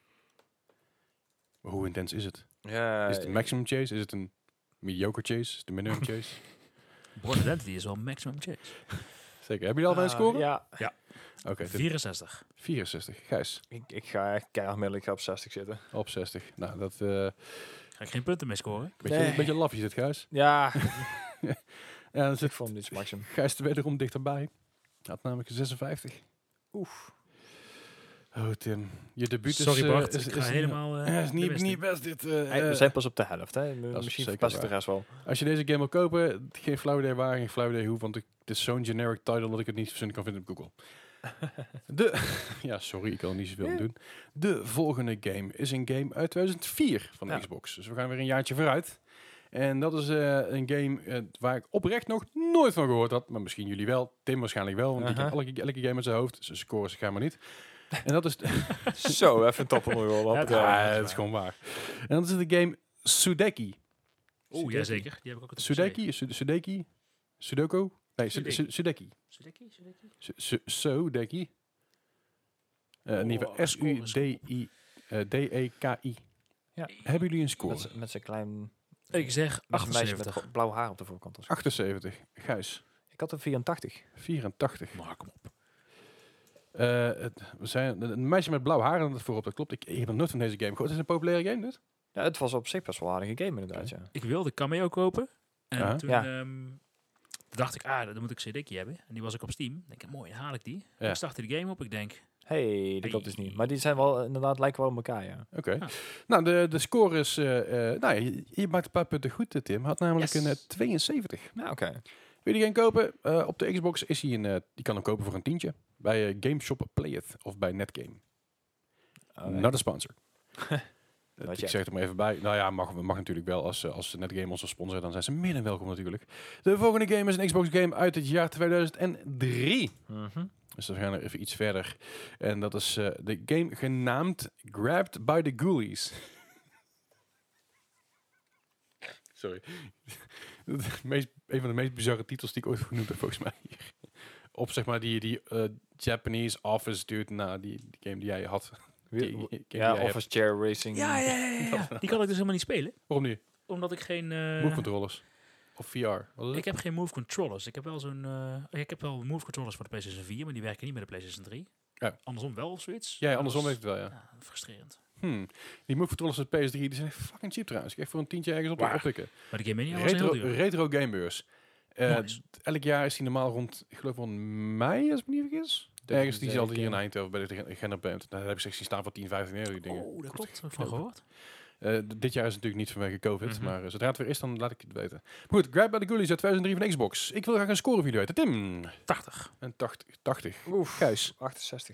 Maar hoe intens is het? Ja, Is het een Maximum Chase? Is het een mediocre chase? Is het een minimum chase? Born Identity is wel maximum chase. Zeker. Hebben jullie al mijn Ah, score? Ja, Oké, Tim. vierenzestig. vierenzestig. Gijs, ik, ik ga echt keihard middel. Ik ga op zestig zitten. op zestig. Nou, dat... eh Ga ik geen punten mee scoren? beetje, Nee. beetje lafjes dit, Gijs. Ja, Ja, dan ik zit vond hem niet maximum. Gijs er wederom dichterbij. Hij had namelijk een zesenvijftig. Oef. Oh, Tim. Je debuut is... Sorry eh, Bart, is, ik is, ga helemaal... eh, Ja, is de niet, mist niet in. best dit. eh, Hey, we eh, zijn pas op de helft, hè. M- is Misschien zeker verpest ik de waar. rest wel. Als je deze game wil kopen, geen flauw idee waar, geen flauw idee hoe, want ik- het is zo'n generic title dat ik het niet verzinnen kan vinden op Google. De, ja, sorry, ik kan er niet zoveel aan doen. De volgende game is een game uit tweeduizend vier van de Ja. Xbox. Dus we gaan weer een jaartje vooruit. En dat is eh, een game eh, waar ik oprecht nog nooit van gehoord had. Maar misschien jullie wel. Tim waarschijnlijk wel, want die Aha. kent elke, elke game met zijn hoofd. Zijn scores gaan maar niet. En dat is... Zo, even een toppen nog wel op. Ja, Ja, ja, dat is het is waar. gewoon waar. En dat is de game Sudeki. Oeh, jazeker. Die heb ik ook op de Sudeki? Su- Sudeki? Sudoku? Nee, Su- Sudeki. Su- Sudeki. Sudeki? Sudeki? Su- Su- Sudeki. Eh, in ieder Oh, geval S-U-D-I-D-E-K-I. Ja. Hebben jullie een score? Met, z'n- met zijn klein... Ik zeg met zijn meisje met achtenzeventig. gro- blauw haar op de voorkant. of zo. achtenzeventig. Gijs. Ik had een vierentachtig. vierentachtig. Maar kom op. Eh, het, we zijn, een meisje met blauw haar en dat voorop, dat klopt. Ik, ik heb nog nooit van deze game gehoord. Het is een populaire game, dit? Ja, het was op zich best wel een aardige game inderdaad, ja. Ik wilde Cameo kopen. En Ja. toen Ja. ehm, toen dacht ik, ah, dan moet ik Sudeki hebben. En die was ik op Steam. Ik denk, mooi, dan haal ik die. Ja. Ik startte de game op. Ik denk, Hey, dat klopt dus niet. Maar die zijn wel, inderdaad, lijken wel op elkaar, ja. Oké. Ah. Nou, de, de score is... eh, eh, nou, ja, je, je maakt een paar punten goed, eh, Tim. Had namelijk Yes. een eh, tweeënzeventig. Nou, oké. Wil je die gaan kopen? Eh, op de Xbox is hij een... eh, die kan hem kopen voor een tientje. Bij eh, GameShop Play It of bij Netgame. Alright. Not a sponsor. Not Dat ik yet. zeg er maar even bij. Nou ja, mag, mag natuurlijk wel. Als, eh, als Netgame ons wil sponsoren, dan zijn ze meer dan welkom natuurlijk. De volgende game is een Xbox game uit het jaar tweeduizend drie. Mhm. Dus dan gaan we even iets verder. En dat is eh, de game genaamd Grabbed by the Ghoulies. Sorry. Het meest, een van de meest bizarre titels die ik ooit genoemd heb, volgens mij. Hier. Op zeg maar die, die uh, Japanese Office dude, nou, die, die game die jij had. Die, Wie- game die Ja, jij Office Chair Racing. Ja, ja, ja, ja, ja. Die kan ik dus helemaal niet spelen. hebt. Waarom niet? Omdat ik geen... eh, Move controllers. Of V R. Wat is het? ik heb geen Move controllers. Ik heb wel zo'n... eh, ik heb wel Move controllers voor de PlayStation vier, maar die werken niet met de PlayStation drie. Ja. Andersom wel of zoiets. Ja, Dat andersom was- weet ik het wel, ja. Ja, frustrerend. Hmm. Die Move controllers van de P S drie, die zijn echt fucking cheap trouwens. Ik echt voor een tientje ergens op Waar? oppikken. Maar de Game Mania was Retro, heel duur. retro Gamebeurs. Uh, Nice. Elk jaar is die normaal rond, ik geloof van mei, als ik me niet vergis. Ergens, die is zeker. altijd hier in Eindhoven bij de Genderpunt. Daar heb ik zich zien staan voor tien, vijftien euro die dingen. Oh, dat Goed klopt. Heb ik geknopen. van gehoord. Uh, d- dit jaar is het natuurlijk niet vanwege COVID, Mhm. maar uh, zodra het weer is, dan laat ik het weten. Goed, Grab by the Ghoulies uit tweeduizend drie van Xbox. Ik wil graag een score van jullie weten. Tim. tachtig. En tachtig. tachtig. Oef, Gijs. achtenzestig.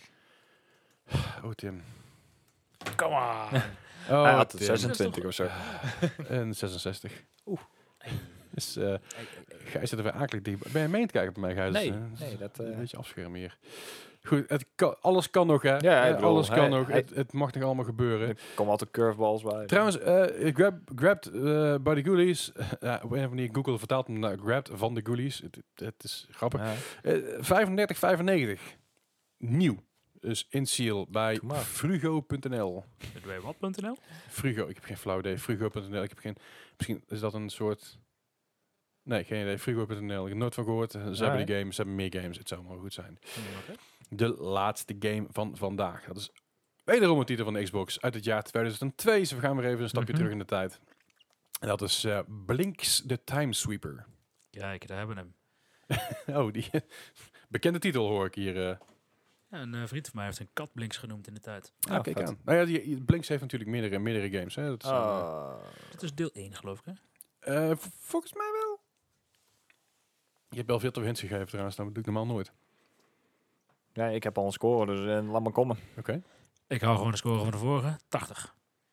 Oh, Tim. Come on. Oh, Hij had Tim. zesentwintig of zo. En zesenzestig. Hey. Dus, uh, Hey, hey, hey. Gijs zit er weer akelig dicht. Ben je mee te kijken bij mij, Gijs? Nee, Uh, nee, dat, Een eh, beetje afschermen hier. Goed, het kan, alles kan nog, hè? Ja, ik Eh, bedoel, alles kan hij- nog. hij- Het, het mag nog allemaal gebeuren. Er komen altijd curveballs bij. Trouwens, eh, grab, grabbed uh, by the Ghoulies. Ja, op een of andere manier Google vertaalt hem naar grabbed van de Ghoulies. Het, het, het is grappig. Ja. Uh, vijfendertig vijfennegentig. Nieuw. Dus in seal bij Doe maar. frugo punt n l. Bij wat punt n l? Frugo, ik heb geen flauw idee. frugo punt n l. Ik heb geen. Misschien is dat een soort. Nee, geen idee. frugo punt n l. Ik heb nooit van gehoord. Ze hebben Alright. die games, ze hebben meer games. Het zou maar goed zijn. De laatste game van vandaag. Dat is wederom een titel van de Xbox uit het jaar tweeduizend twee. Dus we gaan weer even een stapje Mhm. terug in de tijd. En dat is uh, Blinks the Time Sweeper. Kijk, daar hebben we hem. Oh, die bekende titel hoor ik hier. Uh. Ja, een eh, vriend van mij heeft een kat Blinks genoemd in de tijd. Ah, Oh, kijk vet. aan. Nou ja, die, die- Blinks heeft natuurlijk meerdere, meerdere games. Hè. Dat is, uh, Ah. Dit is deel één, geloof ik, hè? uh, v- volgens mij wel. Je hebt wel veel te hints gegeven trouwens. Dat doe ik normaal nooit. Ja, ik heb al een score, dus eh, laat maar komen. Oké. Ik hou gewoon de score van de vorige. tachtig.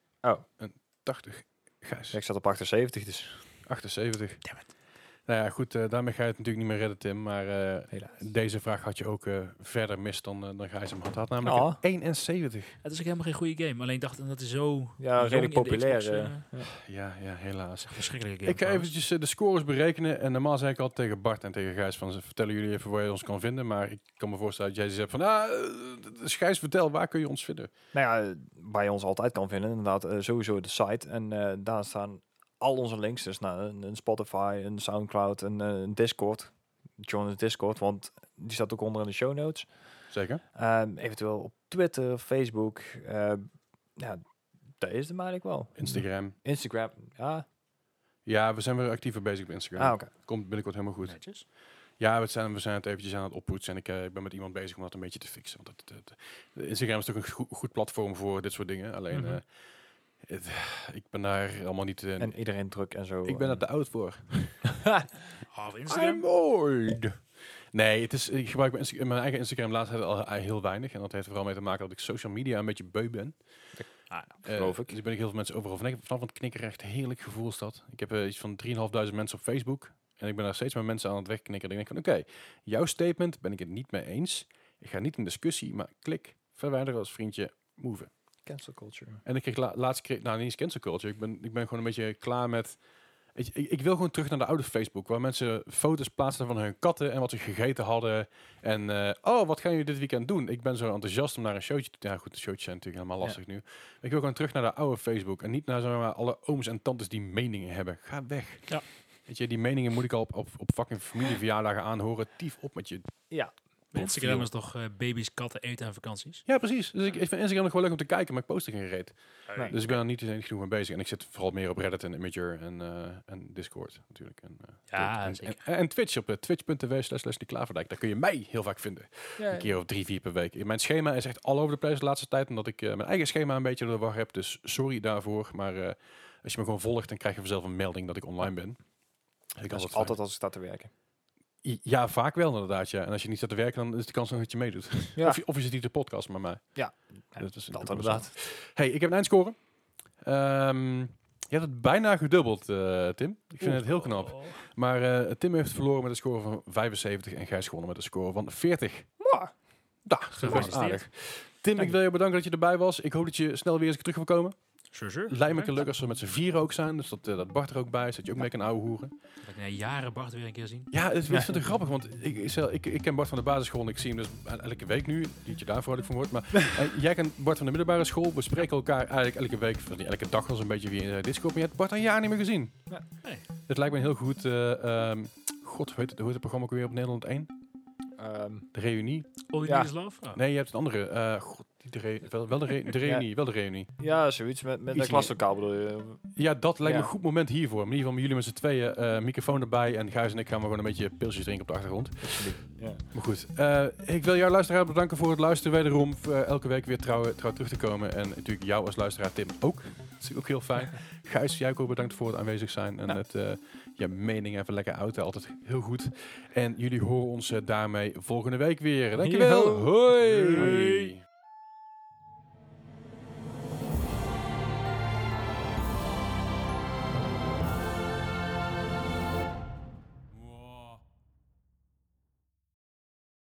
tachtig. Gijs. Ik zat op achtenzeventig, dus achtenzeventig. Damn it. Nou ja, goed. Uh, daarmee ga je het natuurlijk niet meer redden, Tim. Maar uh, helaas. deze vraag had je ook uh, verder mis dan, uh, dan Gijs hem had. Hij had namelijk Ja. een eenenzeventig. Het is ook helemaal geen goede game. Alleen ik dacht dat hij zo Ja, jong redelijk in de populair. Xbox, eh. eh, Ja, ja, helaas. verschrikkelijke game. Ik ga trouwens. eventjes uh, de scores berekenen. En normaal zei ik al tegen Bart en tegen Gijs van... vertellen jullie even waar je ons kan vinden. Maar ik kan me voorstellen dat jij zegt van... Ah, uh, dus Gijs, vertel, waar kun je ons vinden? Nou ja, waar je ons altijd kan vinden, inderdaad, eh, sowieso de site. En eh, daar staan al onze links. Dus nou, een, een Spotify, een Soundcloud, een, eh, een Discord. Join de Discord, want die staat ook onder in de show notes. Zeker. Ehm, eventueel op Twitter, Facebook. eh, ja, dat is het eigenlijk wel. Instagram. Instagram, ja. Ja, we zijn weer actiever bezig op Instagram. Ah, oké. Komt binnenkort helemaal goed. Netjes. Ja, we zijn, we zijn het eventjes aan het oppoetsen. En ik, uh, ik ben met iemand bezig om dat een beetje te fixen. Want het, het, het- Instagram is toch een goed, goed platform voor dit soort dingen. Alleen, Mhm. eh, het, ik ben daar allemaal niet... Uh, En iedereen druk en zo. ik ben er te oud voor. Half Instagram. I'm old. Nee, het is, ik gebruik mijn, Insta- mijn eigen Instagram laatst al heel weinig. En dat heeft er vooral mee te maken dat ik social media een beetje beu ben. Ah, Eh, geloof ik. Dus ik ben ik heel veel mensen overal van vanaf het knikken echt heerlijk gevoel is dat. Ik heb eh, iets van drieduizend mensen op Facebook. En ik ben daar steeds met mensen aan het wegknikken. En ik denk van, oké, jouw statement ben ik het niet mee eens. Ik ga niet in discussie, maar klik, verwijderen als vriendje, move. Cancel culture. En ik kreeg la laatst, kreeg, nou niet eens cancel culture. Ik ben, ik ben gewoon een beetje klaar met... Ik, ik, ik wil gewoon terug naar de oude Facebook, waar mensen foto's plaatsten van hun katten en wat ze gegeten hadden. En, eh, oh, wat gaan jullie dit weekend doen? Ik ben zo enthousiast om naar een showtje te... Ja goed, de showtjes zijn natuurlijk helemaal lastig nu. Ik wil gewoon terug naar de oude Facebook en niet naar zeg maar, alle ooms en tantes die meningen hebben. Ga weg. Ja. Weet je, die meningen moet ik al op, op, op fucking familieverjaardagen aanhoren. Tief op met je... Ja. Instagram is toch eh, baby's, katten, eten en vakanties? Ja, precies. Dus ik, ik vind Instagram nog wel leuk om te kijken, maar ik post er geen reet. Nee. Dus ik ben er niet genoeg mee bezig. En ik zit vooral meer op Reddit en Imgur en, eh, en Discord natuurlijk. En, eh, Ja, en, zeker. En, en Twitch op uh, twitch.tv slash Leslie Klaverdijk. Daar kun je mij heel vaak vinden. Ja, Een keer of drie, vier per week. Mijn schema is echt all over the place de laatste tijd. Omdat ik uh, mijn eigen schema een beetje door de war heb. Dus sorry daarvoor. Maar uh, als je me gewoon volgt, dan krijg je vanzelf een melding dat ik online ben. Ik dat is altijd als ik sta te werken. Ja, vaak wel inderdaad. Ja. En als je niet staat te werken, dan is de kans nog dat je meedoet. Ja. Of, je, of je zit niet te podcast met mij. Ja, dat is dat inderdaad. Hey, ik heb een eindscore. Um, je hebt het bijna gedubbeld, uh, Tim. Ik vind het heel knap. Oh. Maar uh, Tim heeft verloren met een score van vijfenzeventig en Gijs gewonnen met een score van veertig. Mwah. Da, dat is best Gefeliciteerd. aardig. Tim, Dank ik wil je bedanken dat je erbij was. Ik hoop dat je snel weer eens terug wil komen. Sure, sure. Lijkt me leuk als we met z'n vier ook zijn. Dus dat, uh, dat Bart er ook bij is. Dat je ook mee kan ouwe hoeren. Dat ik na jaren Bart weer een keer zien. Ja, het, ik vind het grappig. Want ik, ik, ik, ik ken Bart van de basisschool. En ik zie hem dus elke week nu. Niet je daarvoor had ik van woord. Maar uh, jij kent Bart van de middelbare school. We spreken elkaar eigenlijk elke week. Of niet elke dag was een beetje via Discord. Maar je hebt Bart al jaren niet meer gezien. Ja. Nee. Het lijkt me heel goed. Uh, um, God, hoe heet, het, hoe heet het programma ook weer op Nederland één? Um, De Reunie? All You Ja. Need Is Love? Oh. Nee, je hebt een andere. Uh, God, niet de, re, wel, wel de, re, de Reunie. Ja. Wel de Reunie. ja, zoiets met, met Iets een klaslokaal bedoel je. Ja, dat lijkt me Ja. een goed moment hiervoor. In ieder geval met jullie met z'n tweeën. Uh, microfoon erbij. En Gijs en ik gaan maar gewoon een beetje pilsjes drinken op de achtergrond. Ja. Maar goed. Uh, ik wil jou luisteraar bedanken voor het luisteren wederom. Uh, elke week weer trouw, trouw terug te komen. En natuurlijk jou als luisteraar Tim ook. Dat is ook heel fijn. Gijs, jij ook bedankt voor het aanwezig zijn. En Ja. het uh, je mening even lekker uiten. Altijd heel goed. En jullie horen ons uh, daarmee volgende week weer. Dankjewel. Yo. Hoi. Hoi.